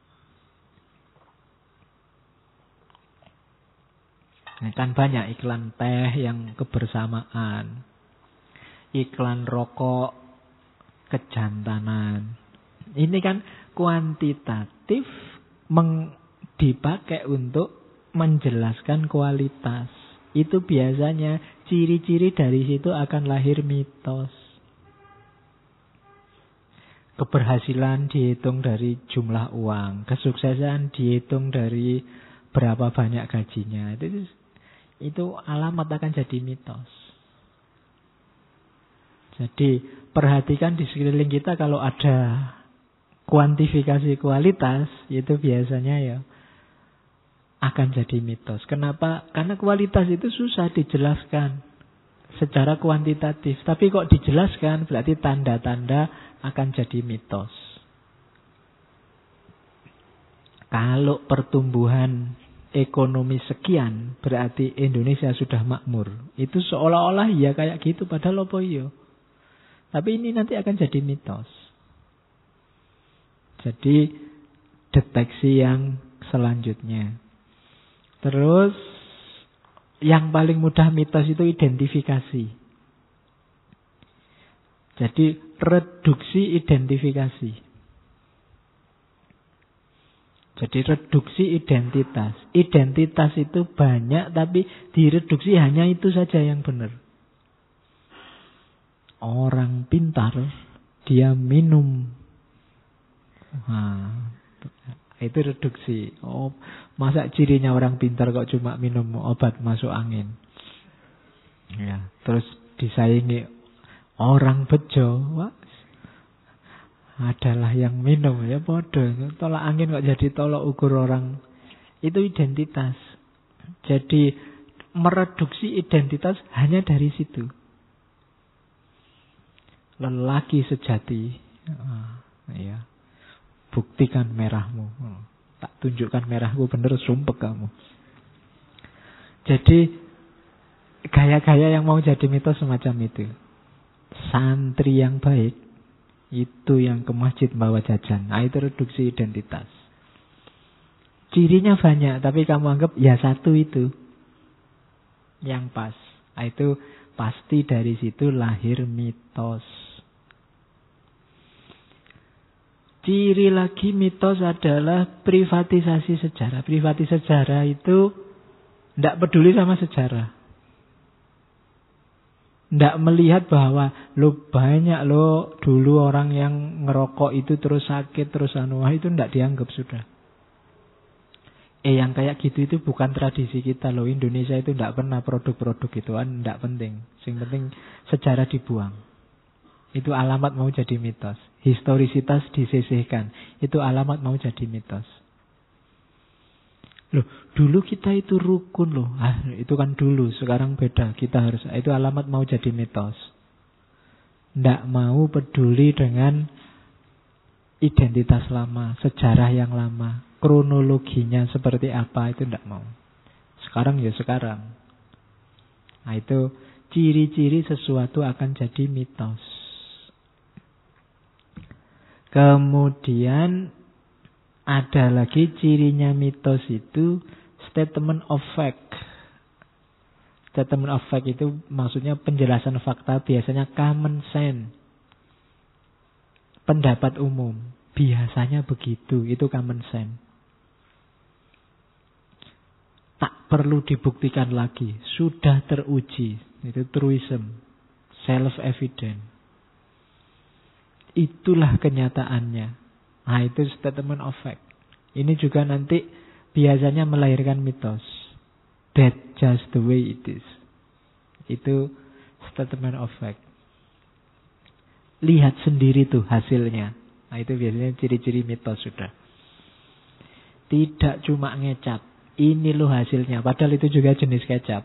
Nah, kan banyak iklan teh yang kebersamaan. Iklan rokok kejantanan. Ini kan kuantitatif meng dipakai untuk menjelaskan kualitas. Itu biasanya ciri-ciri dari situ akan lahir mitos. Keberhasilan dihitung dari jumlah uang, kesuksesan dihitung dari berapa banyak gajinya. Itu itu alamat akan jadi mitos. Jadi perhatikan di sekeliling kita kalau ada kuantifikasi kualitas, itu biasanya ya akan jadi mitos. Kenapa? Karena kualitas itu susah dijelaskan secara kuantitatif. Tapi kok dijelaskan berarti tanda-tanda akan jadi mitos. Kalau pertumbuhan ekonomi sekian berarti Indonesia sudah makmur. Itu seolah-olah ya kayak gitu padahal apa iya. Tapi ini nanti akan jadi mitos. Jadi deteksi yang selanjutnya. Terus yang paling mudah mitos itu identifikasi. Jadi reduksi identifikasi. Jadi reduksi identitas. Identitas itu banyak tapi direduksi hanya itu saja yang benar. Orang pintar dia minum. Nah, itu reduksi. Oh, masa cirinya orang pintar kok cuma minum obat masuk angin? Ya, terus disaingi orang bejo, wah, adalah yang minum ya bodoh. Tolak angin kok jadi tolak ukur orang. Itu identitas. Jadi mereduksi identitas hanya dari situ. Lelaki sejati, ah, ya. Buktikan merahmu. Tak tunjukkan merahmu bener, sumpek kamu. Jadi gaya-gaya yang mau jadi mitos semacam itu. Santri yang baik itu yang ke masjid bawa jajan. Nah, itu reduksi identitas. Cirinya banyak, tapi kamu anggap ya satu itu yang pas. Nah, itu pasti dari situ lahir mitos. Ciri lagi mitos adalah privatisasi sejarah. Privatisasi sejarah itu tidak peduli sama sejarah. Tidak melihat bahwa lo banyak lo dulu orang yang ngerokok itu terus sakit terus anu, itu tidak dianggap sudah. Eh yang kayak gitu itu bukan tradisi kita loh. Indonesia itu tidak pernah produk-produk gituan, tidak penting. Yang penting sejarah dibuang. Itu alamat mau jadi mitos. Historisitas disisihkan. Itu alamat mau jadi mitos. Loh, dulu kita itu rukun loh. Ah, itu kan dulu, sekarang beda. Kita harus, itu alamat mau jadi mitos. Tidak mau peduli dengan identitas lama, sejarah yang lama, kronologinya seperti apa, itu tidak mau. Sekarang ya sekarang. Nah itu ciri-ciri sesuatu akan jadi mitos. Kemudian ada lagi cirinya mitos itu statement of fact. Statement of fact itu maksudnya penjelasan fakta, biasanya common sense. Pendapat umum. Biasanya begitu, itu common sense. Tak perlu dibuktikan lagi, sudah teruji. Itu truism, self-evident. Itulah kenyataannya. Nah itu statement of fact. Ini juga nanti biasanya melahirkan mitos. That just the way it is. Itu statement of fact. Lihat sendiri tuh hasilnya. Nah itu biasanya ciri-ciri mitos sudah. Tidak cuma ngecap. Ini loh hasilnya. Padahal itu juga jenis kecap.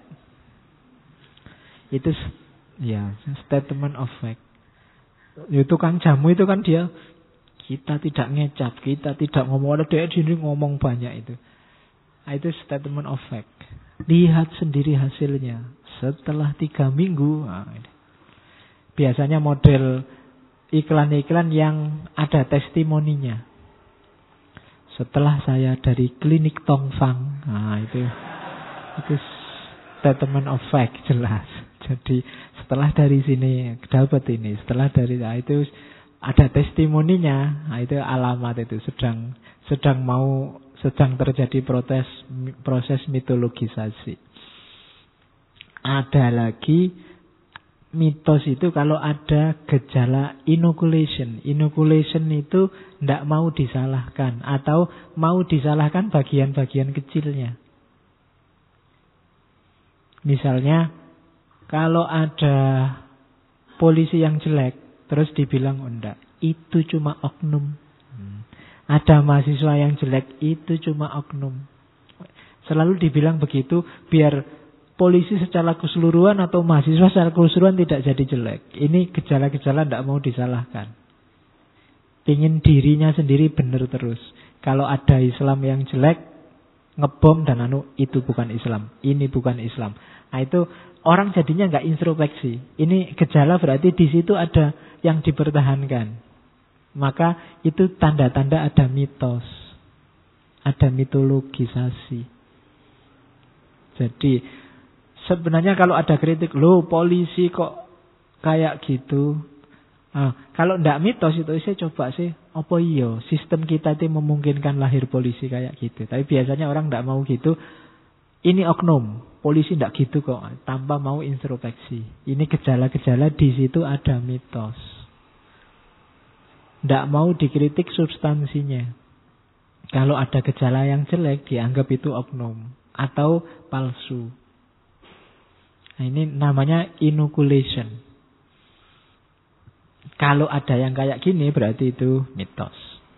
Itu ya statement of fact. Itu kan jamu itu kan dia, kita tidak ngecap, kita tidak ngomong, ada dia sendiri ngomong banyak itu. Nah, itu statement of fact. Lihat sendiri hasilnya. Setelah tiga minggu, nah, biasanya model iklan-iklan yang ada testimoninya. Setelah saya dari klinik Tongfang, nah itu itu statement of fact jelas. Jadi setelah dari sini dapat ini, setelah dari nah, itu ada testimoninya, nah, itu alamat itu sedang sedang mau sedang terjadi proses proses mitologisasi. Ada lagi mitos itu kalau ada gejala inoculation. Inoculation itu tidak mau disalahkan atau mau disalahkan bagian-bagian kecilnya. Misalnya kalau ada polisi yang jelek, terus dibilang oh enggak, itu cuma oknum. Hmm. Ada mahasiswa yang jelek, itu cuma oknum. Selalu dibilang begitu, biar polisi secara keseluruhan atau mahasiswa secara keseluruhan tidak jadi jelek. Ini gejala-gejala tidak mau disalahkan. Pingin dirinya sendiri benar terus. Kalau ada Islam yang jelek, ngebom dan anu, itu bukan Islam. Ini bukan Islam. Nah itu orang jadinya nggak introspeksi. Ini gejala berarti di situ ada yang dipertahankan. Maka itu tanda-tanda ada mitos. Ada mitologisasi. Jadi sebenarnya kalau ada kritik, loh polisi kok kayak gitu. Nah, kalau ndak mitos itu saya coba sih, apa iya sistem kita itu memungkinkan lahir polisi kayak gitu. Tapi biasanya orang ndak mau gitu. Ini oknum, polisi ndak gitu kok, tanpa mau introspeksi. Ini gejala-gejala di situ ada mitos. Ndak mau dikritik substansinya. Kalau ada gejala yang jelek dianggap itu oknum atau palsu. Nah, ini namanya inoculation. Kalau ada yang kayak gini berarti itu mitos.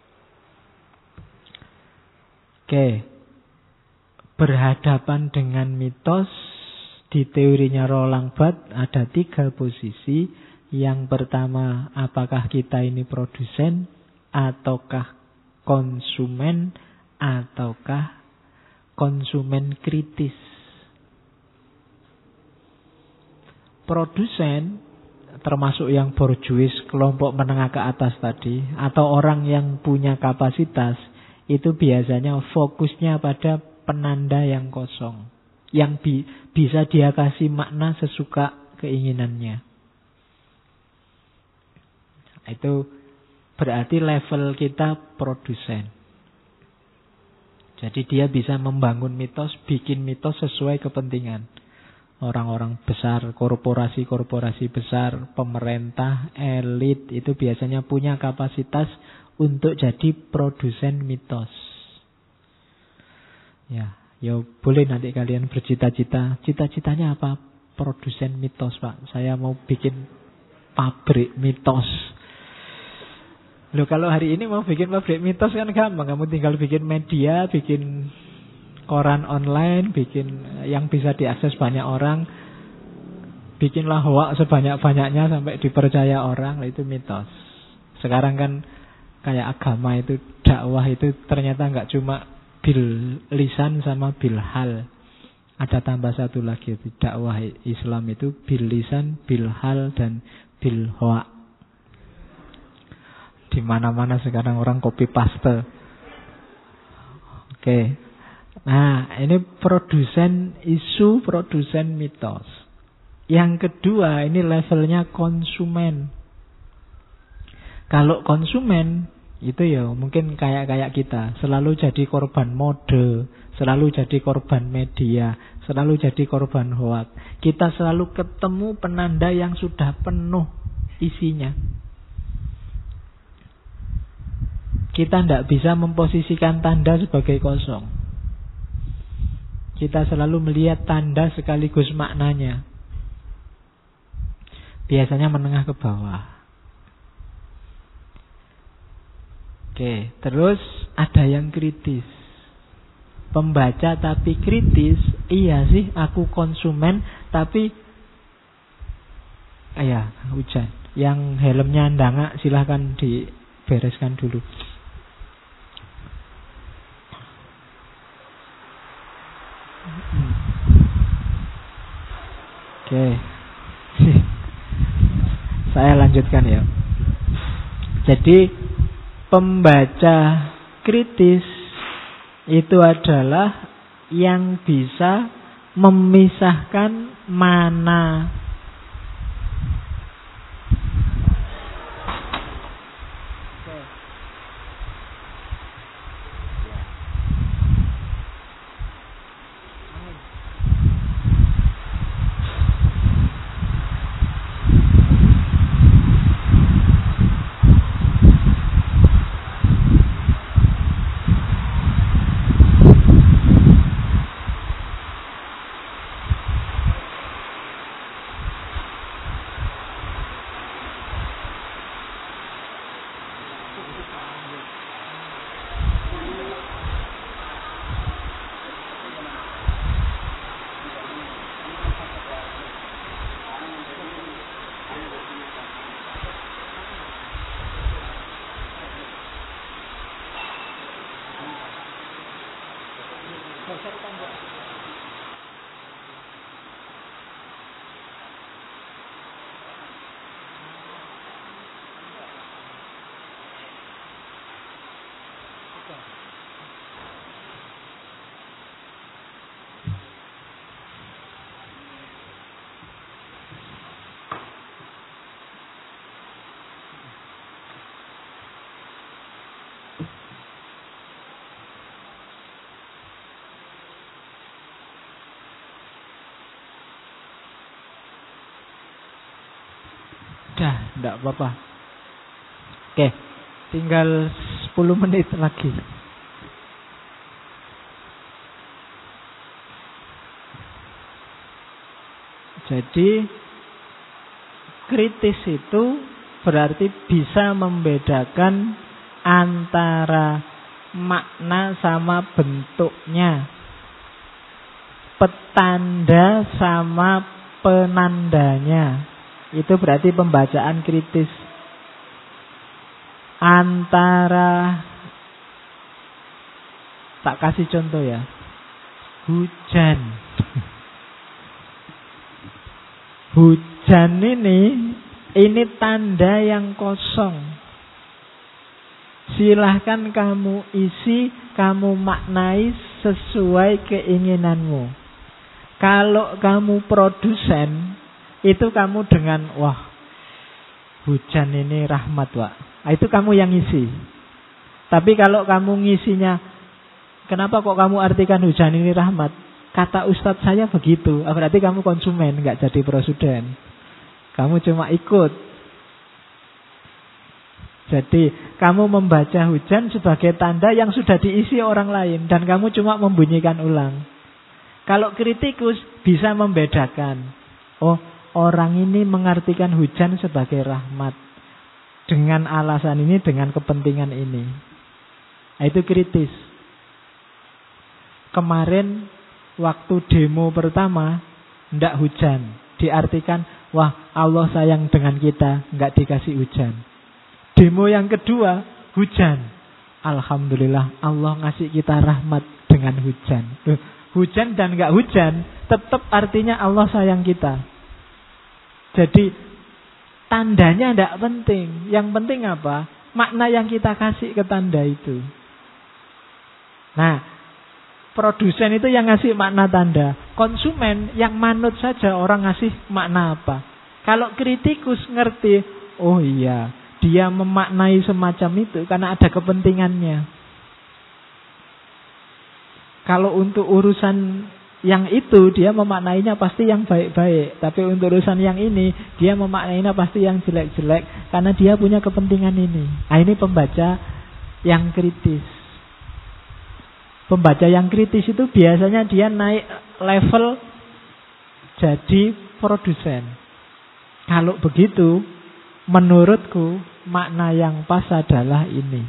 Oke. Berhadapan dengan mitos di teorinya Roland Barthes ada tiga posisi. Yang pertama, apakah kita ini produsen ataukah konsumen ataukah konsumen kritis. Produsen termasuk yang borjuis, kelompok menengah ke atas tadi, atau orang yang punya kapasitas, itu biasanya fokusnya pada penanda yang kosong, yang bi- bisa dia kasih makna sesuka keinginannya. Itu berarti level kita produsen. Jadi dia bisa membangun mitos, bikin mitos sesuai kepentingan. Orang-orang besar, korporasi-korporasi besar, pemerintah, elit itu biasanya punya kapasitas untuk jadi produsen mitos. Ya, ya boleh nanti kalian bercita-cita. Cita-citanya apa? Produsen mitos, Pak. Saya mau bikin pabrik mitos. Loh, kalau hari ini mau bikin pabrik mitos kan gampang. Kamu tinggal bikin media, bikin koran online, bikin yang bisa diakses banyak orang. Bikinlah hoax sebanyak-banyaknya sampai dipercaya orang. Itu mitos. Sekarang kan kayak agama itu, dakwah itu ternyata nggak cuma bil lisan sama bil hal. Ada tambah satu lagi, dakwah Islam itu bil lisan, bil hal, dan bil hoax. Di mana-mana sekarang orang copy paste. Oke. Nah, ini produsen isu, produsen mitos. Yang kedua, ini levelnya konsumen. Kalau konsumen itu ya mungkin kayak-kayak kita, selalu jadi korban mode, selalu jadi korban media, selalu jadi korban hoax. Kita selalu ketemu penanda yang sudah penuh isinya. Kita tidak bisa memposisikan tanda sebagai kosong. Kita selalu melihat tanda sekaligus maknanya. Biasanya menengah ke bawah. Oke, terus ada yang kritis. Pembaca tapi kritis. Iya sih, aku konsumen, tapi iya, hujan. Yang helmnya ndangak silahkan dibereskan dulu. Oke. Saya lanjutkan ya. Jadi pembaca kritis itu adalah yang bisa memisahkan mana dah, enggak apa-apa. Oke, tinggal sepuluh menit lagi. Jadi kritis itu berarti bisa membedakan antara makna sama bentuknya, petanda sama penandanya. Itu berarti pembacaan kritis. Antara, tak kasih contoh ya, hujan. Hujan ini, ini tanda yang kosong. Silahkan kamu isi, kamu maknai sesuai keinginanmu. Kalau kamu produsen, itu kamu dengan, wah, hujan ini rahmat, Wak. Nah, itu kamu yang ngisi. Tapi kalau kamu ngisinya, kenapa kok kamu artikan hujan ini rahmat? Kata ustadz saya begitu. Berarti kamu konsumen, nggak jadi produsen. Kamu cuma ikut. Jadi kamu membaca hujan sebagai tanda yang sudah diisi orang lain dan kamu cuma membunyikan ulang. Kalau kritikus bisa membedakan. Oh, orang ini mengartikan hujan sebagai rahmat dengan alasan ini, dengan kepentingan ini. Nah, itu kritis. Kemarin waktu demo pertama ndak hujan, diartikan wah Allah sayang dengan kita, nggak dikasih hujan. Demo yang kedua, hujan. Alhamdulillah, Allah ngasih kita rahmat dengan hujan. Loh, hujan dan nggak hujan, tetap artinya Allah sayang kita. Jadi, tandanya nggak penting. Yang penting apa? Makna yang kita kasih ke tanda itu. Nah, produsen itu yang ngasih makna tanda. Konsumen yang manut saja orang ngasih makna apa. Kalau kritikus ngerti, oh iya, dia memaknai semacam itu karena ada kepentingannya. Kalau untuk urusan yang itu dia memaknainya pasti yang baik-baik. Tapi untuk urusan yang ini dia memaknainya pasti yang jelek-jelek karena dia punya kepentingan ini. Nah, ini pembaca yang kritis. Pembaca yang kritis itu biasanya dia naik level jadi produsen. Kalau begitu, menurutku makna yang pas adalah ini.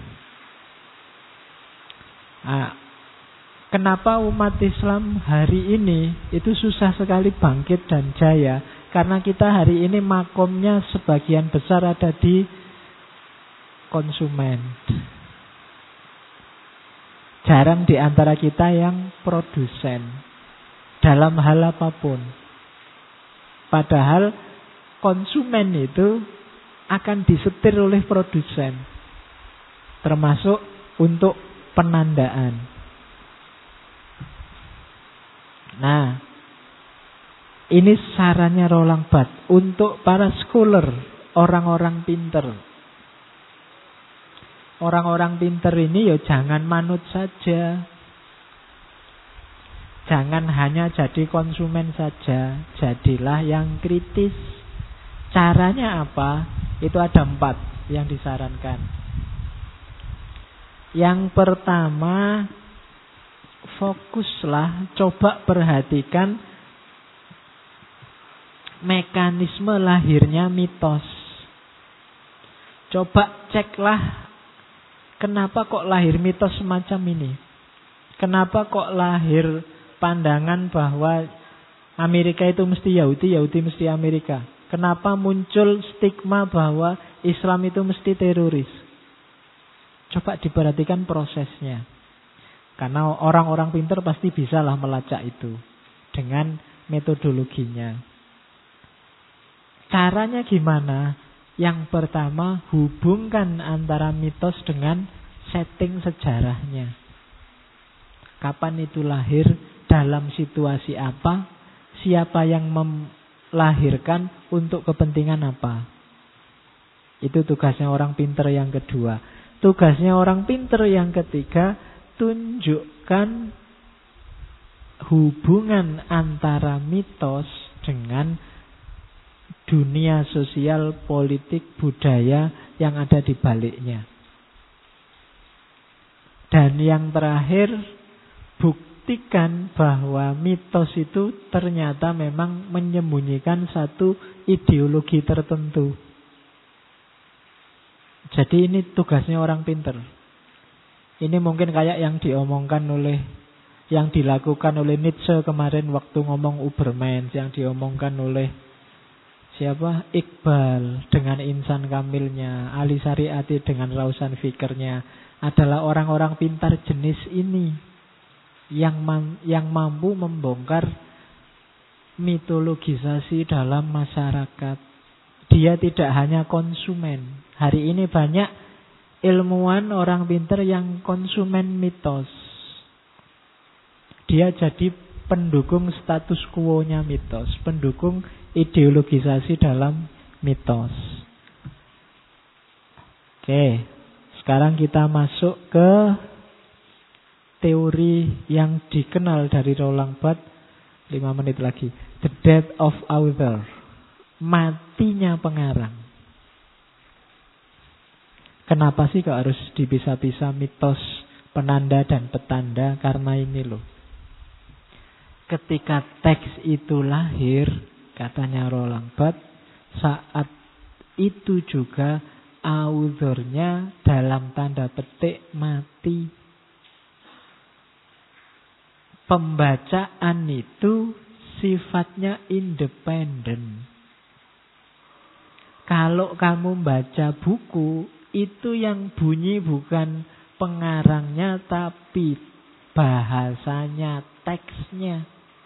Nah, kenapa umat Islam hari ini itu susah sekali bangkit dan jaya? Karena kita hari ini makomnya sebagian besar ada di konsumen. Jarang di antara kita yang produsen dalam hal apapun. Padahal konsumen itu akan disetir oleh produsen, termasuk untuk penandaan. Nah, ini sarannya Roland Barthes untuk para scholar, orang-orang pinter. Orang-orang pinter ini ya jangan manut saja. Jangan hanya jadi konsumen saja, jadilah yang kritis. Caranya apa? Itu ada empat yang disarankan. Yang pertama, fokuslah, coba perhatikan mekanisme lahirnya mitos. Coba ceklah kenapa kok lahir mitos semacam ini. Kenapa kok lahir pandangan bahwa Amerika itu mesti Yahudi, Yahudi mesti Amerika. Kenapa muncul stigma bahwa Islam itu mesti teroris? Coba diperhatikan prosesnya. Karena orang-orang pintar pasti bisalah melacak itu dengan metodologinya. Caranya gimana? Yang pertama, hubungkan antara mitos dengan setting sejarahnya. Kapan itu lahir? Dalam situasi apa? Siapa yang melahirkan? Untuk kepentingan apa? Itu tugasnya orang pintar yang kedua. Tugasnya orang pintar yang ketiga, tunjukkan hubungan antara mitos dengan dunia sosial, politik, budaya yang ada di baliknya. Dan yang terakhir, buktikan bahwa mitos itu ternyata memang menyembunyikan satu ideologi tertentu. Jadi ini tugasnya orang pintar. Ini mungkin kayak yang diomongkan oleh, yang dilakukan oleh Nietzsche kemarin waktu ngomong Ubermensch, yang diomongkan oleh siapa? Iqbal dengan insan kamilnya, Ali Syariati dengan rausan fikirnya, adalah orang-orang pintar jenis ini yang mam- yang mampu membongkar mitologisasi dalam masyarakat. Dia tidak hanya konsumen. Hari ini banyak ilmuwan, orang pintar yang konsumen mitos. Dia jadi pendukung status quo-nya mitos, pendukung ideologisasi dalam mitos. Oke, sekarang kita masuk ke teori yang dikenal dari Roland Barthes. Lima menit lagi. The death of author. Matinya pengarang. Kenapa sih kok harus dipisah-pisah mitos penanda dan petanda? Karena ini loh. Ketika teks itu lahir, katanya Roland Barthes, saat itu juga authornya dalam tanda petik mati. Pembacaan itu sifatnya independen. Kalau kamu baca buku, itu yang bunyi bukan pengarangnya tapi bahasanya, teksnya.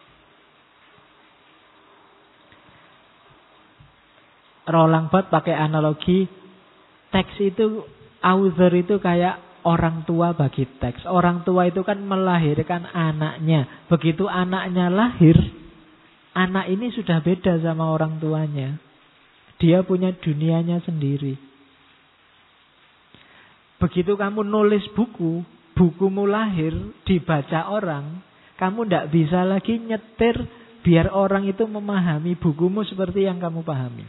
Roland Barthes pakai analogi, teks itu, author itu kayak orang tua bagi teks. Orang tua itu kan melahirkan anaknya. Begitu anaknya lahir, anak ini sudah beda sama orang tuanya. Dia punya dunianya sendiri. Begitu kamu nulis buku, bukumu lahir, dibaca orang, kamu tidak bisa lagi nyetir biar orang itu memahami bukumu seperti yang kamu pahami.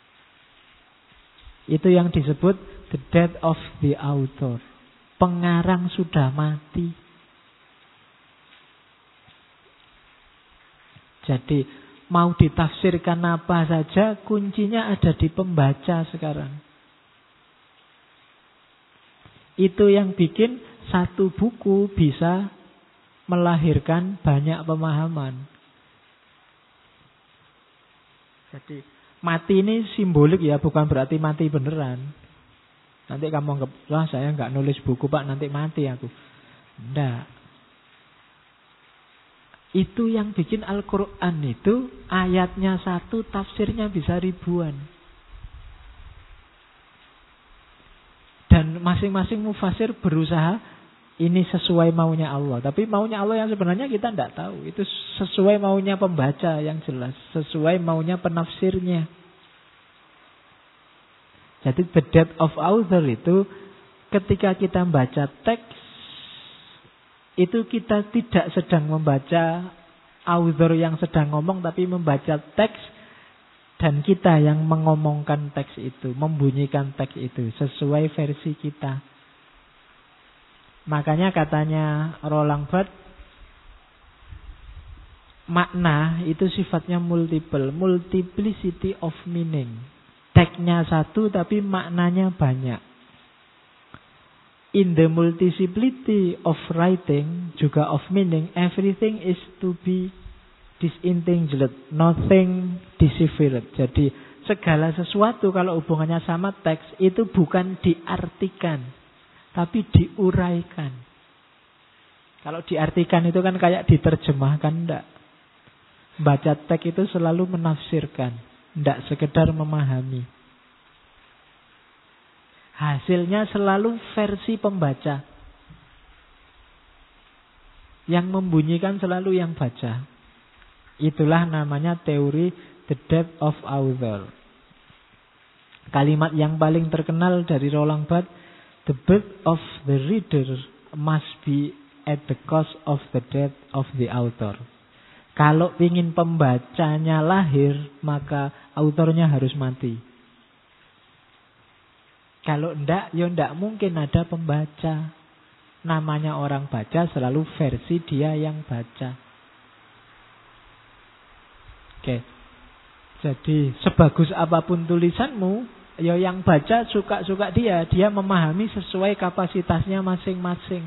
Itu yang disebut the death of the author. Pengarang sudah mati. Jadi mau ditafsirkan apa saja, kuncinya ada di pembaca sekarang. Itu yang bikin satu buku bisa melahirkan banyak pemahaman. Jadi mati ini simbolik ya, bukan berarti mati beneran. Nanti kamu anggap, wah saya nggak nulis buku pak, nanti mati aku. Enggak. Itu yang bikin Al-Quran itu ayatnya satu, tafsirnya bisa ribuan. Dan masing-masing mufasir berusaha ini sesuai maunya Allah. Tapi maunya Allah yang sebenarnya kita tidak tahu. Itu sesuai maunya pembaca yang jelas. Sesuai maunya penafsirnya. Jadi the death of author itu ketika kita membaca teks, itu kita tidak sedang membaca author yang sedang ngomong, tapi membaca teks dan kita yang mengomongkan teks itu, membunyikan teks itu sesuai versi kita. Makanya katanya Roland Barthes, makna itu sifatnya multiple, multiplicity of meaning. Teksnya satu tapi maknanya banyak. In the multiplicity of writing, juga of meaning, everything is to be disentangled, nothing deciphered. Jadi segala sesuatu kalau hubungannya sama teks itu bukan diartikan, tapi diuraikan. Kalau diartikan itu kan kayak diterjemahkan, enggak. Baca teks itu selalu menafsirkan, enggak sekedar memahami. Hasilnya selalu versi pembaca. Yang membunyikan selalu yang baca. Itulah namanya teori the death of author. Kalimat yang paling terkenal dari Roland Barthes, the birth of the reader must be at the cost of the death of the author. Kalau ingin pembacanya lahir, maka autornya harus mati. Kalau enggak, ya enggak mungkin ada pembaca. Namanya orang baca selalu versi dia yang baca. Oke. Jadi sebagus apapun tulisanmu, ya yang baca suka-suka dia. Dia memahami sesuai kapasitasnya masing-masing.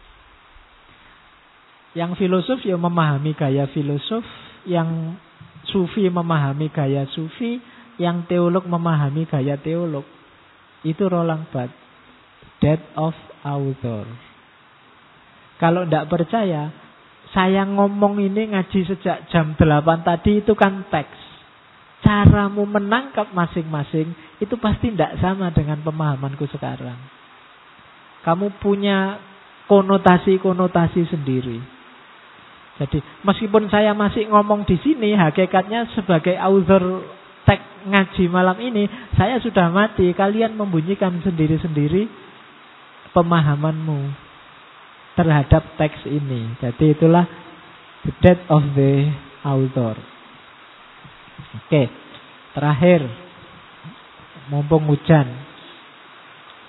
Yang filosof ya memahami gaya filosof. Yang sufi memahami gaya sufi. Yang teolog memahami gaya teolog. Itu Roland Barthes, death of author. Kalau tidak percaya, saya ngomong ini ngaji sejak jam delapan tadi itu kan teks. Caramu menangkap masing-masing itu pasti tidak sama dengan pemahamanku sekarang. Kamu punya konotasi-konotasi sendiri. Jadi meskipun saya masih ngomong di sini, hakikatnya sebagai author teks ngaji malam ini, saya sudah mati. Kalian membunyikan sendiri-sendiri pemahamanmu terhadap teks ini. Jadi itulah the death of the author. Oke, terakhir, mumpung hujan.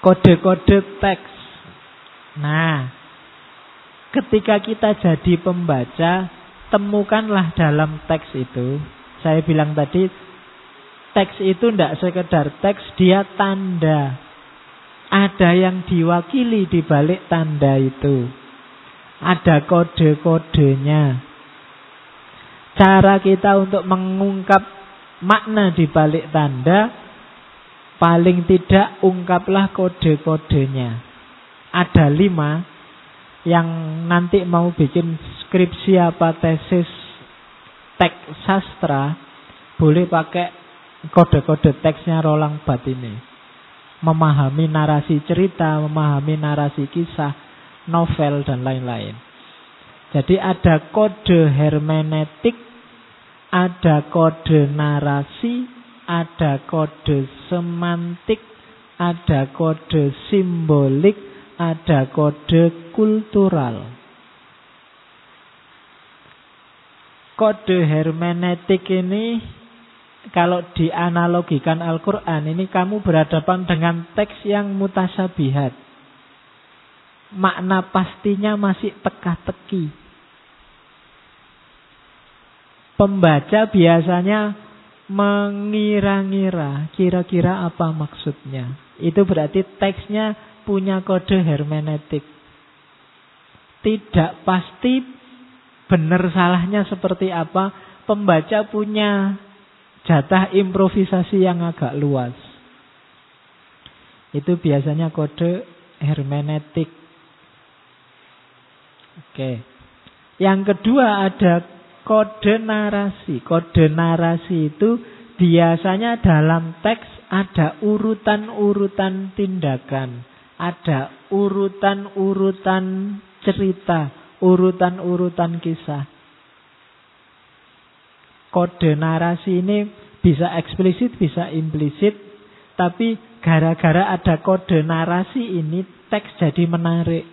kode-kode teks. Nah, ketika kita jadi pembaca, temukanlah dalam teks itu. Saya bilang tadi, teks itu tidak sekedar teks, dia tanda. Ada yang diwakili di balik tanda itu. Ada kode-kodenya. Cara kita untuk mengungkap makna di balik tanda, paling tidak ungkaplah kode-kodenya. Ada lima. Yang nanti mau bikin skripsi apa tesis teks sastra, boleh pakai kode-kode teksnya Roland Barthes ini. Memahami narasi cerita, memahami narasi kisah, novel, dan lain-lain. Jadi ada kode hermeneutik, ada kode narasi, ada kode semantik, ada kode simbolik, ada kode kultural. Kode hermeneutik ini, kalau dianalogikan Al-Quran, ini kamu berhadapan dengan teks yang mutasyabihat. Makna pastinya masih teka-teki. Pembaca biasanya mengira-ngira kira-kira apa maksudnya. Itu berarti teksnya punya kode hermeneutik. Tidak pasti benar salahnya seperti apa. Pembaca punya jatah improvisasi yang agak luas. Itu biasanya kode hermeneutik. Oke. Yang kedua ada kode narasi. Kode narasi itu biasanya dalam teks ada urutan-urutan tindakan. Ada urutan-urutan cerita, urutan-urutan kisah. Kode narasi ini bisa eksplisit, bisa implisit. Tapi gara-gara ada kode narasi ini, teks jadi menarik.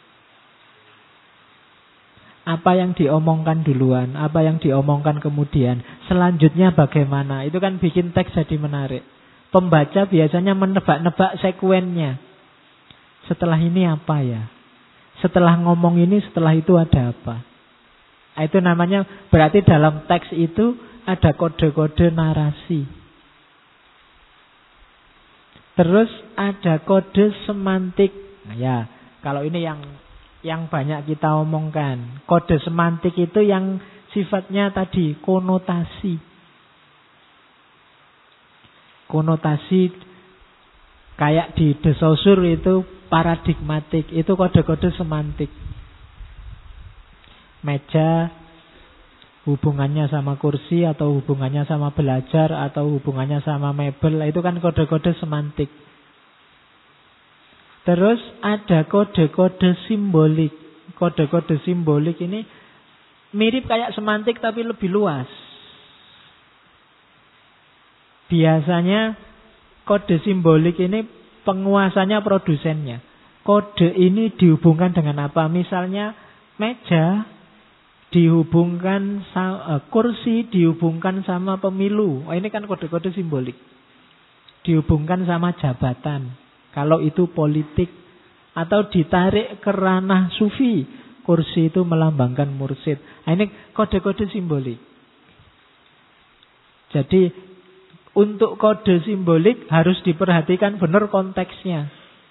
Apa yang diomongkan duluan, apa yang diomongkan kemudian, selanjutnya bagaimana, itu kan bikin teks jadi menarik. Pembaca biasanya menebak-nebak sekuennya. Setelah ini apa ya? Setelah ngomong ini, setelah itu ada apa? Itu namanya, berarti dalam teks itu ada kode-kode narasi. Terus ada kode semantik. Nah, ya, kalau ini yang yang banyak kita omongkan. Kode semantik itu yang sifatnya tadi konotasi. Konotasi kayak di De Saussure itu paradigmatik, itu kode-kode semantik. Meja hubungannya sama kursi, atau hubungannya sama belajar, atau hubungannya sama mebel, itu kan kode-kode semantik. Terus ada kode-kode simbolik. Kode-kode simbolik ini mirip kayak semantik tapi lebih luas. Biasanya kode simbolik ini penguasanya produsennya. Kode ini dihubungkan dengan apa? Misalnya meja dihubungkan sama, uh, kursi dihubungkan sama pemilu. Oh, ini kan kode-kode simbolik. Dihubungkan sama jabatan. Kalau itu politik. Atau ditarik ke ranah sufi. Kursi itu melambangkan mursyid. Nah, ini kode-kode simbolik. Jadi untuk kode simbolik harus diperhatikan benar konteksnya.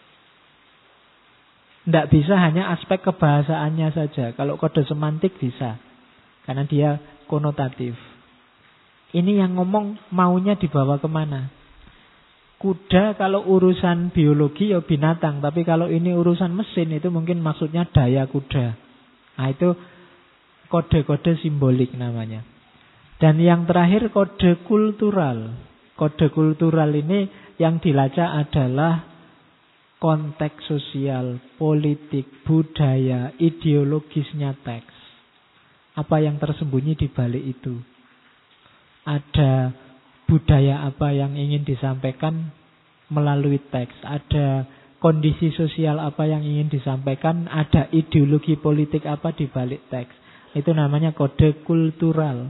Tidak bisa hanya aspek kebahasaannya saja. Kalau kode semantik bisa. Karena dia konotatif. Ini yang ngomong maunya dibawa kemana? Kuda kalau urusan biologi ya binatang. Tapi kalau ini urusan mesin itu mungkin maksudnya daya kuda. Nah itu kode-kode simbolik namanya. Dan yang terakhir kode kultural. Kode kultural ini yang dilacak adalah konteks sosial, politik, budaya, ideologisnya teks. Apa yang tersembunyi di balik itu? Ada budaya apa yang ingin disampaikan melalui teks? Ada kondisi sosial apa yang ingin disampaikan? Ada ideologi politik apa di balik teks? Itu namanya kode kultural.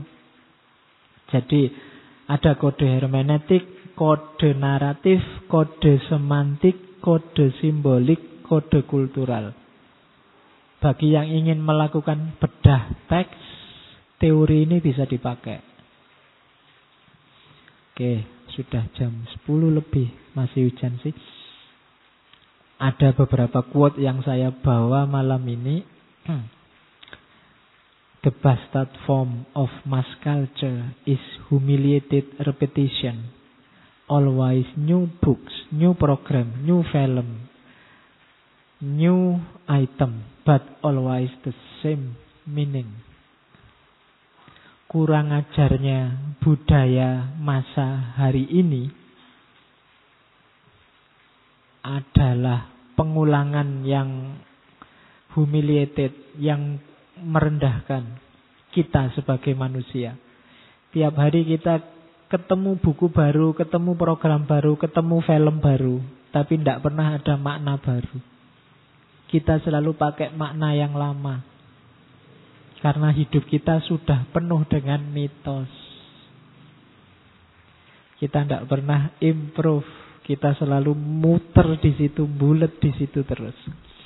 Jadi ada kode hermeneutik, kode naratif, kode semantik, kode simbolik, kode kultural. Bagi yang ingin melakukan bedah teks, teori ini bisa dipakai. Oke, sudah jam sepuluh lebih, masih hujan sih. Ada beberapa quote yang saya bawa malam ini. The bastard form of mass culture is humiliated repetition. Always new books, new program, new film, new item, but always the same meaning. Kurang ajarnya budaya masa hari ini adalah pengulangan yang humiliated, yang merendahkan kita sebagai manusia. Tiap hari kita ketemu buku baru, ketemu program baru, ketemu film baru, tapi tidak pernah ada makna baru. Kita selalu pakai makna yang lama, karena hidup kita sudah penuh dengan mitos. Kita tidak pernah improve, kita selalu muter di situ, bulet di situ terus.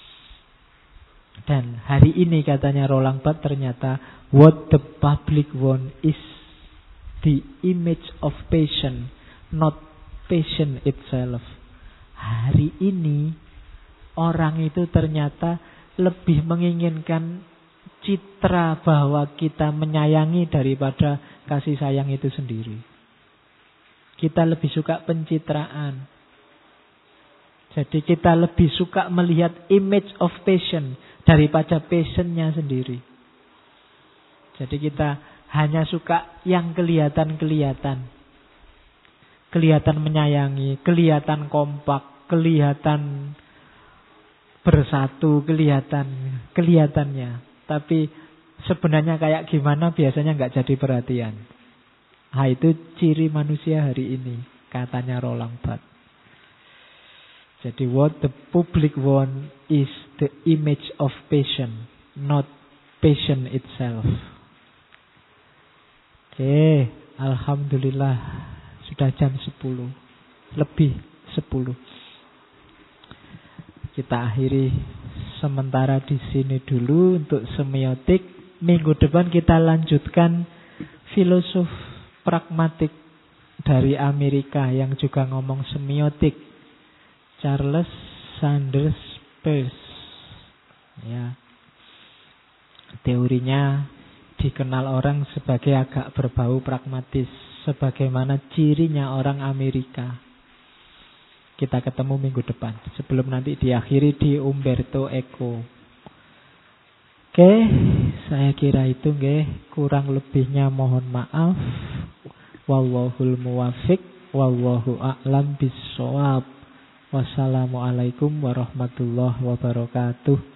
Dan hari ini katanya Roland Barthes, ternyata what the public want is the image of passion, not passion itself. Hari ini orang itu ternyata lebih menginginkan citra bahwa kita menyayangi daripada kasih sayang itu sendiri. Kita lebih suka pencitraan. Jadi kita lebih suka melihat image of passion daripada passionnya sendiri. Jadi kita hanya suka yang kelihatan-kelihatan. Kelihatan menyayangi, kelihatan kompak, kelihatan bersatu, kelihatan kelihatannya. Tapi sebenarnya kayak gimana biasanya nggak jadi perhatian. Nah, itu ciri manusia hari ini, katanya Roland Barthes. Jadi what the public want is the image of passion, not passion itself. Oke, alhamdulillah sudah jam sepuluh lebih sepuluh. Kita akhiri sementara di sini dulu untuk semiotik. Minggu depan kita lanjutkan filosof pragmatik dari Amerika yang juga ngomong semiotik, Charles Sanders Peirce. Ya. Teorinya dikenal orang sebagai agak berbau pragmatis, sebagaimana cirinya orang Amerika. Kita ketemu minggu depan, sebelum nanti diakhiri di Umberto Eco. Oke, saya kira itu nggih, kurang lebihnya mohon maaf. Wallahul muwafiq, wallahu a'lam bissawab. Wassalamualaikum warahmatullahi wabarakatuh.